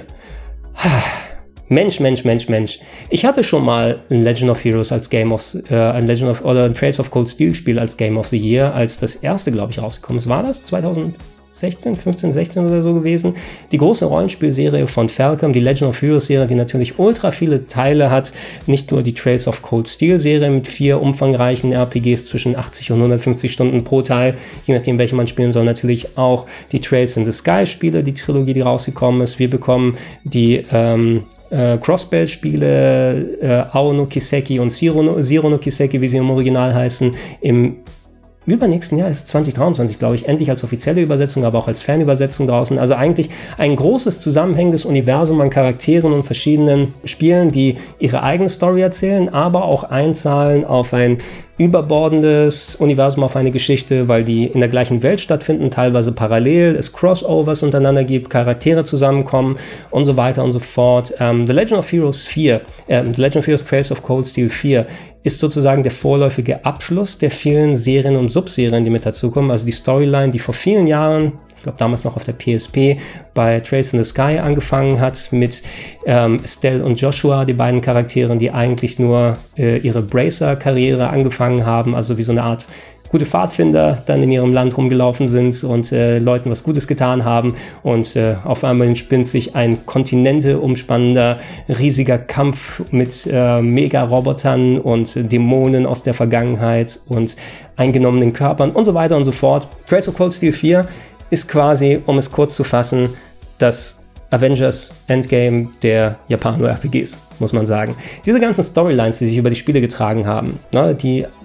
Speaker 1: Mensch, Mensch, Mensch, Mensch. Ich hatte schon mal ein Legend of Heroes als Game of, äh, ein Legend of, oder ein Trails of Cold Steel Spiel als Game of the Year, als das erste, glaube ich, rausgekommen ist. War das zwanzig sechzehn, fünfzehn, sechzehn oder so gewesen? Die große Rollenspielserie von Falcom, die Legend of Heroes Serie, die natürlich ultra viele Teile hat. Nicht nur die Trails of Cold Steel Serie mit vier umfangreichen R P Gs zwischen achtzig und hundertfünfzig Stunden pro Teil, je nachdem, welche man spielen soll. Natürlich auch die Trails in the Sky Spiele, die Trilogie, die rausgekommen ist. Wir bekommen die, ähm, Äh, Crossbell-Spiele, äh, Ao no Kiseki und Zero no, Zero no Kiseki, wie sie im Original heißen, im übernächsten Jahr ist zwanzig dreiundzwanzig, glaube ich, endlich als offizielle Übersetzung, aber auch als Fernübersetzung draußen. Also eigentlich ein großes zusammenhängendes Universum an Charakteren und verschiedenen Spielen, die ihre eigene Story erzählen, aber auch einzahlen auf ein überbordendes Universum, auf eine Geschichte, weil die in der gleichen Welt stattfinden, teilweise parallel, es Crossovers untereinander gibt, Charaktere zusammenkommen und so weiter und so fort. Ähm, The Legend of Heroes vier, äh, The Legend of Heroes Trails of Cold Steel vier ist sozusagen der vorläufige Abschluss der vielen Serien und Subserien, die mit dazukommen. Also die Storyline, die vor vielen Jahren, ich glaube damals noch auf der P S P, bei Trails in the Sky angefangen hat mit ähm, Estelle und Joshua, die beiden Charakteren, die eigentlich nur äh, ihre Bracer-Karriere angefangen haben, also wie so eine Art gute Pfadfinder dann in ihrem Land rumgelaufen sind und äh, Leuten was Gutes getan haben und äh, auf einmal entspinnt sich ein Kontinente umspannender, riesiger Kampf mit äh, Mega-Robotern und Dämonen aus der Vergangenheit und eingenommenen Körpern und so weiter und so fort. Trails of Cold Steel vier ist quasi, um es kurz zu fassen, das Avengers Endgame der Japano-R P Gs, muss man sagen. Diese ganzen Storylines, die sich über die Spiele getragen haben, ne, die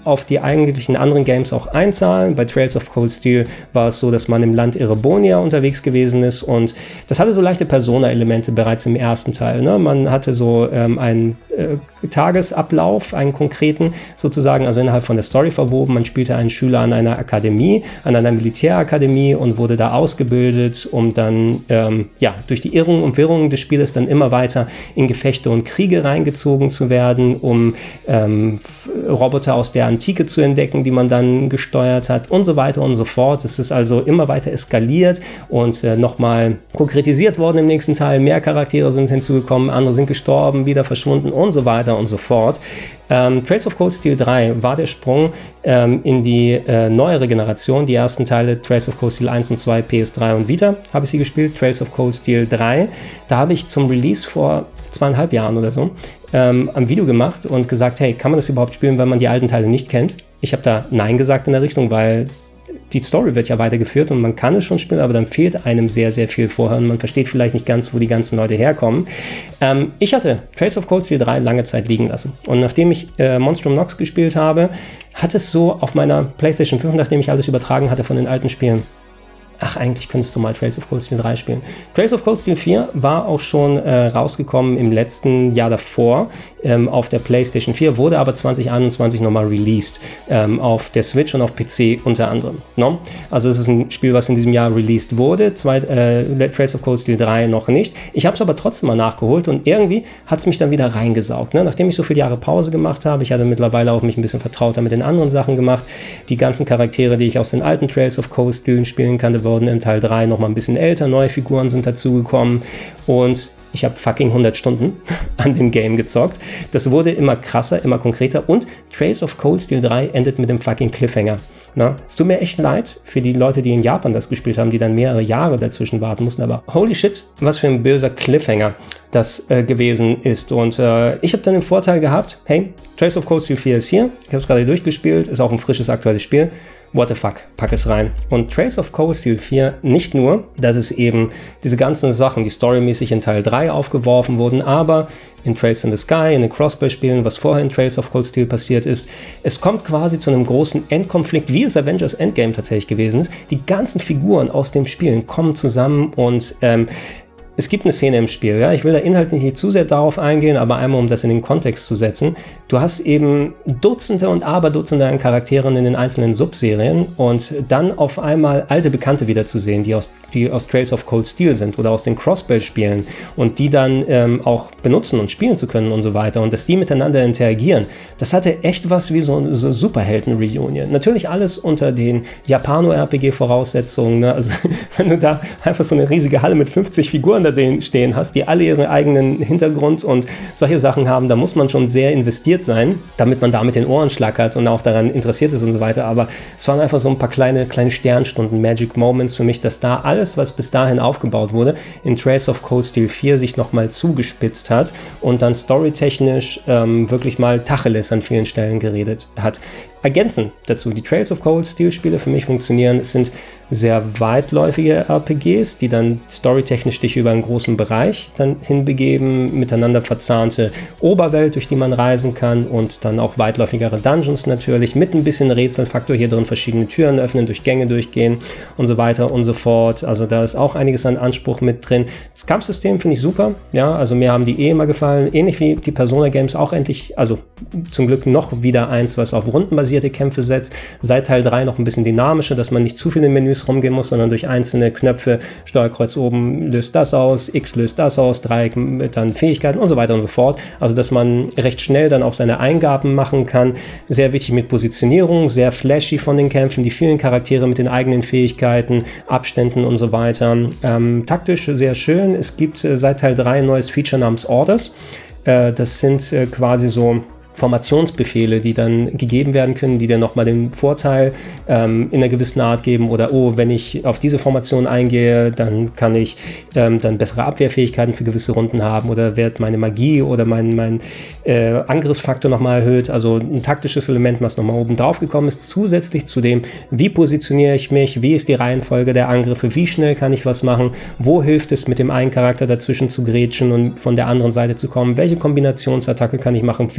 Speaker 1: auf die eigentlichen anderen Games auch einzahlen. Bei Trails of Cold Steel war es so, dass man im Land Erebonia unterwegs gewesen ist und das hatte so leichte Persona-Elemente bereits im ersten Teil. Ne? Man hatte so ähm, einen äh, Tagesablauf, einen konkreten sozusagen, also innerhalb von der Story verwoben. Man spielte einen Schüler an einer Akademie, an einer Militärakademie und wurde da ausgebildet, um dann ähm, ja, durch die Irrungen und Wirrungen des Spieles dann immer weiter in Gefechte und Kriege reingezogen zu werden, um ähm, Roboter aus der Antike zu entdecken, die man dann gesteuert hat und so weiter und so fort. Es ist also immer weiter eskaliert und äh, nochmal konkretisiert worden im nächsten Teil. Mehr Charaktere sind hinzugekommen, andere sind gestorben, wieder verschwunden und so weiter und so fort. Ähm, Trails of Cold Steel drei war der Sprung ähm, in die äh, neuere Generation. Die ersten Teile, Trails of Cold Steel eins und zwei, P S drei und Vita, habe ich sie gespielt. Trails of Cold Steel drei, da habe ich zum Release vor zweieinhalb Jahren oder so ähm, ein Video gemacht und gesagt, hey, kann man das überhaupt spielen, wenn man die alten Teile nicht kennt? Ich habe da Nein gesagt in der Richtung, weil die Story wird ja weitergeführt und man kann es schon spielen, aber dann fehlt einem sehr, sehr viel vorher und man versteht vielleicht nicht ganz, wo die ganzen Leute herkommen. Ähm, ich hatte Trails of Cold Steel drei lange Zeit liegen lassen und nachdem ich äh, Monstrum Nox gespielt habe, hat es so auf meiner PlayStation fünf, nachdem ich alles übertragen hatte von den alten Spielen, ach, eigentlich könntest du mal Trails of Cold Steel drei spielen. Trails of Cold Steel vier war auch schon äh, rausgekommen im letzten Jahr davor ähm, auf der PlayStation vier, wurde aber zwanzig einundzwanzig nochmal released ähm, auf der Switch und auf P C unter anderem. No? Also es ist ein Spiel, was in diesem Jahr released wurde, Zwei, äh, Trails of Cold Steel drei noch nicht. Ich habe es aber trotzdem mal nachgeholt und irgendwie hat es mich dann wieder reingesaugt. Ne? Nachdem ich so viele Jahre Pause gemacht habe, ich hatte mittlerweile auch mich ein bisschen vertrauter mit den anderen Sachen gemacht. Die ganzen Charaktere, die ich aus den alten Trails of Cold Steel spielen kannte, wurden in Teil drei noch mal ein bisschen älter, neue Figuren sind dazugekommen und ich habe fucking hundert Stunden an dem Game gezockt. Das wurde immer krasser, immer konkreter und Trails of Cold Steel drei endet mit dem fucking Cliffhanger. Na, es tut mir echt leid für die Leute, die in Japan das gespielt haben, die dann mehrere Jahre dazwischen warten mussten, aber holy shit, was für ein böser Cliffhanger das äh, gewesen ist. Und äh, ich habe dann den Vorteil gehabt, hey, Trails of Cold Steel vier ist hier, ich habe es gerade durchgespielt, ist auch ein frisches, aktuelles Spiel. What the fuck, pack es rein. Und Trails of Cold Steel vier, nicht nur, dass es eben diese ganzen Sachen, die storymäßig in Teil drei aufgeworfen wurden, aber in Trails in the Sky, in den Crossbow-Spielen, was vorher in Trails of Cold Steel passiert ist, es kommt quasi zu einem großen Endkonflikt, wie es Avengers Endgame tatsächlich gewesen ist. Die ganzen Figuren aus dem Spielen kommen zusammen und ähm, es gibt eine Szene im Spiel, ja, ich will da inhaltlich nicht zu sehr darauf eingehen, aber einmal, um das in den Kontext zu setzen. Du hast eben Dutzende und Aberdutzende an Charakteren in den einzelnen Subserien und dann auf einmal alte Bekannte wiederzusehen, die aus, die aus Trails of Cold Steel sind oder aus den Crossbow-Spielen und die dann ähm, auch benutzen und spielen zu können und so weiter und dass die miteinander interagieren, das hatte echt was wie so, so Superhelden-Reunion. Natürlich alles unter den Japano-R P G-Voraussetzungen, ne? Also wenn du da einfach so eine riesige Halle mit fünfzig Figuren da stehen hast, die alle ihren eigenen Hintergrund und solche Sachen haben, da muss man schon sehr investiert sein, damit man da mit den Ohren schlackert und auch daran interessiert ist und so weiter, aber es waren einfach so ein paar kleine, kleine Sternstunden, Magic Moments für mich, dass da alles, was bis dahin aufgebaut wurde, in Trails of Cold Steel vier sich nochmal zugespitzt hat und dann storytechnisch ähm, wirklich mal Tacheles an vielen Stellen geredet hat. Ergänzend dazu, die Trails of Cold Steel Spiele für mich funktionieren, es sind sehr weitläufige R P Gs, die dann storytechnisch dich über einen großen Bereich dann hinbegeben, miteinander verzahnte Oberwelt, durch die man reisen kann und dann auch weitläufigere Dungeons natürlich, mit ein bisschen Rätselfaktor hier drin, verschiedene Türen öffnen, durch Gänge durchgehen und so weiter und so fort. Also da ist auch einiges an Anspruch mit drin. Das Kampfsystem finde ich super, ja, also mir haben die eh immer gefallen, ähnlich wie die Persona Games auch endlich, also zum Glück noch wieder eins, was auf rundenbasierte Kämpfe setzt, seit Teil drei noch ein bisschen dynamischer, dass man nicht zu viele Menüs rumgehen muss, sondern durch einzelne Knöpfe, Steuerkreuz oben löst das aus, X löst das aus, Dreieck mit dann Fähigkeiten und so weiter und so fort. Also dass man recht schnell dann auch seine Eingaben machen kann. Sehr wichtig mit Positionierung, sehr flashy von den Kämpfen, die vielen Charaktere mit den eigenen Fähigkeiten, Abständen und so weiter. Ähm, taktisch sehr schön. Es gibt äh, seit Teil drei ein neues Feature namens Orders. Äh, das sind äh, quasi so Formationsbefehle, die dann gegeben werden können, die dann nochmal den Vorteil ähm, in einer gewissen Art geben oder oh, wenn ich auf diese Formation eingehe, dann kann ich ähm, dann bessere Abwehrfähigkeiten für gewisse Runden haben oder wird meine Magie oder mein, mein äh, Angriffsfaktor nochmal erhöht, also ein taktisches Element, was nochmal oben drauf gekommen ist, zusätzlich zu dem, wie positioniere ich mich, wie ist die Reihenfolge der Angriffe, wie schnell kann ich was machen, wo hilft es mit dem einen Charakter dazwischen zu grätschen und von der anderen Seite zu kommen, welche Kombinationsattacke kann ich machen, wer ist mit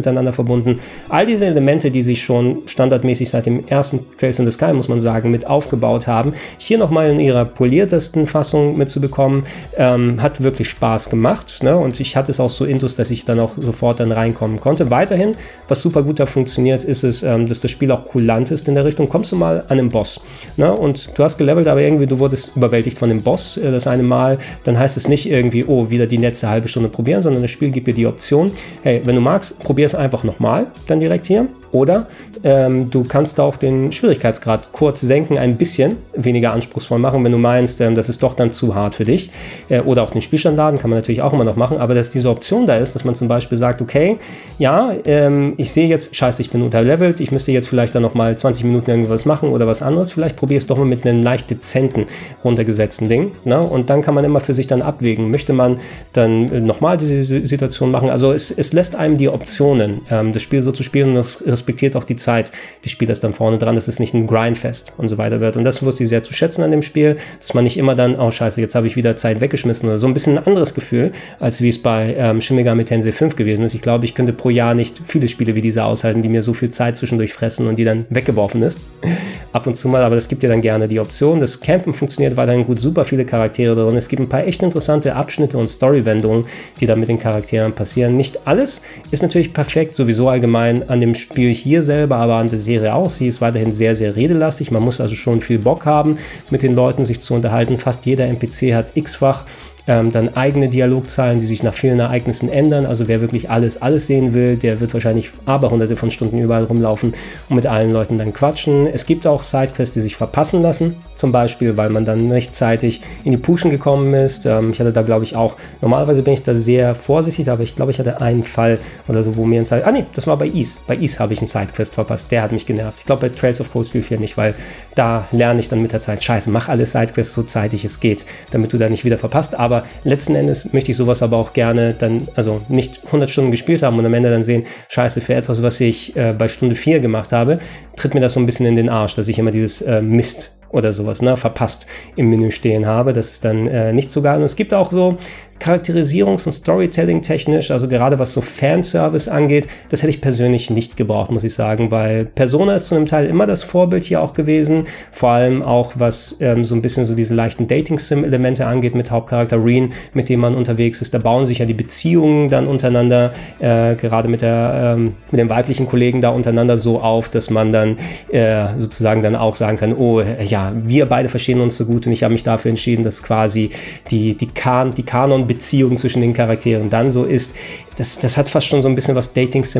Speaker 1: miteinander verbunden. All diese Elemente, die sich schon standardmäßig seit dem ersten Trails in the Sky, muss man sagen, mit aufgebaut haben, hier nochmal in ihrer poliertesten Fassung mitzubekommen, ähm, hat wirklich Spaß gemacht, ne? Und ich hatte es auch so intus, dass ich dann auch sofort dann reinkommen konnte. Weiterhin, was super gut da funktioniert, ist es, ähm, dass das Spiel auch kulant ist in der Richtung. Kommst du mal an den Boss, ne? Und du hast gelevelt, aber irgendwie du wurdest überwältigt von dem Boss äh, das eine Mal, dann heißt es nicht irgendwie, oh, wieder die letzte halbe Stunde probieren, sondern das Spiel gibt dir die Option, hey, wenn du magst, probier es einfach nochmal, dann direkt hier. Oder ähm, du kannst auch den Schwierigkeitsgrad kurz senken, ein bisschen weniger anspruchsvoll machen, wenn du meinst, ähm, das ist doch dann zu hart für dich. Äh, oder auch den Spielstand laden, kann man natürlich auch immer noch machen, aber dass diese Option da ist, dass man zum Beispiel sagt, okay, ja, ähm, ich sehe jetzt, scheiße, ich bin unterlevelt, ich müsste jetzt vielleicht dann nochmal zwanzig Minuten irgendwas machen oder was anderes, vielleicht probier es doch mal mit einem leicht dezenten, runtergesetzten Ding, ne? Und dann kann man immer für sich dann abwägen, möchte man dann äh, nochmal diese Situation machen, also es, es lässt einem die Optionen, ähm, das Spiel so zu spielen und das respektiert auch die Zeit des Spielers dann vorne dran, dass es nicht ein Grindfest und so weiter wird. Und das wusste ich sehr zu schätzen an dem Spiel, dass man nicht immer dann, oh scheiße, jetzt habe ich wieder Zeit weggeschmissen oder so. Ein bisschen ein anderes Gefühl, als wie es bei ähm, Shin Megami Tensei fünf gewesen ist. Ich glaube, ich könnte pro Jahr nicht viele Spiele wie diese aushalten, die mir so viel Zeit zwischendurch fressen und die dann weggeworfen ist. Ab und zu mal, aber das gibt dir dann gerne die Option. Das Campen funktioniert weiterhin gut, super viele Charaktere drin. Es gibt ein paar echt interessante Abschnitte und Story-Wendungen, die da mit den Charakteren passieren. Nicht alles ist natürlich perfekt, sowieso allgemein an dem Spiel hier selber, aber an der Serie auch. Sie ist weiterhin sehr, sehr redelastig. Man muss also schon viel Bock haben, mit den Leuten sich zu unterhalten. Fast jeder N P C hat x-fach Ähm, dann eigene Dialogzeilen, die sich nach vielen Ereignissen ändern. Also wer wirklich alles, alles sehen will, der wird wahrscheinlich aber hunderte von Stunden überall rumlaufen und mit allen Leuten dann quatschen. Es gibt auch Sidequests, die sich verpassen lassen. Zum Beispiel, weil man dann rechtzeitig in die Pushen gekommen ist. Ähm, ich hatte da, glaube ich, auch, normalerweise bin ich da sehr vorsichtig, aber ich glaube, ich hatte einen Fall oder so, wo mir ein Side... Ah nee, das war bei Ys. Bei Ys habe ich einen Sidequest verpasst. Der hat mich genervt. Ich glaube, bei Trails of Cold Steel vier nicht, weil da lerne ich dann mit der Zeit, scheiße, mach alle Sidequests so zeitig es geht, damit du da nicht wieder verpasst. Aber Aber letzten Endes möchte ich sowas aber auch gerne dann, also nicht hundert Stunden gespielt haben und am Ende dann sehen, scheiße, für etwas, was ich äh, bei Stunde vier gemacht habe, tritt mir das so ein bisschen in den Arsch, dass ich immer dieses äh, Mist oder sowas, ne, verpasst im Menü stehen habe. Das ist dann äh, nicht so geil. Und es gibt auch so Charakterisierungs- und Storytelling technisch, also gerade was so Fanservice angeht, das hätte ich persönlich nicht gebraucht, muss ich sagen, weil Persona ist zu einem Teil immer das Vorbild hier auch gewesen, vor allem auch was ähm, so ein bisschen so diese leichten Dating-Sim-Elemente angeht mit Hauptcharakter Reen, mit dem man unterwegs ist. Da bauen sich ja die Beziehungen dann untereinander, äh, gerade mit der ähm, mit den weiblichen Kollegen da untereinander so auf, dass man dann äh, sozusagen dann auch sagen kann, oh ja, wir beide verstehen uns so gut und ich habe mich dafür entschieden, dass quasi die die Kan die Kanon Beziehung zwischen den Charakteren dann so ist, das, das hat fast schon so ein bisschen was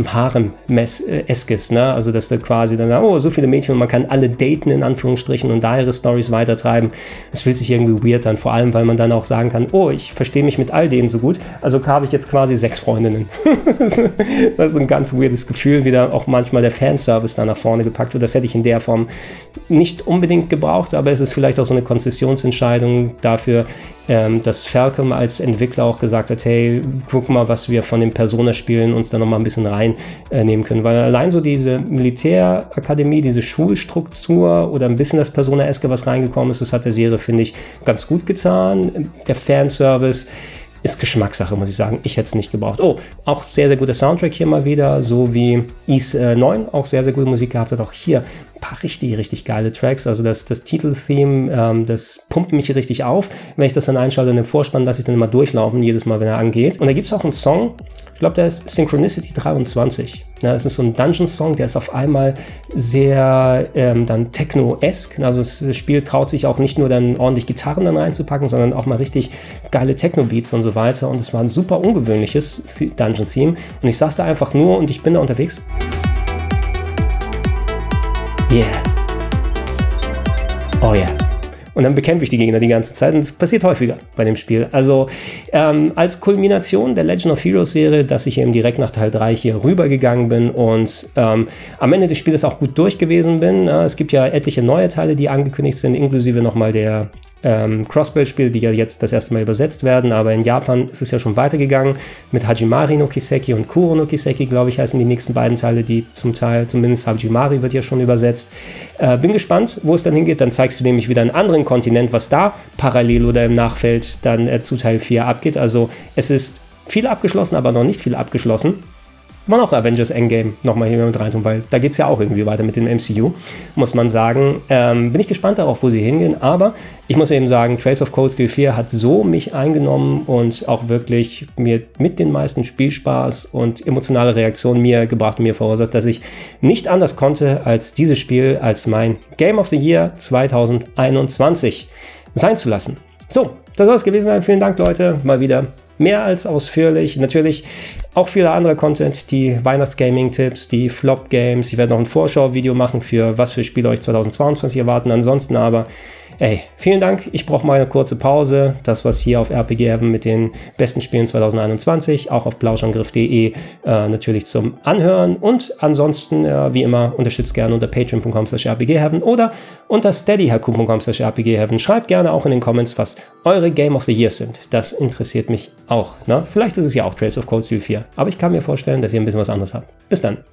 Speaker 1: Dating-Sim-Harem-eskes, ne? Also, dass da quasi dann, oh, so viele Mädchen und man kann alle daten, in Anführungsstrichen, und da ihre Storys weitertreiben. Das fühlt sich irgendwie weird an, vor allem, weil man dann auch sagen kann, oh, ich verstehe mich mit all denen so gut, also habe ich jetzt quasi sechs Freundinnen. Das ist ein ganz weirdes Gefühl, wie da auch manchmal der Fanservice da nach vorne gepackt wird. Das hätte ich in der Form nicht unbedingt gebraucht, aber es ist vielleicht auch so eine Konzessionsentscheidung dafür, ähm, dass Falcom als Entwickler auch gesagt hat, hey, guck mal, was wir von den Persona-Spielen uns da nochmal ein bisschen reinnehmen äh, können, weil allein so diese Militärakademie, diese Schulstruktur oder ein bisschen das Persona-eske, was reingekommen ist, das hat der Serie, finde ich, ganz gut getan. Der Fanservice ist Geschmackssache, muss ich sagen. Ich hätte es nicht gebraucht. Oh, auch sehr, sehr guter Soundtrack hier mal wieder, so wie Ys äh, neun auch sehr, sehr gute Musik gehabt hat. Auch hier ein paar richtig, richtig geile Tracks. Also das, das Titeltheme, ähm, das pumpt mich richtig auf. Wenn ich das dann einschalte in den Vorspann, lasse ich dann immer durchlaufen, jedes Mal, wenn er angeht. Und da gibt es auch einen Song, ich glaube, der ist Synchronicity dreiundzwanzig. Ja, das ist so ein Dungeon-Song, der ist auf einmal sehr ähm, dann Techno-esk. Also das Spiel traut sich auch nicht nur dann ordentlich Gitarren dann reinzupacken, sondern auch mal richtig geile Techno-Beats und so weiter. Und es war ein super ungewöhnliches Dungeon-Theme. Und ich saß da einfach nur und ich bin da unterwegs. Yeah. Oh yeah. Und dann bekämpfe ich die Gegner die ganze Zeit und das passiert häufiger bei dem Spiel. Also ähm, als Kulmination der Legend of Heroes Serie, dass ich eben direkt nach Teil drei hier rübergegangen bin und ähm, am Ende des Spiels auch gut durch gewesen bin. Äh, es gibt ja etliche neue Teile, die angekündigt sind, inklusive nochmal der ähm, Crossplay-Spiele, die ja jetzt das erste Mal übersetzt werden, aber in Japan ist es ja schon weitergegangen mit Hajimari no Kiseki und Kuro no Kiseki, glaube ich, heißen die nächsten beiden Teile, die zum Teil, zumindest Hajimari wird ja schon übersetzt. Äh, bin gespannt, wo es dann hingeht, dann zeigst du nämlich wieder einen anderen Kontinent, was da parallel oder im Nachfeld dann äh, zu Teil vier abgeht. Also es ist viel abgeschlossen, aber noch nicht viel abgeschlossen. man auch Avengers Endgame nochmal hier mit reintun, weil da geht es ja auch irgendwie weiter mit dem M C U, muss man sagen. Ähm, bin ich gespannt darauf, wo sie hingehen, aber ich muss eben sagen, Trails of Cold Steel vier hat so mich eingenommen und auch wirklich mir mit den meisten Spielspaß und emotionale Reaktionen mir gebracht und mir verursacht, dass ich nicht anders konnte, als dieses Spiel als mein Game of the Year zwanzig einundzwanzig sein zu lassen. So, das soll es gewesen sein. Vielen Dank, Leute. Mal wieder mehr als ausführlich. Natürlich auch viele andere Content, die Weihnachtsgaming-Tipps, die Flop-Games. Ich werde noch ein Vorschau-Video machen für was für Spiele euch zwanzig zweiundzwanzig erwarten. Ansonsten aber, ey, vielen Dank. Ich brauche mal eine kurze Pause. Das, was hier auf R P G Heaven mit den besten Spielen zwanzig einundzwanzig, auch auf plauschangriff punkt de äh, natürlich zum Anhören. Und ansonsten, äh, wie immer, unterstützt gerne unter patreon punkt com slash r p g heaven oder unter steadyhq punkt com slash r p g heaven. Schreibt gerne auch in den Comments, was eure Game of the Year sind. Das interessiert mich auch. Ne? Vielleicht ist es ja auch Trails of Cold Steel vier. Aber ich kann mir vorstellen, dass ihr ein bisschen was anderes habt. Bis dann.